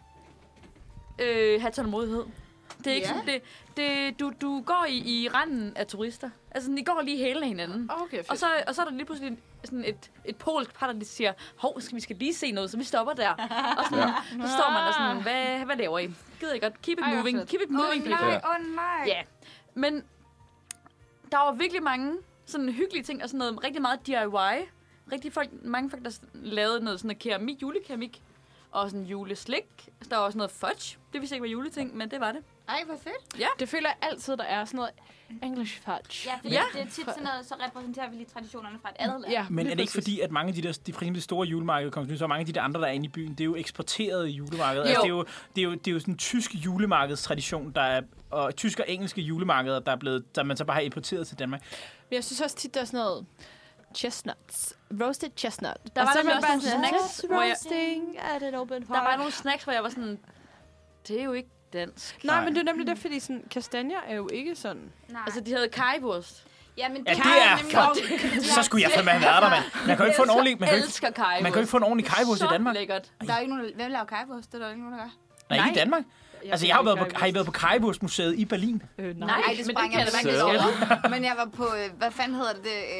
Have tålmodighed. Det er ikke sådan, du går i randen af turister. Altså, I går lige hele hinanden. Okay, fedt. Og så er der lige pludselig sådan et polsk par, der siger, hov, vi skal lige se noget, så vi stopper der. Og sådan, så står man der sådan, hvad laver I? Gider I godt? Keep it moving. Keep it moving, please. Nej. Ja, men der var virkelig mange sådan hyggelige ting, og sådan noget rigtig meget DIY. Mange folk, der lavede noget sådan keramik, julekeramik, og sådan juleslik. Der var også noget fudge. Det vidste ikke var juleting, men det var det. Ej, hvor fedt. Ja. Det føler jeg altid, der er sådan noget English fudge. Ja, fordi det er tit sådan noget, så repræsenterer vi lige traditionerne fra et andet land. Ja, Men er det ikke fordi, at mange af de for store julemarkeder, så mange af de andre, der er inde i byen, det er jo eksporteret julemarkeder. Altså, det er jo sådan en tysk julemarkedstradition, der er, og tysk og engelske julemarkeder, der man så bare har importeret til Danmark. Men jeg synes også tit, der er sådan noget chestnuts. Roasted chestnut. Der var så nemlig bare også sådan, nogle snacks, hvor jeg, Roasting at an open fire. der var nogle snacks, hvor jeg var sådan, det er jo ikke dansk. Nej, men det er nemlig det, fordi sådan, kastanjer er jo ikke sådan. Nej. Altså, de havde kajwurst. Ja, men Ja, det er... Så skulle jeg fandme have været der, mand. Man kan jo ikke få en ordentlig... Jeg elsker kajwurst. Man kan jo ikke få en ordentlig kajwurst i Danmark. Så lækkert. Der er ikke nogen, hvem laver kajwurst? Det er der ikke nogen, der gør. Nej, ikke i Danmark. Altså, jeg har I været på Kajwurstmuseet i Berlin? Nej, det sprang jeg ikke. Men jeg var på, hvad fanden hedder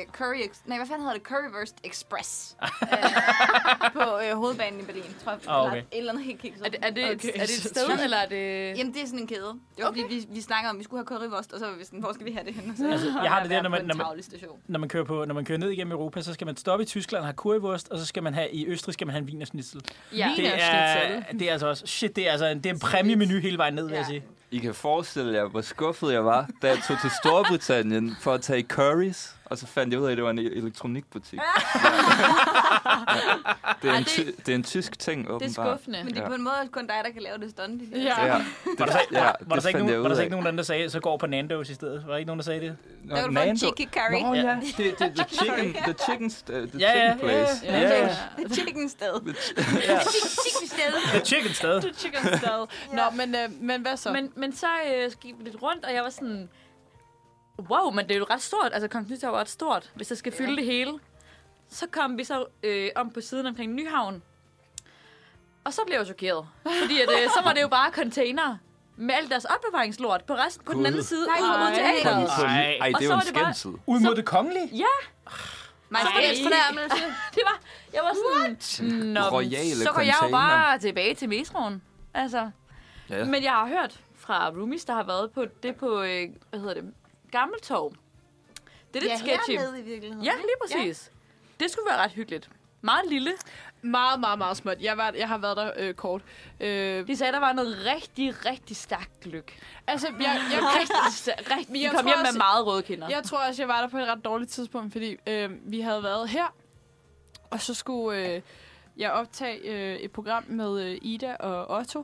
det? Currywurst Express. På hovedbanen i Berlin, tror jeg. Okay. Et eller andet helt kikset. Er det et sted, eller er det... Jamen, det er sådan en kæde. Det var, fordi vi snakker om, at vi skulle have currywurst, og så var vi sådan, hvor skal vi have det henne? Så Altså, jeg har det der, når man kører ned igennem Europa, så skal man stoppe i Tyskland og have currywurst, og så skal man have i Østrig skal man have en wienerschnitzel. Ja. Det er altså også shit, det er en præmiemenu hele vejen ned, vil jeg sige. I kan forestille jer, hvor skuffet jeg var, da jeg tog til Storbritannien for at tage curries, og så fandt jeg ud af, at det var en elektronikbutik. Det er en tysk ting, åbenbart. Det er skuffende. Men det er på en måde kun dig, der kan lave det stunt. Var der så ikke nogen, der sagde, så går på Nando's i stedet? Var der ikke nogen, der sagde det? Der var en chicken curry. Nå ja, det er the chicken place. The chicken sted. The chicken sted. The chicken sted. Nå, men hvad så? Men så gik vi lidt rundt, og jeg var sådan... Wow, men det er jo ret stort. Altså, Kongens Nytorv var ret stort, hvis jeg skal fylde det hele. Så kom vi så om på siden omkring Nyhavn. Og så blev jeg chokeret. Fordi så var det jo bare container med alt deres opbevaringslort på den anden side. Ud til teateret. Ej, det er jo en skændsel. Ud mod det kongelige? Ja. Majestætsfornærmelse. Jeg var sådan... Royale så går jeg jo bare tilbage til metroen. Altså. Ja. Men jeg har hørt fra Roomies, der har været på det på, Gammeltorv. Det er lidt sketchy. hernede i virkeligheden. Ja, lige præcis. Ja. Det skulle være ret hyggeligt. Meget lille. Meget, meget, meget småt. Jeg har været der kort. De sagde, der var noget rigtig, rigtig stærkt gløk. Altså, vi kom hjem med meget røde kinder. Jeg tror også, jeg var der på et ret dårligt tidspunkt, fordi vi havde været her, og så skulle jeg optage et program med Ida og Otto,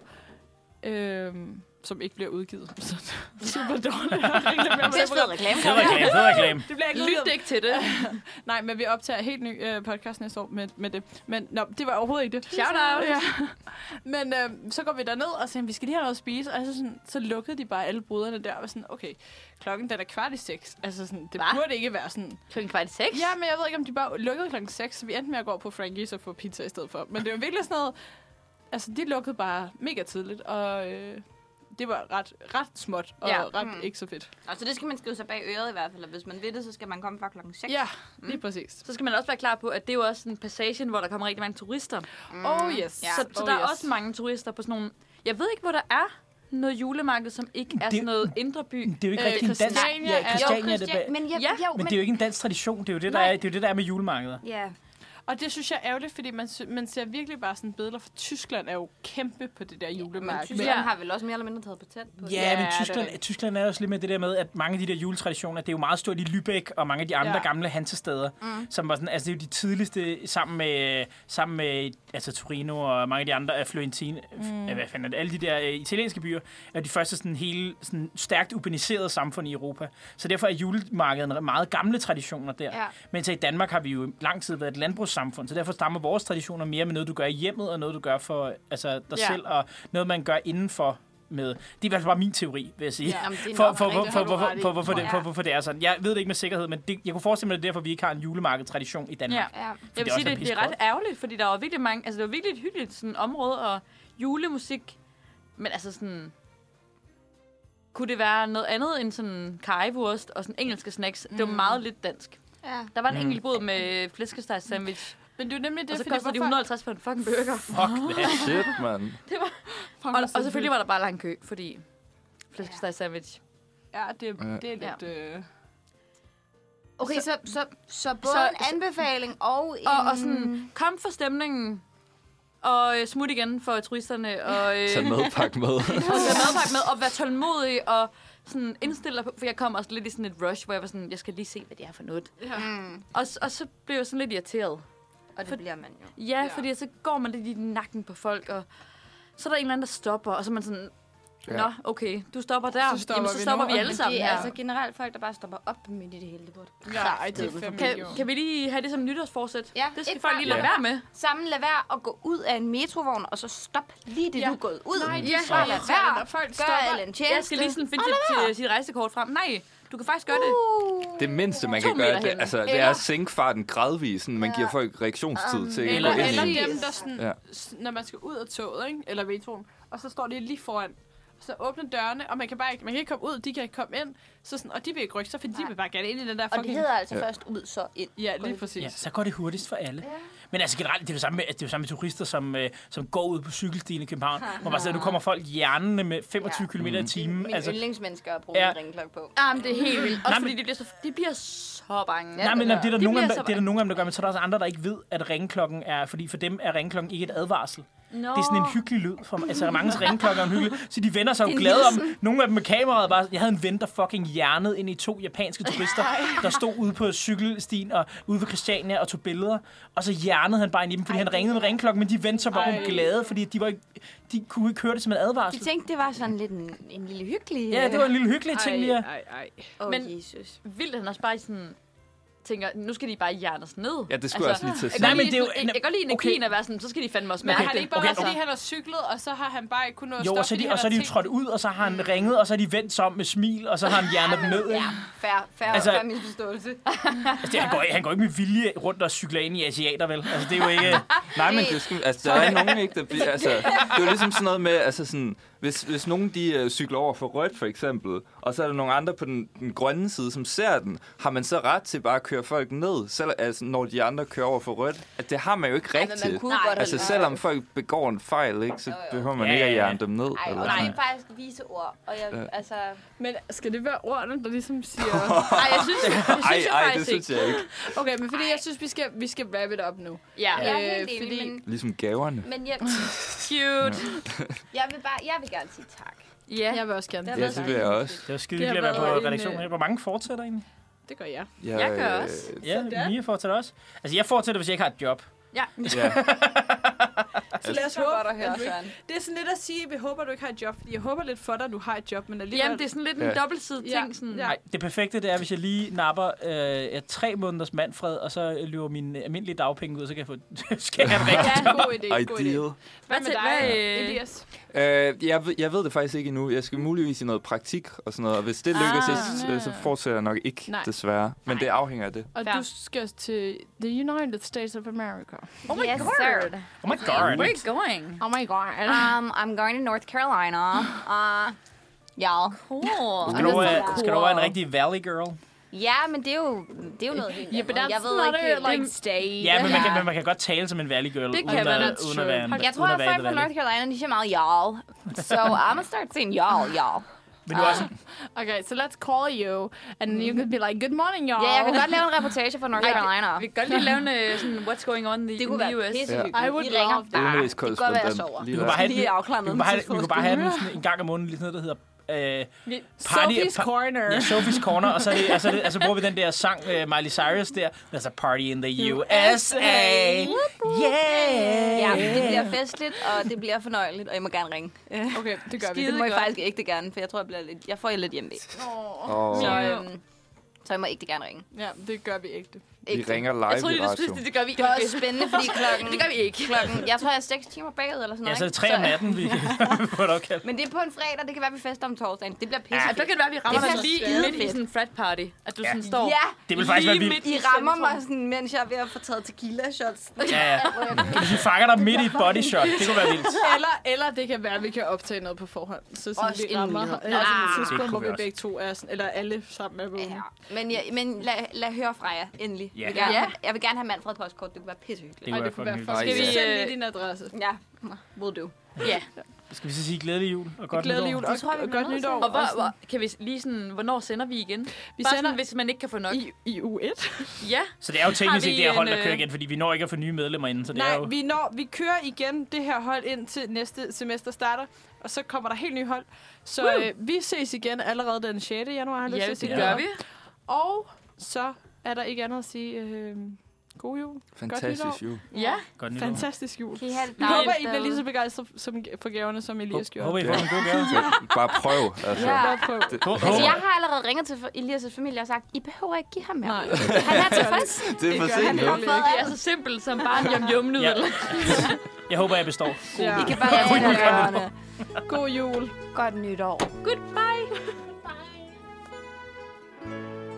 som ikke bliver udgivet. Super dårligt. Det er fed reklame. Fed reklame. Det bliver ikke Lyt ikke til det. Nej, men vi optager helt ny podcast næste år med det. Men det var overhovedet ikke det. Shout out. Ja. Men så går vi derned og siger, vi skal lige have noget at spise. Og så lukkede de bare alle bruderne der. Og sådan, okay, klokken den er 5:45. Altså sådan, det burde ikke være sådan. 5:45? Ja, men jeg ved ikke, om de bare lukkede 6:00. Så vi endte med at gå på Frankie's og få pizza i stedet for. Men det var virkelig sådan noget. Altså, de lukkede bare mega tidligt. Og det var ret småt og ret ikke så fedt. Altså, det skal man skrive sig bag øret i hvert fald. Og hvis man ved det, så skal man komme fra 6:00. Ja, lige præcis. Så skal man også være klar på, at det er jo også en passagen, hvor der kommer rigtig mange turister. Oh yes. Ja. Så der er også mange turister på sådan nogle... Jeg ved ikke, hvor der er noget julemarked, som ikke er sådan noget indre by. Det er jo ikke rigtig en dansk... Christiania. Men det er jo ikke en dansk tradition. Det er jo det, der er, det er, jo det, der er med julemarkeder. Ja. Og det synes jeg er ærgerligt, fordi man ser virkelig bare sådan billeder fra Tyskland er jo kæmpe på det der julemarked. Men Tyskland har vel også mere eller mindre taget patent på det. Ja, men Tyskland er også lidt med det der med, at mange af de der juletraditioner, det er jo meget stort i Lübeck og mange af de andre gamle hansesteder, som var sådan, altså det er jo de tidligste sammen med altså Torino og mange af de andre Florentine, hvad fanden er det, alle de der italienske byer, er de første sådan hele sådan stærkt urbaniserede samfund i Europa. Så derfor er julemarkederne meget gamle traditioner der. Ja. Men så i Danmark har vi jo lang tid været et landbrugssamfund, så derfor stammer vores traditioner mere med noget, du gør i hjemmet, og noget, du gør for dig selv, og noget, man gør indenfor med. Det er i hvert fald bare min teori, vil jeg sige. Ja, hvorfor det er sådan. Jeg ved det ikke med sikkerhed, men jeg kunne forestille mig, at det er derfor, vi ikke har en julemarkedstradition i Danmark. Ja. Jeg vil sige, det er ret ærgerligt, fordi der var virkelig mange... Altså, det var virkelig et hyggeligt sådan, område, og julemusik, men altså sådan... Kunne det være noget andet end sådan karrywurst og sådan engelske snacks? Det var meget lidt dansk. Ja. Der var en enkelt bod med flæskesteg sandwich. Men det er nemlig det, og så kostede de 150 for en fucking burger. Fuck that shit, man. Det var... Og selvfølgelig var der bare lang kø, fordi flæskesteg sandwich. Ja, det er lidt... Okay, så både en anbefaling og en... Og sådan, kom for stemningen. Og smut igen for turisterne. Og tag madpakke med. Og vær tålmodig og sådan indstille dig på, for jeg kom også lidt i sådan et rush, hvor jeg var sådan, jeg skal lige se, hvad det er for noget. Ja. Og så blev jeg sådan lidt irriteret. Og det bliver man jo. Ja, fordi så går man lidt i nakken på folk, og så er der en eller anden, der stopper, og så er man sådan... Nå, okay, du stopper der. Så stopper vi alle sammen her. Det er altså generelt folk, der bare stopper op midt i det hele. Kan vi lige have det som nytårsforsæt? Ja, det skal folk lige lade være med. Sammen lad være at gå ud af en metrovogn, og så stop lige det, du er gået ud. Nej, lad være. Gør en tjeneste. Jeg skal lige sådan finde sit rejsekort frem. Nej, du kan faktisk gøre det. Det mindste, man kan gøre, det er at sænke farten gradvist. Man giver folk reaktionstid til at gå ind i. Eller dem, der sådan, når man skal ud af toget, ikke? Eller metroen, og så står de lige foran. Så åbner dørene, og man kan ikke komme ud, de kan ikke komme ind, så sådan, og de vil ikke rykke sig, fordi de vil bare gerne ind i den der fucking... Og det hedder altså først ud, så ind. Ja, lige præcis. Ja, så går det hurtigst for alle. Ja. Men altså generelt, det er det samme med turister, som går ud på cykelstien i København, hvor bare nu kommer folk hjernende med 25 km i timen. Min yndlingsmennesker at bruge en ringeklokke på. Jamen, det er helt vildt. Også fordi de bliver så bange. Nej, men det er der nogle af dem, der gør, men så er der også andre, der ikke ved, at ringeklokken er, fordi for dem er ringeklokken ikke et advarsel. No. Det er sådan en hyggelig lyd. Altså, mange ringeklokker er hyggelig. Så de vender sig jo glade om. Nogle af dem med kameraet bare... Jeg havde en ven, der fucking hjernede ind i 2 japanske turister, der stod ude på cykelstien og ude ved Christiania og tog billeder. Og så hjernede han bare ind i dem, fordi han ringede med ringeklokken, men de vendte sig bare glade, fordi de kunne ikke høre det som en advarsel. De tænkte, det var sådan lidt en lille hyggelig... Ja, det var en lille hyggelig ting lige. Men Jesus. Vildt han også bare sådan... tænker, nu skal de bare hjernes ned. Ja, det skulle altså, jeg også lige til. Jeg kan godt lide energien at være sådan, så skal de fandme også mærke det. Har det ikke bare været, fordi han har cyklet, og så har han bare ikke kunnet stoppe? Jo, og så er de trådt ud, og så har han ringet, og så er de vendt sig om med smil, og så har han hjernet dem ned. Ja, fair misforståelse. Altså, han går ikke med vilje rundt og cykler ind i asiater, vel? Altså, det er jo ikke... Nej, men det skal, altså, der er nogen ikke, der bliver... Altså, det er jo ligesom sådan noget med, altså sådan... hvis nogen de cykler over for rødt, for eksempel, og så er der nogle andre på den grønne side, som ser den, har man så ret til bare at køre folk ned, selv, altså, når de andre kører over for rødt? At det har man jo ikke rigtigt. Altså, selvom folk begår en fejl, ikke, så behøver man ikke at jern dem ned. Nej, og det er faktisk vise ord. Og altså... Men skal det være ordene, der ligesom siger... Nej, jeg synes jeg faktisk det synes jeg ikke. Okay, men fordi jeg synes, vi skal wrap it up nu. Ja. Jeg er helt enig, fordi... men... Ligesom gaverne. Men jeg... Cute. Jeg vil gerne sige tak. Ja, jeg vil også gerne. Ja, det vil jeg også. Det var skide hyggeligt at være på redaktionen. Hvor mange fortsætter egentlig? Det gør jeg. Jeg gør også. Ja, Mia fortsætter også. Altså, jeg fortsætter, hvis jeg ikke har et job. Ja. Så lad os håbe, godt at høre, Søren. det er sådan lidt at sige, at vi håber, du ikke har et job. Fordi jeg håber lidt for dig, at du har et job, men alligevel... Jamen, det er sådan lidt en dobbeltsidig ting. Sådan. Nej, det perfekte, det er, hvis jeg lige napper 3 måneders Manfred, og så løber mine almindelige dagpenge ud, så kan jeg få skal jeg have ja, god idé. Ideal. Hvad med dig, Elias? Jeg ved det faktisk ikke endnu. Jeg skal muligvis i noget praktik og sådan noget, og hvis det lykkes, så fortsætter jeg nok ikke, desværre. Men det afhænger af det. Og du skal til the United States of America. Oh my god. Sir. Oh my god. Where are you going? Oh my god. I'm going to North Carolina. Ja. Cool. Skal du være en rigtig valley girl? Ja, men det er jo noget helt Yeah, but andet. Jeg that's ved not ikke... a, like, state. Ja, men man kan godt tale som en valley girl, Det uden kan man, at that's være en Jeg tror, at folk fra North Carolina, de siger meget y'all. So I'm gonna start saying y'all. Men du er også... Okay, so let's call you, and you can be like, good morning, y'all. Ja, jeg kan godt lave en reportage fra North Carolina. Vi kan godt lige lave en sådan, what's going on in Det kunne the være US. pissehyggeligt. I would I ringer. love that. Udenrigskorrespondent. Det kan godt være, jeg lige Vi der. kunne bare have Lige afklaret vi kunne bare have den sådan en gang om måneden, lige sådan noget, der hedder... Sophie's Corner. Ja, Sophie's Corner, og så bruger vi den der sang Miley Cyrus der. There's a party in the USA. Yeah! Ja, det bliver festligt, og det bliver fornøjeligt, og jeg må gerne ringe. Okay, det gør vi. Det må jeg faktisk ikke gerne, for jeg tror, jeg får lidt hjemme. Så jeg må ikke gerne ringe. Ja, det gør vi ikke. Vi ringer live Jeg tror, i radio. det gør vi Det er også spændende, fordi klokken... Det gør vi ikke. Jeg tror, jeg er 6 timer bagud, eller sådan Ja, noget. så er det 3 om natten, vi får et opkald. Men det er på en fredag, det kan være, vi fester om torsdagen. Det bliver pisse. Ja, så kan det være, at vi rammer Det dig er lige skide midt i fedt. sådan en frat party. At du sådan står Ja, Det vil faktisk være lige vildt. midt I rammer mig sådan, mens jeg er ved at få taget tequila shots. Ja. Hvis vi fanger dig midt i et body shot, det kunne være vildt. Eller det kan være, at vi kan optage noget på forhånd. Så sådan, Også vi en rammer mulighed. sådan et det tidspunkt, kunne hvor vi vi også. begge to er sådan, eller alle sammen er vågne. Ja. Men lad høre fra jer, endelig. Ja. Jeg vil gerne have Manfred postkort. Det kunne være pissehyggeligt. Det Ej, kunne det kunne være være fucking for. hyggeligt. Skal vi vi, sende lige din adresse? Ja, will do. Ja. Skal vi så sige glædelig jul og godt Glædelig nytår? jul og Det tror jeg, vi bliver godt nødt til. nytår. Og kan vi lige sådan, hvornår sender vi igen? Vi Bare sender sådan, hvis man ikke kan få nok. i uge 1. Ja. Så det er jo teknisk vi ikke det her hold, der en, kører igen, fordi vi når ikke at få nye medlemmer inden. Så det er Nej, jo... vi kører igen det her hold ind til næste semester starter, og så kommer der helt nye hold. Så vi ses igen allerede den 6. januar. Har jeg lyst til Ja, at sige. det gør vi. Og så er der ikke andet at sige god jul. Fantastisk jul. Ja. Godt nytår. Fantastisk jul. Kan I have det Vi håber, I dejligt bliver lige så derude? begejstret for gaverne, som Elias gjorde. Håber, I får en god gave. Bare prøv. Altså. Ja. Bare prøv. Altså, jeg har allerede ringet til Elias' familie og sagt, I behøver ikke give ham mere. Nej. Han er tilfreds. Det er for sent nu. Det er så simpelt som bare en yum-yum-nudel. Ja. Jeg håber, jeg består. Ja. I kan bare lade det. God jul. Godt nytår. Goodbye.